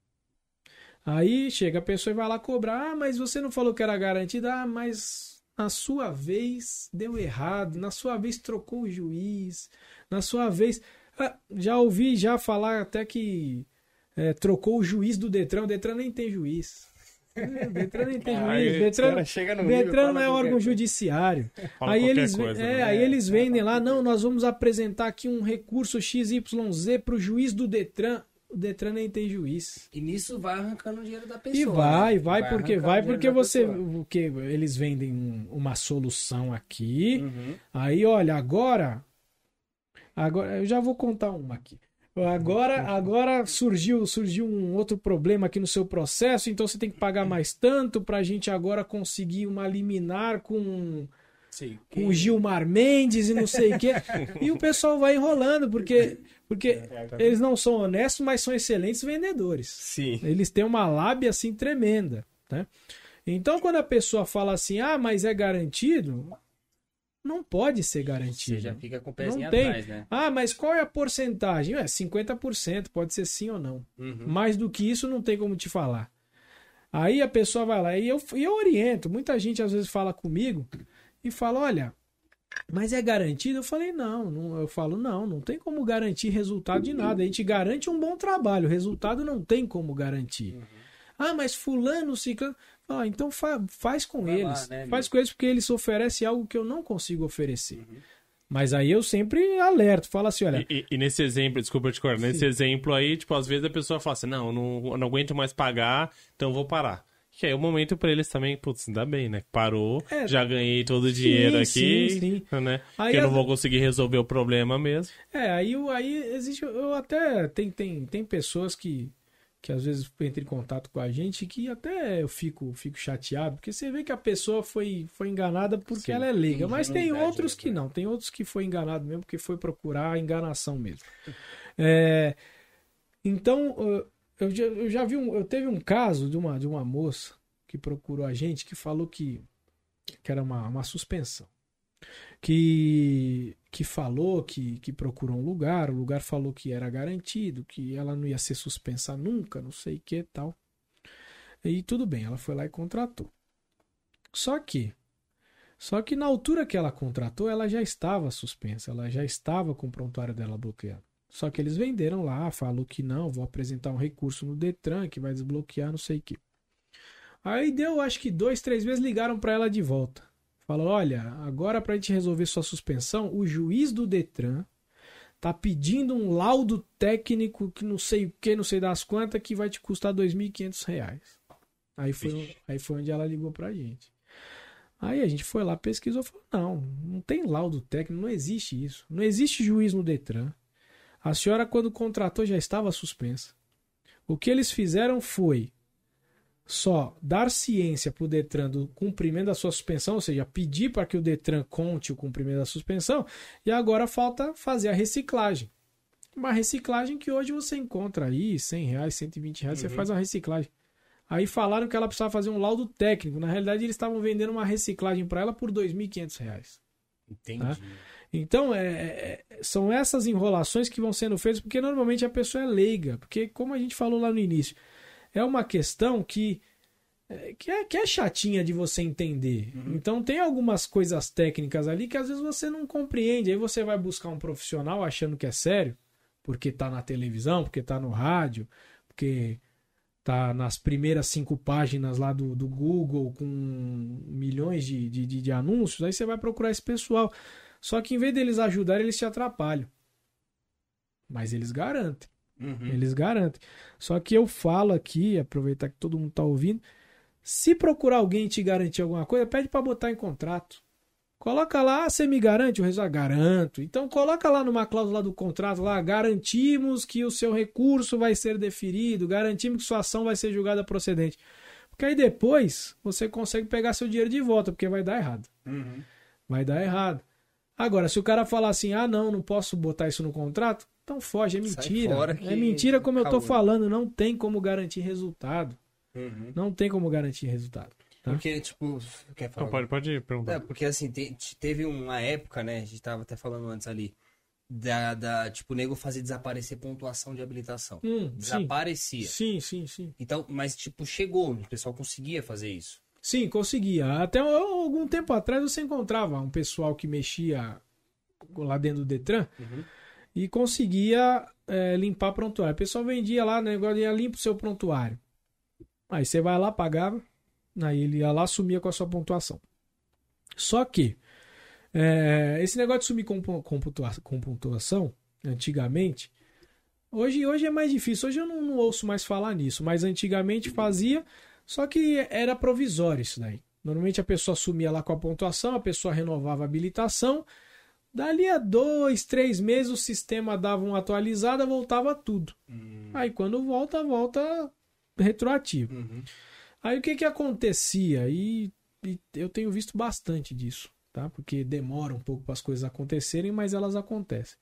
Speaker 3: Aí chega a pessoa e vai lá cobrar. Mas você não falou que era garantido? Mas na sua vez deu errado. Na sua vez trocou o juiz. Na sua vez... já ouvi falar até que trocou o juiz do Detran. O Detran nem tem juiz. O Detran nem tem juiz. Detran não é órgão judiciário. Aí eles vendem lá, não, nós vamos apresentar aqui um recurso XYZ para o juiz do Detran. O Detran nem tem juiz.
Speaker 1: E nisso vai arrancando o dinheiro da pessoa.
Speaker 3: E vai porque eles vendem uma solução aqui. Aí, olha, agora eu já vou contar uma aqui. Agora surgiu um outro problema aqui no seu processo, então você tem que pagar mais tanto pra gente agora conseguir uma liminar com o Gilmar Mendes e não sei o quê. E o pessoal vai enrolando, porque eles não são honestos, mas são excelentes vendedores.
Speaker 1: Sim.
Speaker 3: Eles têm uma lábia assim tremenda, né? Então quando a pessoa fala assim, mas é garantido... Não pode ser garantido.
Speaker 1: Você já fica com o pezinho atrás, né?
Speaker 3: Mas qual é a porcentagem? 50%, pode ser sim ou não. Mais do que isso não tem como te falar. Aí a pessoa vai lá e eu oriento. Muita gente às vezes fala comigo e fala, olha, mas é garantido? Eu falei, não tem como garantir resultado de nada. A gente garante um bom trabalho, resultado não tem como garantir. Mas fulano, ciclano... então faz com eles. Lá, né, faz com eles porque eles oferecem algo que eu não consigo oferecer. Mas aí eu sempre alerto, falo assim, olha...
Speaker 2: E nesse exemplo, desculpa te cortar, nesse exemplo aí, tipo, às vezes a pessoa fala assim, não aguento mais pagar, então vou parar. Que aí é o momento pra eles também, putz, ainda bem, né? Parou, já ganhei todo o dinheiro aqui, sim. Né? Aí, que eu não vou conseguir resolver o problema mesmo.
Speaker 3: Aí existe... Eu até... Tem pessoas que que às vezes entra em contato com a gente, que até eu fico chateado, porque você vê que a pessoa foi enganada porque ela é leiga, mas tem outros que não, tem outros que foi enganado mesmo porque foi procurar a enganação mesmo. Então, eu já vi eu teve um caso de uma moça que procurou a gente, que falou que era uma suspensão. Que falou que procurou um lugar, o lugar falou que era garantido, que ela não ia ser suspensa nunca, não sei o que tal. E tudo bem, ela foi lá e contratou. Só que na altura que ela contratou, ela já estava suspensa, ela já estava com o prontuário dela bloqueado. Só que eles venderam lá, falou que não, vou apresentar um recurso no Detran, que vai desbloquear, não sei o que. Aí deu, acho que 2, 3 vezes ligaram para ela de volta. Falou, olha, agora para a gente resolver sua suspensão, o juiz do Detran tá pedindo um laudo técnico que não sei o que, não sei das quantas, que vai te custar R$ 2.500. Aí foi onde ela ligou pra gente. Aí a gente foi lá, pesquisou, falou, não tem laudo técnico, não existe isso. Não existe juiz no Detran. A senhora, quando contratou, já estava suspensa. O que eles fizeram foi só dar ciência para o Detran do cumprimento da sua suspensão, ou seja, pedir para que o Detran conte o cumprimento da suspensão, e agora falta fazer a reciclagem. Uma reciclagem que hoje você encontra aí, R$100, R$120, você faz uma reciclagem. Aí falaram que ela precisava fazer um laudo técnico. Na realidade, eles estavam vendendo uma reciclagem para ela por R$2.500.
Speaker 1: Entendi.
Speaker 3: Tá? Então, são essas enrolações que vão sendo feitas, porque normalmente a pessoa é leiga. Porque, como a gente falou lá no início, é uma questão que é chatinha de você entender. Então tem algumas coisas técnicas ali que às vezes você não compreende. Aí você vai buscar um profissional achando que é sério, porque tá na televisão, porque tá no rádio, porque tá nas primeiras 5 páginas lá do Google com milhões de anúncios. Aí você vai procurar esse pessoal. Só que em vez deles ajudarem, eles te atrapalham. Mas eles garantem. Eles garantem. Só que eu falo aqui, aproveitar que todo mundo tá ouvindo, se procurar alguém te garantir alguma coisa, pede para botar em contrato. Coloca lá, você me garante? O resultado, garanto. Então coloca lá numa cláusula do contrato, lá, garantimos que o seu recurso vai ser deferido, garantimos que sua ação vai ser julgada procedente. Porque aí depois você consegue pegar seu dinheiro de volta, porque vai dar errado. Vai dar errado. Agora, se o cara falar assim, não posso botar isso no contrato, então foge, é mentira. É mentira como eu tô falando, não tem como garantir resultado. Não tem como garantir resultado. Tá?
Speaker 1: Porque, tipo, quer falar?
Speaker 2: Pode perguntar.
Speaker 1: Porque assim, teve uma época, né, a gente tava até falando antes ali, tipo, o nego fazer desaparecer pontuação de habilitação. Desaparecia.
Speaker 3: Sim.
Speaker 1: Então, mas tipo, chegou, o pessoal conseguia fazer isso.
Speaker 3: Sim, conseguia. Até algum tempo atrás você encontrava um pessoal que mexia lá dentro do Detran e conseguia limpar prontuário. O pessoal vendia lá, né, negócio ia limpa o seu prontuário. Aí você vai lá, pagava, aí ele ia lá, sumia com a sua pontuação. Só que esse negócio de sumir com pontuação, antigamente, hoje é mais difícil. Hoje eu não ouço mais falar nisso, mas antigamente fazia, só que era provisório isso daí. Normalmente a pessoa sumia lá com a pontuação, a pessoa renovava a habilitação, dali a 2, 3 meses o sistema dava uma atualizada, voltava tudo. Aí quando volta retroativo. Aí o que acontecia? E eu tenho visto bastante disso, tá? Porque demora um pouco para as coisas acontecerem, mas elas acontecem.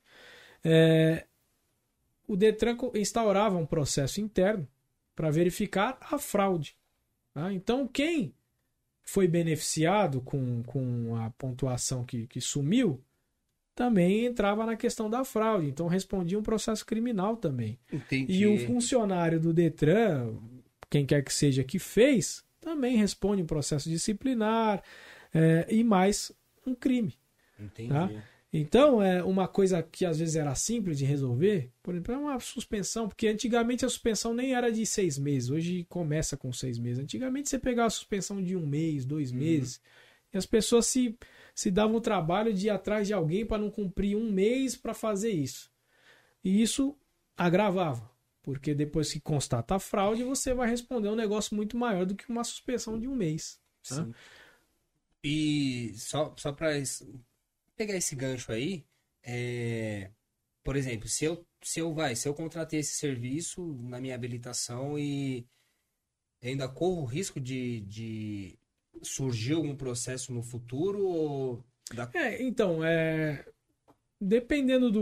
Speaker 3: O Detran instaurava um processo interno para verificar a fraude. Tá? Então quem foi beneficiado com a pontuação que sumiu, também entrava na questão da fraude. Então respondia um processo criminal também.
Speaker 1: Entendi.
Speaker 3: E o funcionário do Detran, quem quer que seja que fez, também responde um processo disciplinar e mais um crime.
Speaker 1: Entendi.
Speaker 3: Tá? Então, uma coisa que às vezes era simples de resolver, por exemplo, é uma suspensão, porque antigamente a suspensão nem era de 6 meses, hoje começa com 6 meses. Antigamente você pegava a suspensão de 1 mês, 2 meses, e as pessoas se davam o trabalho de ir atrás de alguém para não cumprir 1 mês para fazer isso. E isso agravava, porque depois que constata a fraude, você vai responder um negócio muito maior do que uma suspensão de 1 mês. Tá?
Speaker 1: Sim. E só para pegar esse gancho aí, por exemplo, se eu se eu contratei esse serviço na minha habilitação e ainda corro o risco de surgir algum processo no futuro ou...
Speaker 3: Então, dependendo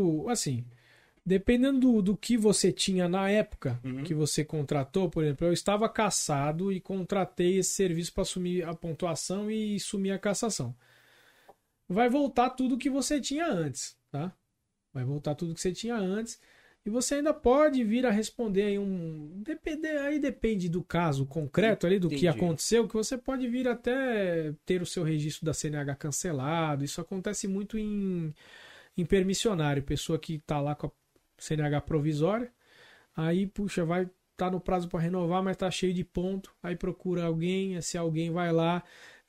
Speaker 3: do que você tinha na época que você contratou, por exemplo, eu estava cassado e contratei esse serviço para assumir a pontuação e sumir a cassação. Vai voltar tudo que você tinha antes, tá? Vai voltar tudo que você tinha antes e você ainda pode vir a responder aí depende do caso concreto ali, do que aconteceu, que você pode vir até ter o seu registro da CNH cancelado. Isso acontece muito em permissionário, pessoa que está lá com a CNH provisória, aí, puxa, vai tá no prazo para renovar, mas tá cheio de ponto, aí procura alguém, se alguém vai lá,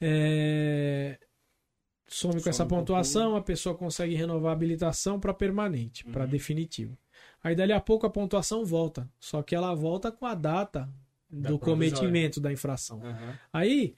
Speaker 3: some com essa pontuação, a pessoa consegue renovar a habilitação para permanente, para definitivo. Aí dali a pouco a pontuação volta, só que ela volta com a data do cometimento da infração. Aí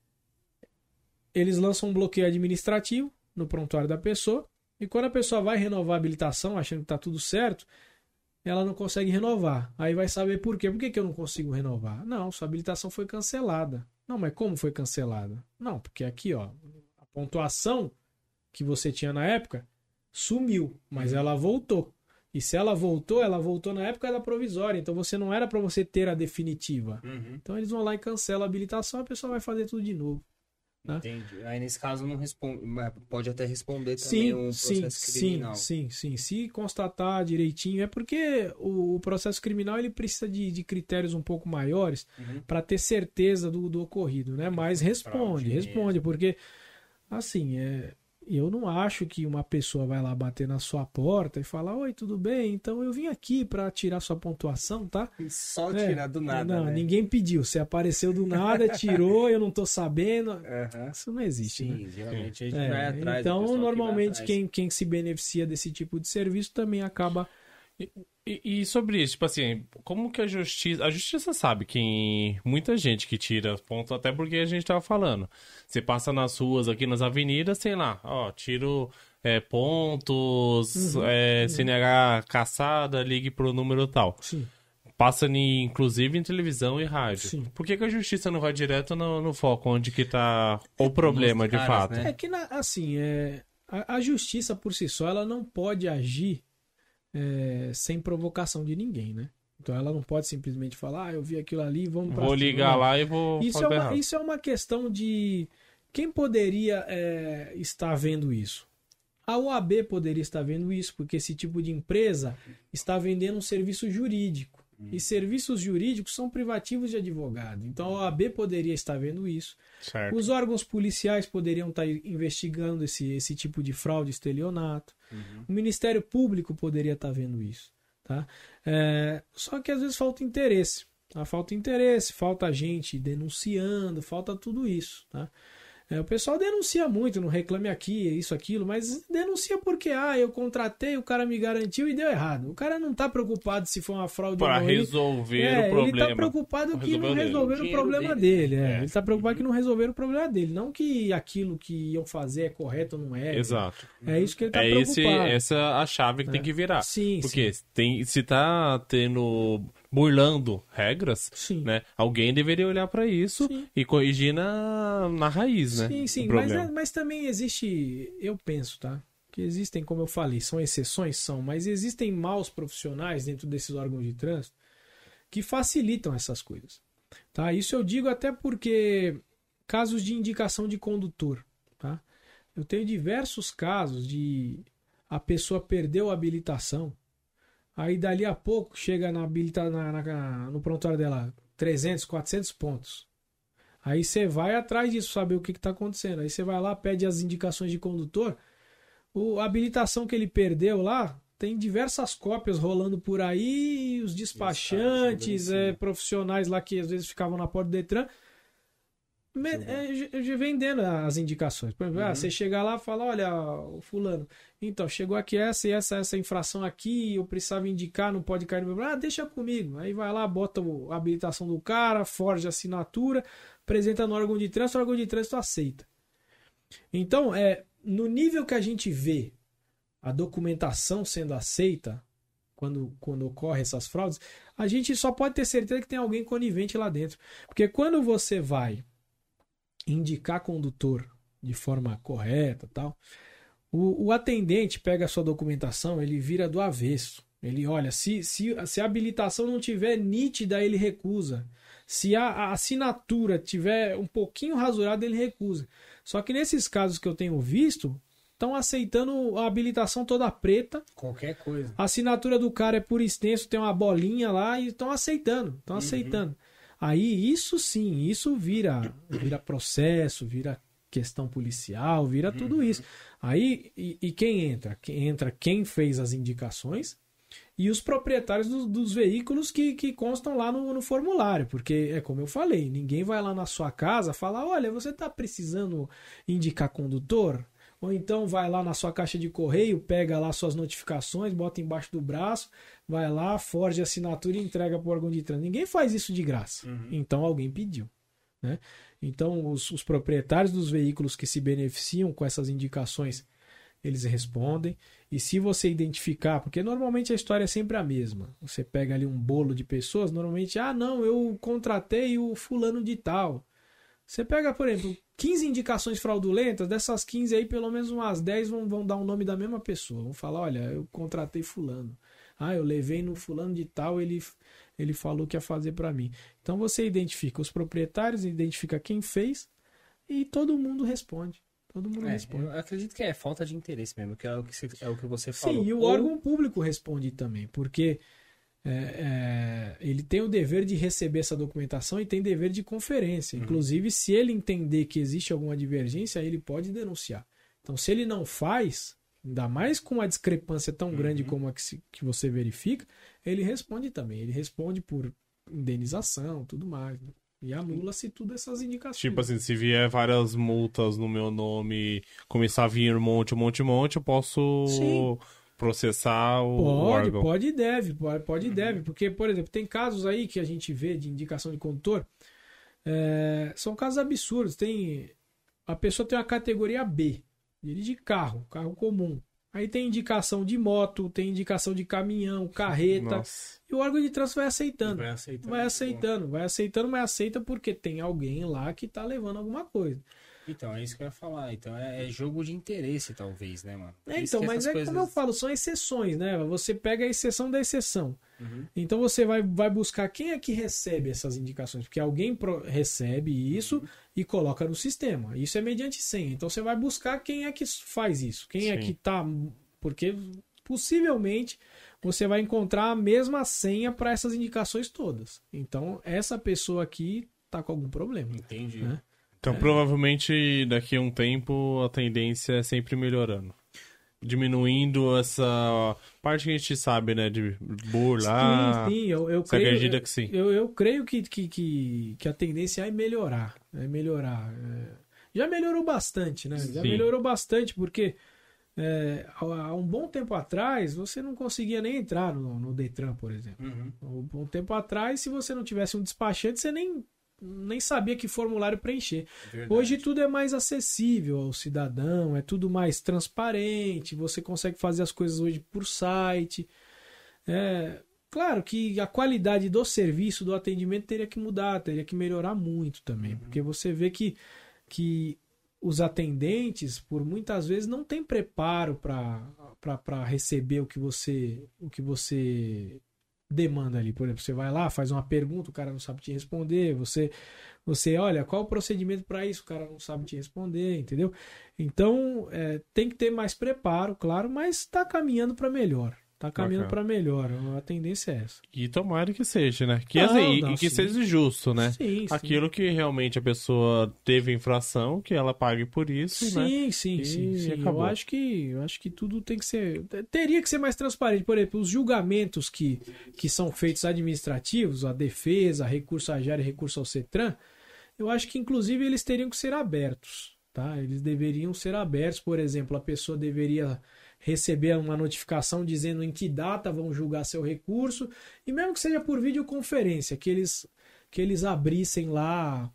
Speaker 3: eles lançam um bloqueio administrativo no prontuário da pessoa, e quando a pessoa vai renovar a habilitação, achando que tá tudo certo, ela não consegue renovar. Aí vai saber por quê. Por que eu não consigo renovar? Não, sua habilitação foi cancelada. Não, mas como foi cancelada? Não, porque aqui, ó, a pontuação que você tinha na época sumiu, mas ela voltou. E se ela voltou na época da provisória. Então você não era para você ter a definitiva. Então eles vão lá e cancelam a habilitação, a pessoa vai fazer tudo de novo. Né?
Speaker 1: Entendi. Aí nesse caso não responde, pode até responder também um processo criminal. Sim. Se constatar direitinho, é porque o processo criminal ele precisa de critérios um pouco maiores para ter certeza do ocorrido, né? Mas responde, porque assim, eu não acho que uma pessoa vai lá bater na sua porta e falar: oi, tudo bem? Então eu vim aqui para tirar sua pontuação, tá? Só tirar do nada.
Speaker 3: Não,
Speaker 1: né?
Speaker 3: Ninguém pediu. Você apareceu do nada, tirou, eu não tô sabendo. Isso não existe.
Speaker 1: Sim,
Speaker 3: né?
Speaker 1: geralmente a gente vai atrás.
Speaker 3: Então, normalmente, quem se beneficia desse tipo de serviço também acaba.
Speaker 2: E sobre isso, tipo assim, como que a justiça sabe que muita gente que tira pontos, até porque a gente tava falando, você passa nas ruas aqui, nas avenidas, sei lá, ó, tiro pontos, CNH caçada, ligue pro número tal.
Speaker 3: Sim.
Speaker 2: Passa inclusive em televisão e rádio.
Speaker 3: Sim.
Speaker 2: Por que a justiça não vai direto no foco, onde que tá o problema de fato?
Speaker 1: Né?
Speaker 3: É que, a justiça por si só, ela não pode agir sem provocação de ninguém, né? Então ela não pode simplesmente falar: eu vi aquilo ali, vamos pra
Speaker 2: Vou ligar lá e vou fazer errado.
Speaker 3: Isso é uma questão de quem poderia estar vendo isso. A OAB poderia estar vendo isso, porque esse tipo de empresa está vendendo um serviço jurídico. E serviços jurídicos são privativos de advogado. Então a OAB poderia estar vendo isso.
Speaker 2: Certo.
Speaker 3: Os órgãos policiais poderiam estar investigando esse tipo de fraude, estelionato. O Ministério Público poderia estar vendo isso. Tá? Só que às vezes falta interesse. Tá? Falta interesse, falta gente denunciando, falta tudo isso. Tá? O pessoal denuncia muito, não reclame aqui, isso, aquilo, mas denuncia porque eu contratei, o cara me garantiu e deu errado. O cara não está preocupado se foi uma fraude ou não.
Speaker 2: Para resolver o problema.
Speaker 3: Ele está preocupado que não resolveram o problema dele. Ele está preocupado que não resolveram o problema dele. Não que aquilo que iam fazer é correto ou não é.
Speaker 2: Exato.
Speaker 3: É isso que ele está preocupado.
Speaker 2: Essa é a chave que tem que virar.
Speaker 3: Sim,
Speaker 2: porque se tá burlando regras, né? Alguém deveria olhar para isso e corrigir na raiz, né?
Speaker 3: Sim, mas também existe, eu penso, tá? Que existem, como eu falei, são exceções, mas existem maus profissionais dentro desses órgãos de trânsito que facilitam essas coisas, tá? Isso eu digo até porque casos de indicação de condutor, tá? Eu tenho diversos casos de a pessoa perdeu a habilitação. Aí dali a pouco chega no prontuário dela 300, 400 pontos. Aí você vai atrás disso, saber o que está acontecendo. Aí você vai lá, pede as indicações de condutor. A habilitação que ele perdeu lá, tem diversas cópias rolando por aí. E os despachantes, profissionais lá que às vezes ficavam na porta do Detran, vendendo as indicações. Por exemplo, você chega lá e fala: olha, o fulano, então chegou aqui essa infração aqui, eu precisava indicar, não pode cair no meu... deixa comigo. Aí vai lá, bota a habilitação do cara, forja a assinatura, apresenta no órgão de trânsito, o órgão de trânsito aceita. Então, no nível que a gente vê a documentação sendo aceita, quando ocorre essas fraudes, a gente só pode ter certeza que tem alguém conivente lá dentro. Porque quando você vai indicar condutor de forma correta e tal, o atendente pega a sua documentação, ele vira do avesso. Ele olha, se a habilitação não tiver nítida, ele recusa. Se a assinatura tiver um pouquinho rasurada, ele recusa. Só que nesses casos que eu tenho visto, estão aceitando a habilitação toda preta.
Speaker 1: Qualquer coisa.
Speaker 3: A assinatura do cara é por extenso, tem uma bolinha lá e estão aceitando. Estão aceitando. Aí isso sim, isso vira processo, vira questão policial, vira tudo isso. Aí, e quem entra? Quem fez as indicações e os proprietários dos veículos que constam lá no formulário. Porque, é como eu falei, ninguém vai lá na sua casa falar, olha, você está precisando indicar condutor? Ou então vai lá na sua caixa de correio, pega lá suas notificações, bota embaixo do braço, vai lá, forja a assinatura e entrega para o órgão de trânsito. Ninguém faz isso de graça. Então alguém pediu. Né? Então os proprietários dos veículos que se beneficiam com essas indicações, eles respondem. E se você identificar, porque normalmente a história é sempre a mesma. Você pega ali um bolo de pessoas, normalmente, não, eu contratei o fulano de tal. Você pega, por exemplo, 15 indicações fraudulentas, dessas 15 aí, pelo menos umas 10 vão dar o nome da mesma pessoa. Vão falar, olha, eu contratei fulano. Eu levei no fulano de tal, ele falou que ia fazer para mim. Então você identifica os proprietários, identifica quem fez e todo mundo responde. Todo mundo responde.
Speaker 1: Eu acredito que é falta de interesse mesmo, que é o que você falou.
Speaker 3: Sim, e o órgão público responde também, porque ele tem o dever de receber essa documentação e tem dever de conferência. Inclusive, se ele entender que existe alguma divergência, ele pode denunciar. Então, se ele não faz, ainda mais com uma discrepância tão grande como a que você verifica, ele responde também. Ele responde por indenização, tudo mais, né? E anula-se tudo essas indicações.
Speaker 2: Tipo assim, se vier várias multas no meu nome, começar a vir um monte, eu posso processar o órgão?
Speaker 3: Pode e deve. Porque, por exemplo, tem casos aí que a gente vê de indicação de condutor, são casos absurdos. A pessoa tem uma categoria B, dirige carro comum. Aí tem indicação de moto, tem indicação de caminhão, carreta.
Speaker 2: Nossa.
Speaker 3: E o órgão de trânsito vai aceitando.
Speaker 1: Vai aceitando.
Speaker 3: Mas aceita porque tem alguém lá que tá levando alguma coisa.
Speaker 1: Então, é isso que eu ia falar. Então, é jogo de interesse, talvez, né, mano?
Speaker 3: Então, mas como eu falo, são exceções, né? Você pega a exceção da exceção. Então, você vai buscar quem é que recebe essas indicações. Porque alguém recebe isso e coloca no sistema. Isso é mediante senha. Então, você vai buscar quem é que faz isso. Quem é que tá... Porque, possivelmente, você vai encontrar a mesma senha para essas indicações todas. Então, essa pessoa aqui tá com algum problema.
Speaker 1: Entendi.
Speaker 3: Né?
Speaker 2: Então, provavelmente, daqui a um tempo, a tendência é sempre melhorando. Diminuindo essa parte que a gente sabe, né? De burlar.
Speaker 3: Sim, eu
Speaker 2: Você
Speaker 3: creio...
Speaker 2: acredita que sim?
Speaker 3: Eu creio que a tendência é melhorar. Já melhorou bastante, né? Já
Speaker 2: Sim.
Speaker 3: melhorou bastante, porque há um bom tempo atrás, você não conseguia nem entrar no Detran, por exemplo. Um bom tempo atrás, se você não tivesse um despachante, você nem sabia que formulário preencher.
Speaker 1: Verdade.
Speaker 3: Hoje tudo é mais acessível ao cidadão, é tudo mais transparente, você consegue fazer as coisas hoje por site. Claro que a qualidade do serviço, do atendimento teria que mudar, teria que melhorar muito também, porque você vê que os atendentes, por muitas vezes, não têm preparo para receber o que você demanda ali. Por exemplo, você vai lá, faz uma pergunta, o cara não sabe te responder, você olha, qual o procedimento para isso, o cara não sabe te responder, entendeu? Então, tem que ter mais preparo, claro, mas está caminhando para melhor. Tá caminhando para melhor, a tendência é essa.
Speaker 2: E tomara que seja, né? Que
Speaker 3: Sim.
Speaker 2: seja justo, né?
Speaker 3: Sim.
Speaker 2: Aquilo que realmente a pessoa teve infração, que ela pague por isso, né?
Speaker 3: Sim.
Speaker 2: Acabou.
Speaker 3: Eu acho que tudo tem que ser... Teria que ser mais transparente. Por exemplo, os julgamentos que são feitos administrativos, a defesa, recurso à JAR e recurso ao CETRAN, eu acho que, inclusive, eles teriam que ser abertos, tá? Eles deveriam ser abertos. Por exemplo, a pessoa deveria receber uma notificação dizendo em que data vão julgar seu recurso, e mesmo que seja por videoconferência, que eles abrissem lá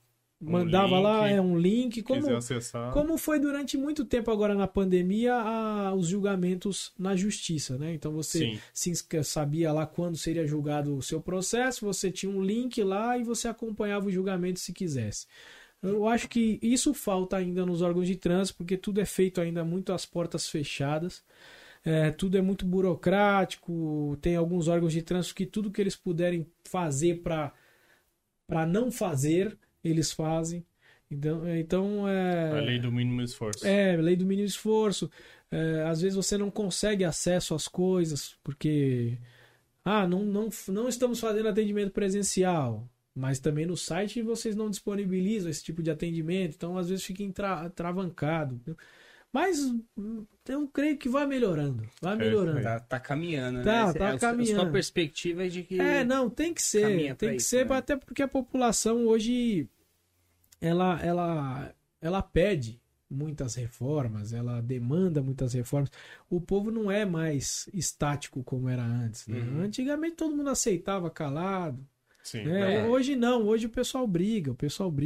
Speaker 3: mandava lá um link. Como foi durante muito tempo agora na pandemia, os julgamentos na justiça, né? Então você sabia lá quando seria julgado o seu processo, você tinha um link lá e você acompanhava o julgamento se quisesse. Eu acho que isso falta ainda nos órgãos de trânsito, porque tudo é feito ainda muito às portas fechadas. Tudo é muito burocrático. Tem alguns órgãos de trânsito que tudo que eles puderem fazer para não fazer, eles fazem. Então
Speaker 2: a lei do mínimo esforço.
Speaker 3: Lei do mínimo esforço. Às vezes você não consegue acesso às coisas, porque não estamos fazendo atendimento presencial. Mas também no site vocês não disponibilizam esse tipo de atendimento, então às vezes fica travancado. Mas eu creio que vai melhorando.
Speaker 1: Tá caminhando, né?
Speaker 3: Tá caminhando.
Speaker 1: A sua perspectiva é de que...
Speaker 3: Não, tem que ser. Tem que ser, né? Até porque a população hoje, ela pede muitas reformas, ela demanda muitas reformas. O povo não é mais estático como era antes. Né? Antigamente todo mundo aceitava calado.
Speaker 2: Sim,
Speaker 3: Hoje não, hoje o pessoal briga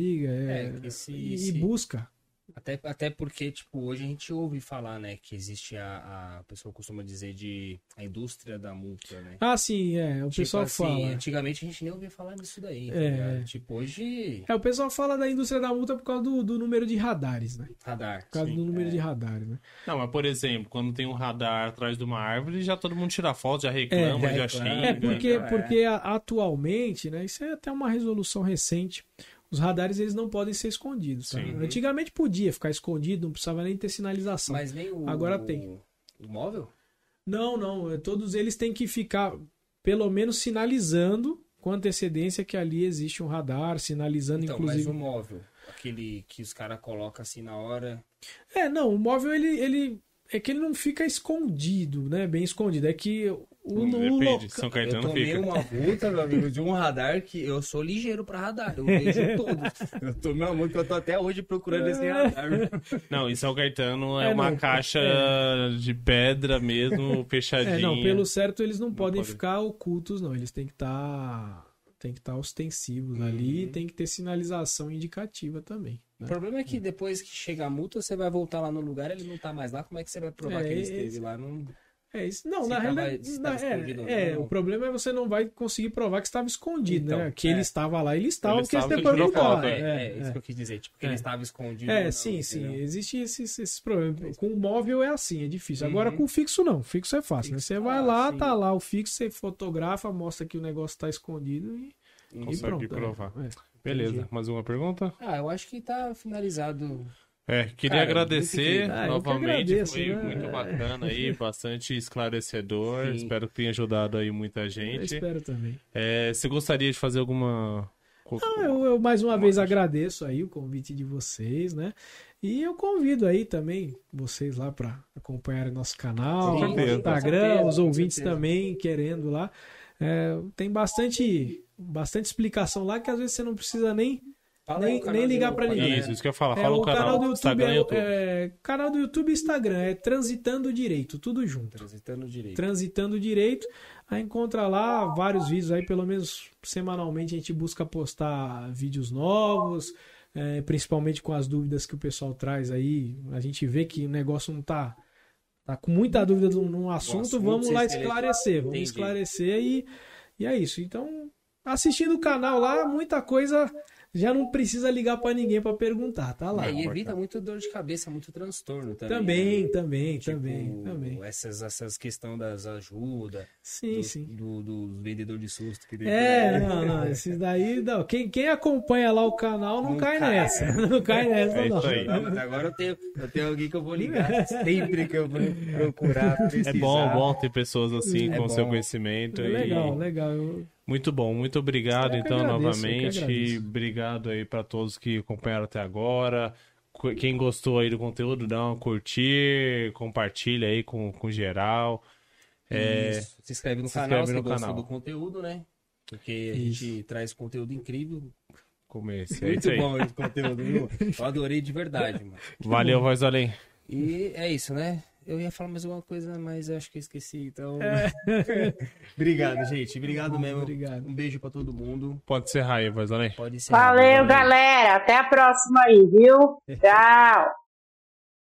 Speaker 3: e busca.
Speaker 1: Até porque, tipo, hoje a gente ouve falar, né, que existe a pessoa costuma dizer a indústria da multa, né?
Speaker 3: Sim, o pessoal fala.
Speaker 1: Antigamente a gente nem ouvia falar nisso daí, tipo, hoje...
Speaker 3: o pessoal fala da indústria da multa por causa do número de radares, né?
Speaker 1: Por
Speaker 3: causa do número de radares, né?
Speaker 2: Não, mas por exemplo, quando tem um radar atrás de uma árvore, já todo mundo tira foto, já reclama, já xinga.
Speaker 3: Porque atualmente, né, isso é até uma resolução recente, os radares eles não podem ser escondidos. Tá? Antigamente podia ficar escondido, não precisava nem ter sinalização.
Speaker 1: Mas nem
Speaker 3: agora tem.
Speaker 1: O móvel?
Speaker 3: Não. Todos eles têm que ficar, pelo menos, sinalizando com antecedência que ali existe um radar, sinalizando inclusive.
Speaker 1: Mas o móvel, aquele que os caras colocam assim na hora.
Speaker 3: O móvel ele é que ele não fica escondido, né? Bem escondido. É que
Speaker 2: depende, São Caetano fica.
Speaker 1: Eu tomei uma multa, meu amigo, de um radar que eu sou ligeiro pra radar. Eu vejo todos. Eu tomei uma multa que eu tô até hoje procurando esse radar.
Speaker 2: Não, em São Caetano uma caixa de pedra mesmo, fechadinha.
Speaker 3: Pelo certo eles não podem ficar ocultos, não. Eles têm que estar ostensivos ali, tem que ter sinalização indicativa também. Né?
Speaker 1: O problema é que depois que chega a multa, você vai voltar lá no lugar, ele não tá mais lá, como é que você vai provar que ele esteve lá?
Speaker 3: Isso. Não, na realidade, o problema é você não vai conseguir provar que estava escondido, né? Que ele estava lá, ele estava, porque você depois não tá lá.
Speaker 1: Isso que eu quis dizer, tipo, que ele estava escondido.
Speaker 3: Sim. Existe esses problemas. Com o móvel é assim, é difícil. Agora com o fixo não, o fixo é fácil, né? Você vai lá, tá lá o fixo, você fotografa, mostra que o negócio está escondido e
Speaker 2: consegue provar. Beleza, entendi. Mais uma pergunta?
Speaker 1: Eu acho que tá finalizado.
Speaker 2: Queria agradecer novamente, foi muito bacana aí, bastante esclarecedor, espero que tenha ajudado aí muita gente. Eu
Speaker 3: espero também.
Speaker 2: Você gostaria de fazer alguma...
Speaker 3: Eu mais uma vez agradeço aí o convite de vocês, né? E eu convido aí também vocês lá para acompanharem nosso canal, no Instagram, os ouvintes também querendo lá. Tem bastante explicação lá que às vezes você não precisa nem ligar para ninguém.
Speaker 2: Isso que eu falo. Fala o canal do YouTube, Instagram e YouTube.
Speaker 3: Canal do YouTube e Instagram é Transitando Direito, tudo junto. Transitando Direito. Aí encontra lá vários vídeos aí, pelo menos semanalmente a gente busca postar vídeos novos, principalmente com as dúvidas que o pessoal traz aí. A gente vê que o negócio não tá com muita dúvida num assunto, vamos lá esclarecer. Vamos esclarecer e é isso. Então, assistindo o canal lá, muita coisa... Já não precisa ligar pra ninguém pra perguntar, tá lá.
Speaker 1: E evita muito dor de cabeça, muito transtorno também.
Speaker 3: Também.
Speaker 1: Essas questões das ajudas.
Speaker 3: Sim.
Speaker 1: Do vendedor de susto. Que
Speaker 3: não. Esses daí, não. Quem acompanha lá o canal não cai nessa. Não cai nessa, não.
Speaker 1: Isso aí. Mas agora eu tenho alguém que eu vou ligar. Sempre que eu vou procurar, precisar.
Speaker 2: É bom ter pessoas assim com o seu conhecimento.
Speaker 3: Legal.
Speaker 2: Muito bom, muito obrigado então novamente, e obrigado aí para todos que acompanharam até agora. Quem gostou aí do conteúdo, dá um curtir, compartilha aí com geral.
Speaker 1: Se inscreve no canal se gostou do conteúdo, né? Porque a gente traz conteúdo incrível.
Speaker 2: Como esse.
Speaker 1: Muito bom esse conteúdo, viu? Eu adorei de verdade, mano.
Speaker 2: Valeu, Voz do Além.
Speaker 1: E é isso, né? Eu ia falar mais alguma coisa, mas eu acho que eu esqueci, então...
Speaker 5: Obrigado, gente. Obrigado mesmo.
Speaker 3: Obrigado.
Speaker 5: Um beijo pra todo mundo.
Speaker 2: Pode ser raiva, Zalém.
Speaker 1: Pode ser.
Speaker 4: Valeu, galera. Até a próxima aí, viu? Tchau.